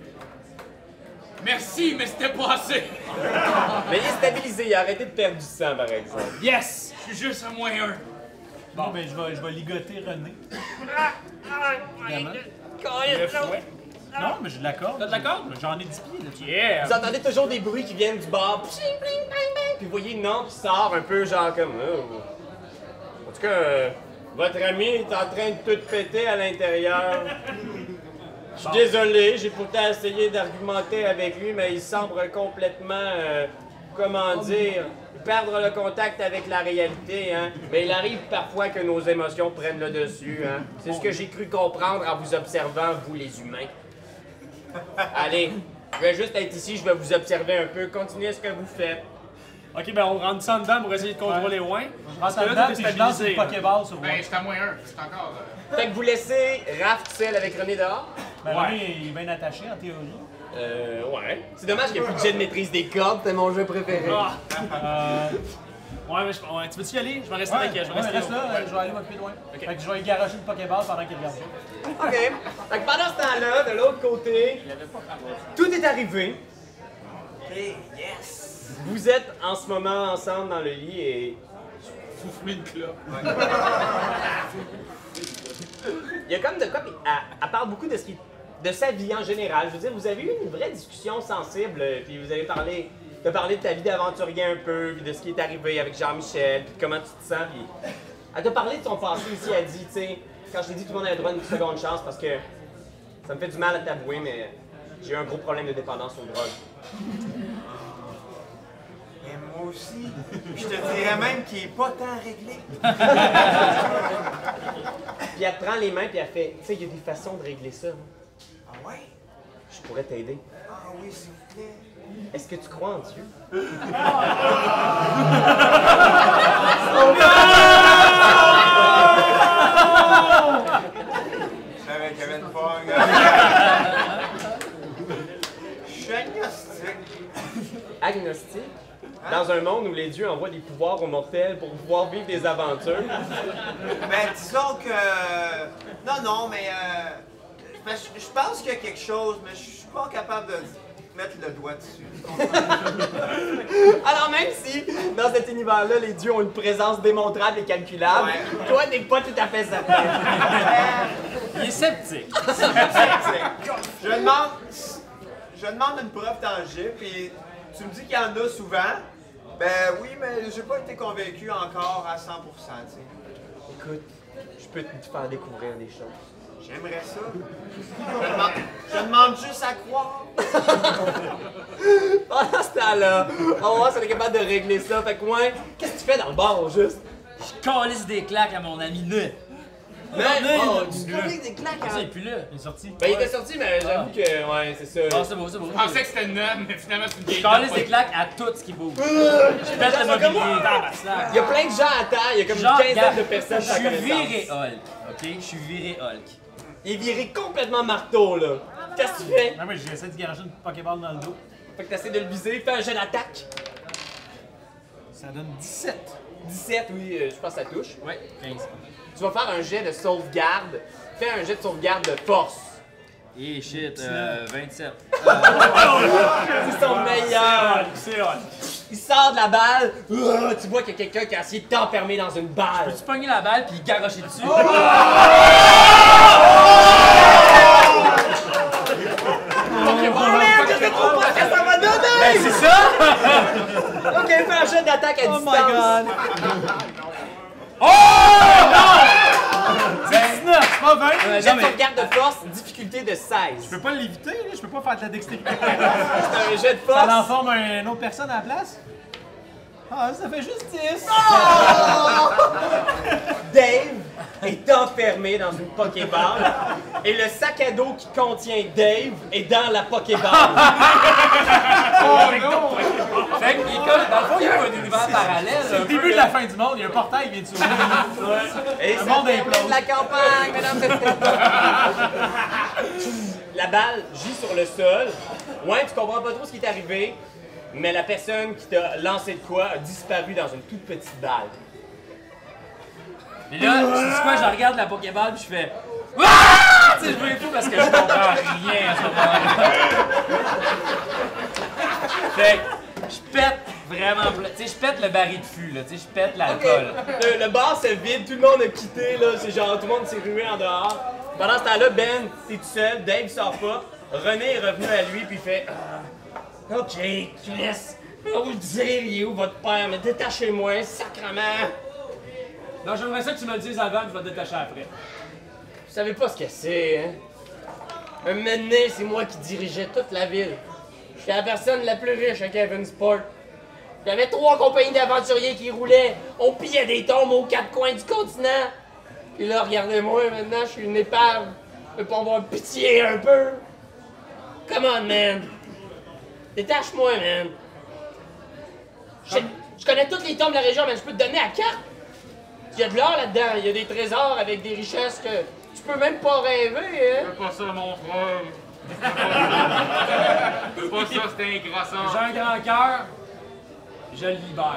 Merci, mais c'était pas assez. Mais il est stabilisé, il a arrêté de perdre du sang, par exemple. Yes! Je suis juste à moins 1. Bon, ben je vais ligoter René. Évidemment. Non, mais j'ai de la corde. T'as de la corde? J'en ai 10 pieds là-dessus. Yeah! Vous entendez toujours des bruits qui viennent du bar. Puis vous voyez une lampe qui sort un peu genre comme... En tout cas, votre ami est en train de tout péter à l'intérieur. Je suis désolé, j'ai pourtant essayé d'argumenter avec lui, mais il semble complètement, comment dire, perdre le contact avec la réalité, hein. Mais il arrive parfois que nos émotions prennent le dessus, hein. C'est ce que j'ai cru comprendre en vous observant, vous les humains. Allez, je vais juste être ici, je vais vous observer un peu. Continuez ce que vous faites. Ok, ben on rentre ça dedans pour essayer de contrôler Wayne. Je rentre là-dedans puis je lance une Pokéball sur moi. Ben, j'étais à moins 1. Je suis encore. Fait que vous laissez Raph tout seul avec René dehors? Ben, René, il est bien attaché en théorie. Ouais. C'est dommage qu'il n'y ait plus de jet de maîtrise des cordes, c'est mon jeu préféré. Ouais, mais tu veux-tu y aller? Je vais rester avec elle. Je vais rester reste là, je vais aller m'occuper de loin. Ok. Fait que je vais y garocher une Pokéball pendant qu'il regarde ça. OK. Fait que pendant ce temps-là, de l'autre côté, tout est arrivé. OK, yes! Vous êtes en ce moment ensemble dans le lit et... Souffler une clope. Il y a comme de quoi, puis elle parle beaucoup de de sa vie en général. Je veux dire, vous avez eu une vraie discussion sensible, puis vous avez parlé de ta vie d'aventurier un peu, puis de ce qui est arrivé avec Jean-Michel, puis de comment tu te sens, puis elle t'a parlé de son passé aussi. Elle dit, tu sais, quand je t'ai dit tout le monde a le droit à une seconde chance, parce que ça me fait du mal à t'avouer, mais j'ai eu un gros problème de dépendance aux drogues. Et moi aussi. Je te dirais même qu'il est pas tant réglé. Puis elle te prend les mains, puis elle fait, tu sais, il y a des façons de régler ça. Ah ouais? Je pourrais t'aider. Ah oui, s'il vous plaît. Est-ce que tu crois en Dieu? Je savais qu'il y avait une pogne. Je suis agnostique. Agnostique? Dans un monde où les dieux envoient des pouvoirs aux mortels pour pouvoir vivre des aventures? Ben, disons que... Non, mais... je pense qu'il y a quelque chose, mais je suis pas capable de mettre le doigt dessus. Alors même si, dans cet univers-là, les dieux ont une présence démontrable et calculable, toi, t'es pas tout à fait certain. Il est sceptique. Je demande une preuve tangible, puis tu me dis qu'il y en a souvent. Ben oui, mais j'ai pas été convaincu encore à 100%, tu sais. Écoute, je peux te faire découvrir des choses. J'aimerais ça. Je demande juste à croire. Pendant ce temps-là, on va voir si on est capable de régler ça. Fait que ouais, qu'est-ce que tu fais dans le bar, au juste? Je calisse des claques à mon ami Neu. Mais tu callisses des claques, Ça, il est plus là. Il est sorti. Ben, il était sorti, mais j'avoue que, ouais, c'est ça. Ah, c'est beau, c'est beau. Je pensais que c'était neuf, mais finalement c'est une vieille Je calisse dame. des claques à tout ce qui bouge. Je pète le mobilier. Il y a plein de gens à terre, il y a comme Genre, une quinzaine regarde, de personnes je sans suis connaissance. viré Hulk, ok? Je suis viré Hulk. Il est viré complètement marteau, là. Qu'est-ce que tu fais? Ah oui, j'essaie de garocher une Pokéball dans le dos. Fait que t'essaies de le viser, fais un jeu d'attaque. Ça donne 17. 17, oui, je pense que ça touche. Ouais, 15. Tu vas faire un jet de sauvegarde. Fais un jet de sauvegarde de force. Et shit, 27. C'est son meilleur. C'est hot. Il sort de la balle. Tu vois qu'il y a quelqu'un qui a essayé de t'enfermer dans une balle. Peux-tu pogner la balle puis garocher dessus? Je sais trop pas ce que ça va donner! Ben c'est ça! Ok, fais un jet d'attaque à distance. Oh my god! Oh! 19, c'est pas 20! Jet de sauvegarde de force, difficulté de 16. Je peux pas l'éviter, là. Je peux pas faire de la dextérité. C'est un jet de Ça force. en forme une autre personne à la place? Ah, ça fait juste 10! Dave est enfermé dans une Pokéball et le sac à dos qui contient Dave est dans la Pokéball. Fait qu'il est comme, dans le fond, il y a un univers parallèle. C'est le début de la fin du monde, il y a un portail qui vient de s'ouvrir. Et Le ça monde termine implose. la campagne, mesdames et messieurs. La balle gît sur le sol. Ouais, tu comprends pas trop ce qui est arrivé, mais la personne qui t'a lancé de quoi a disparu dans une toute petite balle. Et là, tu sais quoi, je regarde la Pokéball puis je fais ah! Tu sais, je veux tout parce que je comprends rien à ce moment-là. Fait que je pète vraiment, tu sais, je pète le baril de fût, là, tu sais, je pète l'alcool. Le bar se vide, tout le monde a quitté, là. C'est genre, tout le monde s'est rué en dehors. Pendant ce temps-là, Ben, t'es tout seul, Dave sort pas. René est revenu à lui, puis il fait OK, tu laisses. Je vais vous le dire, il est où votre père, mais détachez-moi, sacrement. Non, j'aimerais ça que tu me le dises avant, je vais te détacher après. Vous savez pas ce que c'est, hein? Un moment donné, c'est moi qui dirigeais toute la ville. J'étais la personne la plus riche à Kevin Sport. J'avais 3 compagnies d'aventuriers qui roulaient. On pillait des tombes aux 4 coins du continent. Et là, regardez-moi, maintenant, je suis une épave. Je peux pas avoir pitié un peu. Come on, man. Détache-moi, man. Je connais toutes les tombes de la région, mais je peux te donner à carte. Il y a de l'or là-dedans. Il y a des trésors avec des richesses que tu peux même pas rêver, hein? Fais pas ça, mon frère. Fais pas ça, c'était incroissant. J'ai un grand cœur, je le libère.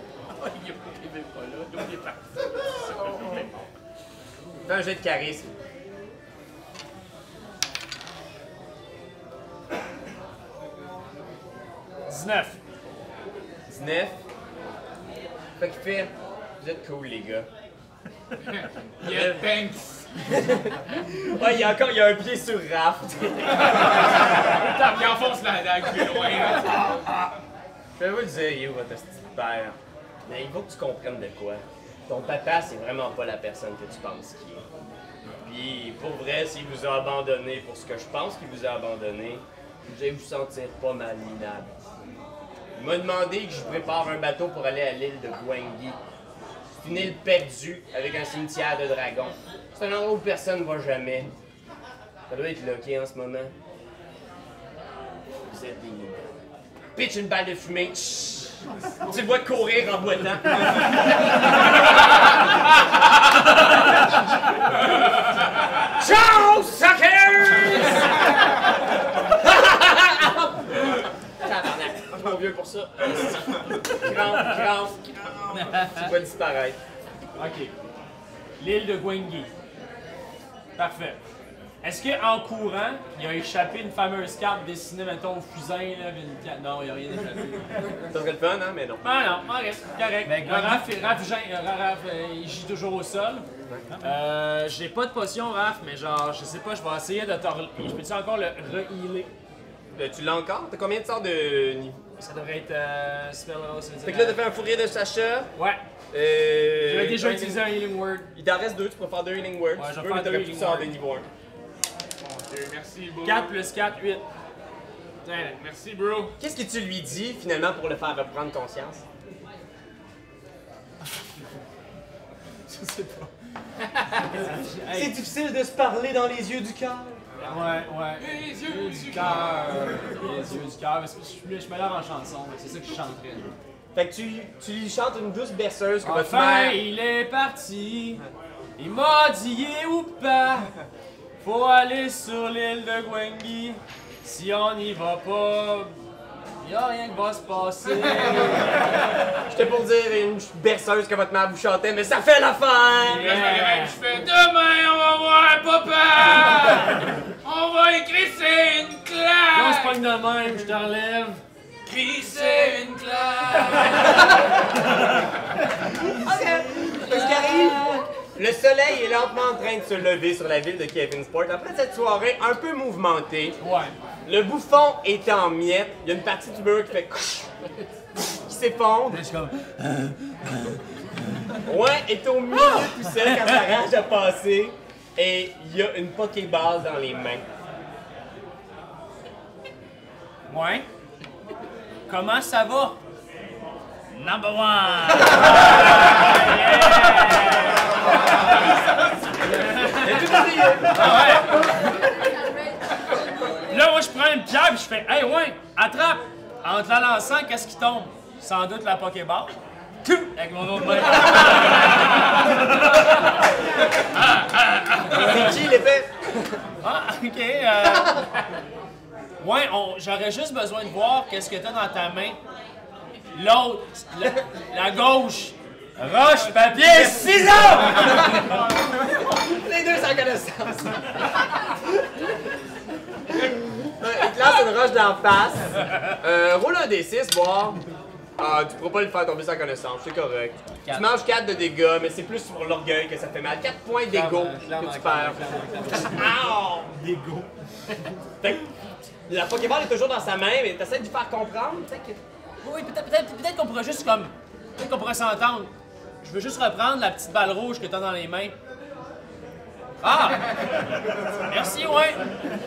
Fais un jet de charisme. « 19. 19. Fait qu'il fait... Vous êtes cool, les gars. Yeah, thanks. Ouais, il y a un pied sur Raph. Il enfonce la dague plus loin. Je vais vous le dire, You, votre petit père. Mais il faut que tu comprennes de quoi. Ton papa, c'est vraiment pas la personne que tu penses qu'il est. Puis, pour vrai, s'il vous a abandonné pour ce que je pense qu'il vous a abandonné, vous allez vous sentir pas mal minable. Il m'a demandé que je prépare un bateau pour aller à l'île de Gwengi. C'est une île perdue avec un cimetière de dragons. C'est un endroit où personne ne va jamais. Ça doit être loqué en ce moment. Vous êtes des minables. Pitch une balle de fumée. Chut. Tu le vois courir en boitant. Ciao, suckers! Tabarnak, je suis trop vieux pour ça. Crampe. Tu vas disparaître. Ok. L'île de Gwengi. Parfait. Est-ce qu'en courant, il a échappé une fameuse carte dessinée, mettons, au fusain, là, non, il n'y a rien échappé. Ça serait le fun, hein, mais non. Ah non, ok, correct. Ben, Raph, il gît toujours au sol. J'ai pas de potion, Raph, mais genre, je sais pas, je vais essayer de te Je peux-tu encore le re-healer? Tu l'as encore? T'as combien de sorts de niveau? Ça devrait être Spell House. Fait que là, t'as fait un fourrier de Sacha. Ouais. J'avais déjà utilisé un Healing Word. Il t'en reste 2, tu peux faire 2 Healing Words. Ouais, je vais peux, faire mais t'aurais 2 pu Healing sortir Words. des niveaux 1. Merci, bro. 4 plus 4, 8. Merci, bro. Qu'est-ce que tu lui dis, finalement, pour le faire reprendre conscience? Je sais pas. C'est difficile de se parler dans les yeux du cœur. Ouais. Les yeux du cœur. Les yeux du cœur. Je me lave en chanson, c'est ça que je chanterais. Fait que tu lui chantes une douce berceuse que votre Enfin, mère... il est parti. Il m'a dit y est ou pas. Faut aller sur l'île de Gwengi. Si on n'y va pas, y a rien qui va se passer. J'étais pour dire une berceuse que votre mère vous chantait, mais ça fait l'affaire! Là, je me réveille, je fais demain, on va voir papa! On va y crisser une Là, on se claque! pogne de même, je te relève. Crisser une claque! Parce qu'arrive, le soleil est lentement en train de se lever sur la ville de Kevinsport. Après cette soirée un peu mouvementée, Ouais. le bouffon est en miettes. Il y a une partie du mur qui fait qui s'effondre. Je suis comme. Ouais, est au milieu tout seul quand sa rage a passé. Et il y a une Pokéball dans les mains. Ouais. Comment ça va? Number one! Ah ouais. Là, moi, je prends une pierre et je fais « Hey, ouais, attrape! » En te la lançant, qu'est-ce qui tombe? Sans doute la Pokéball. Tout! Avec mon autre main. C'est qui l'épée? Ah, OK. Ouais, j'aurais juste besoin de voir qu'est-ce que t'as dans ta main. L'autre, la gauche. Roche, papier, ciseaux! Les deux sans connaissance. Il te lance une roche d'en face. Roule un D6, voir. Ah, tu pourras pas le faire tomber sans connaissance, c'est correct. 4. Tu manges 4 de dégâts, mais c'est plus pour l'orgueil que ça fait mal. 4 points d'ego que tu perds. Ow! D'ego. Fait que la Pokéball est toujours dans sa main, mais t'essaies de lui faire comprendre. Oui, peut-être qu'on pourrait juste comme. Peut-être qu'on pourrait s'entendre. Je veux juste reprendre la petite balle rouge que t'as dans les mains. Ah! Merci, ouais!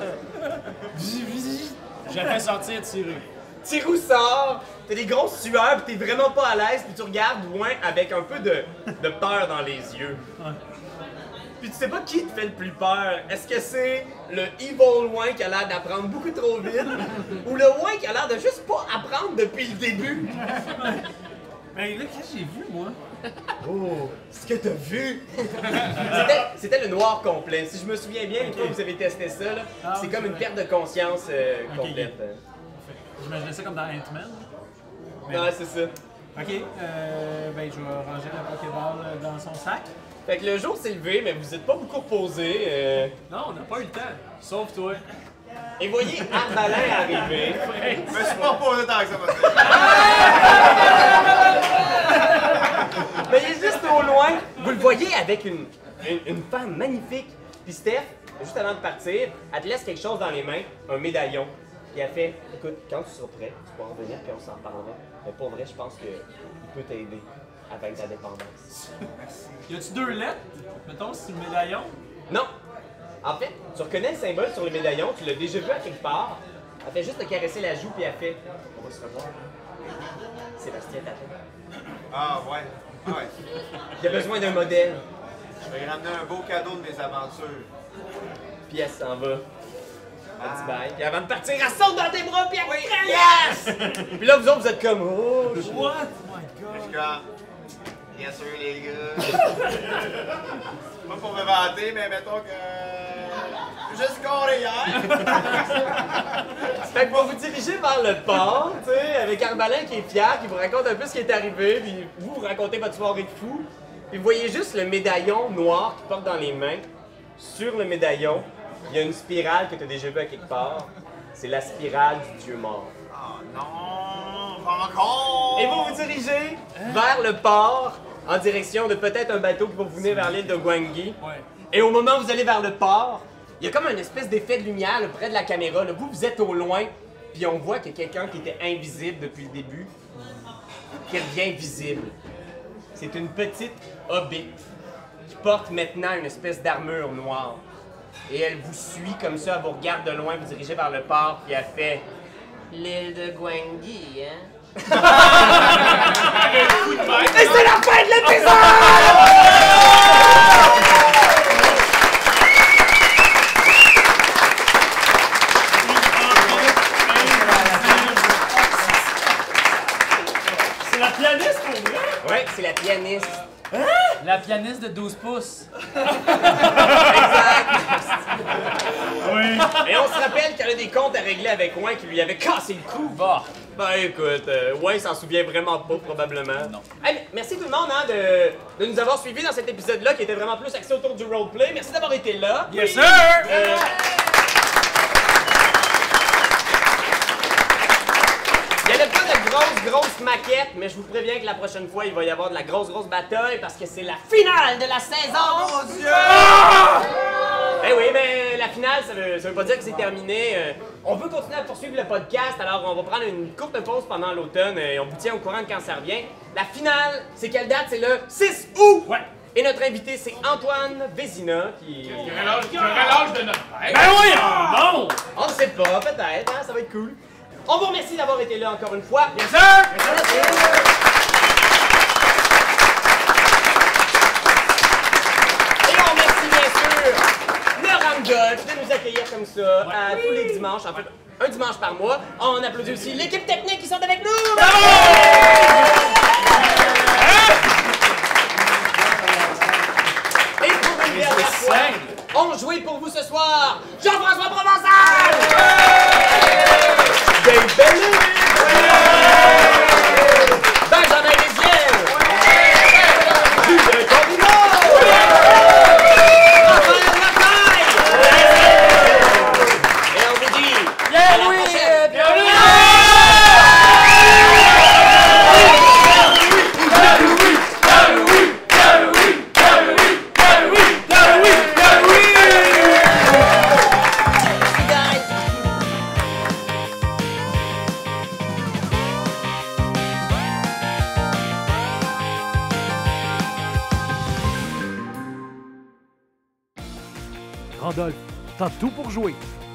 Je la fais sortir tirer. Tirou sort, t'as des grosses sueurs, pis t'es vraiment pas à l'aise, puis tu regardes loin avec un peu de peur dans les yeux. Puis tu sais pas qui te fait le plus peur. Est-ce que c'est le evil loin qui a l'air d'apprendre beaucoup trop vite, ou le loin qui a l'air de juste pas apprendre depuis le début? Mais là, qu'est-ce que j'ai vu, moi? Oh, ce que t'as vu! C'était le noir complet. Si je me souviens bien, une fois que vous avez testé ça, là, c'est comme une perte de conscience complète. J'imaginais ça comme dans Ant-Man. Ouais, c'est ça. Ok, ben je vais ranger la Pokéball dans son sac. Fait que le jour s'est levé, mais vous êtes pas beaucoup reposé. Non, on n'a pas eu le temps. Sauf toi. Et voyez Arbalin arriver. Je me suis pas reposé tant que ça, parce Mais il est juste au loin. Vous le voyez avec une femme magnifique Puis Steph, juste avant de partir, elle te laisse quelque chose dans les mains, un médaillon. Puis elle fait, écoute, quand tu seras prêt, tu pourras revenir puis on s'en parlera. Mais pour vrai, je pense qu'il peut t'aider à vaincre ta dépendance. Y a-tu 2 lettres? Mettons, c'est le médaillon. Non! En fait, tu reconnais le symbole sur le médaillon, tu l'as déjà vu à quelque part. Elle fait juste te caresser la joue puis elle fait, on va se revoir. Sébastien t'attend. Ah, ouais. Ah, ouais. Il a besoin d'un modèle. Je vais lui ramener un beau cadeau de mes aventures. Puis elle s'en va. Un petit bail. Puis avant de partir, elle saute dans tes bras, puis elle crie, yes! Puis là, vous autres, vous êtes comme, oh, What? Oh my Je god. suis comme, bien sûr, les gars. Pas pour me vanter, mais mettons que. Juste scoré hier. Fait que pour vous diriger vers le port, tu sais, avec Arbalin qui est fier, qui vous raconte un peu ce qui est arrivé, puis vous racontez votre soirée de fou. Puis vous voyez juste le médaillon noir qu'il porte dans les mains. Sur le médaillon, il y a une spirale que tu as déjà vue à quelque part. C'est la spirale du dieu mort. Oh non, pas encore. Et vous vous dirigez vers le port, en direction de peut-être un bateau qui va vous mener vers l'île de Gwangi. Ouais. Et au moment où vous allez vers le port, il y a comme une espèce d'effet de lumière là, près de la caméra. Là. Vous êtes au loin, puis on voit qu'il y a quelqu'un qui était invisible depuis le début, qui devient visible. C'est une petite hobbit qui porte maintenant une espèce d'armure noire. Et elle vous suit comme ça, elle vous regarde de loin, vous dirigez vers le port, puis elle fait « L'île de Gwangi, hein? » Et c'est la fin de l'épisode! C'est la pianiste pour vrai? Ouais, c'est la pianiste. La pianiste de 12 pouces. Exact! Oui. Et on se rappelle qu'elle a des comptes à régler avec Wayne qui lui avait cassé le cou. Bah. Ben écoute, Wayne s'en souvient vraiment pas, probablement. Non. Hey, merci tout le monde hein, de nous avoir suivis dans cet épisode-là qui était vraiment plus axé autour du roleplay. Merci d'avoir été là. Yes, sir! Il n'y avait pas de grosse maquette, mais je vous préviens que la prochaine fois, il va y avoir de la grosse bataille parce que c'est la finale de la saison! Oh mon Dieu! Eh oui, mais la finale, ça veut pas dire que c'est terminé. On veut continuer à poursuivre le podcast, alors on va prendre une courte pause pendant l'automne et on vous tient au courant de quand ça revient. La finale, c'est quelle date? C'est le 6 août! Ouais. Et notre invité, c'est Antoine Vézina, qui... Qui aurait l'âge de notre père. Ben oui, non! On ne sait pas, peut-être, hein, ça va être cool. On vous remercie d'avoir été là encore une fois. Yes, sir! Et on remercie bien sûr le Ramgolf de nous accueillir comme ça à tous les dimanches, en fait un dimanche par mois. On applaudit aussi l'équipe technique qui sont avec nous. Et pour une dernière fois, on jouait pour vous ce soir Jean-François Provençal! Dave Belleux! Benjamin Léziel! Julien Cordineau! Raphaël Lacaille! Et on vous dit à la prochaine! Randolph, t'as tout pour jouer.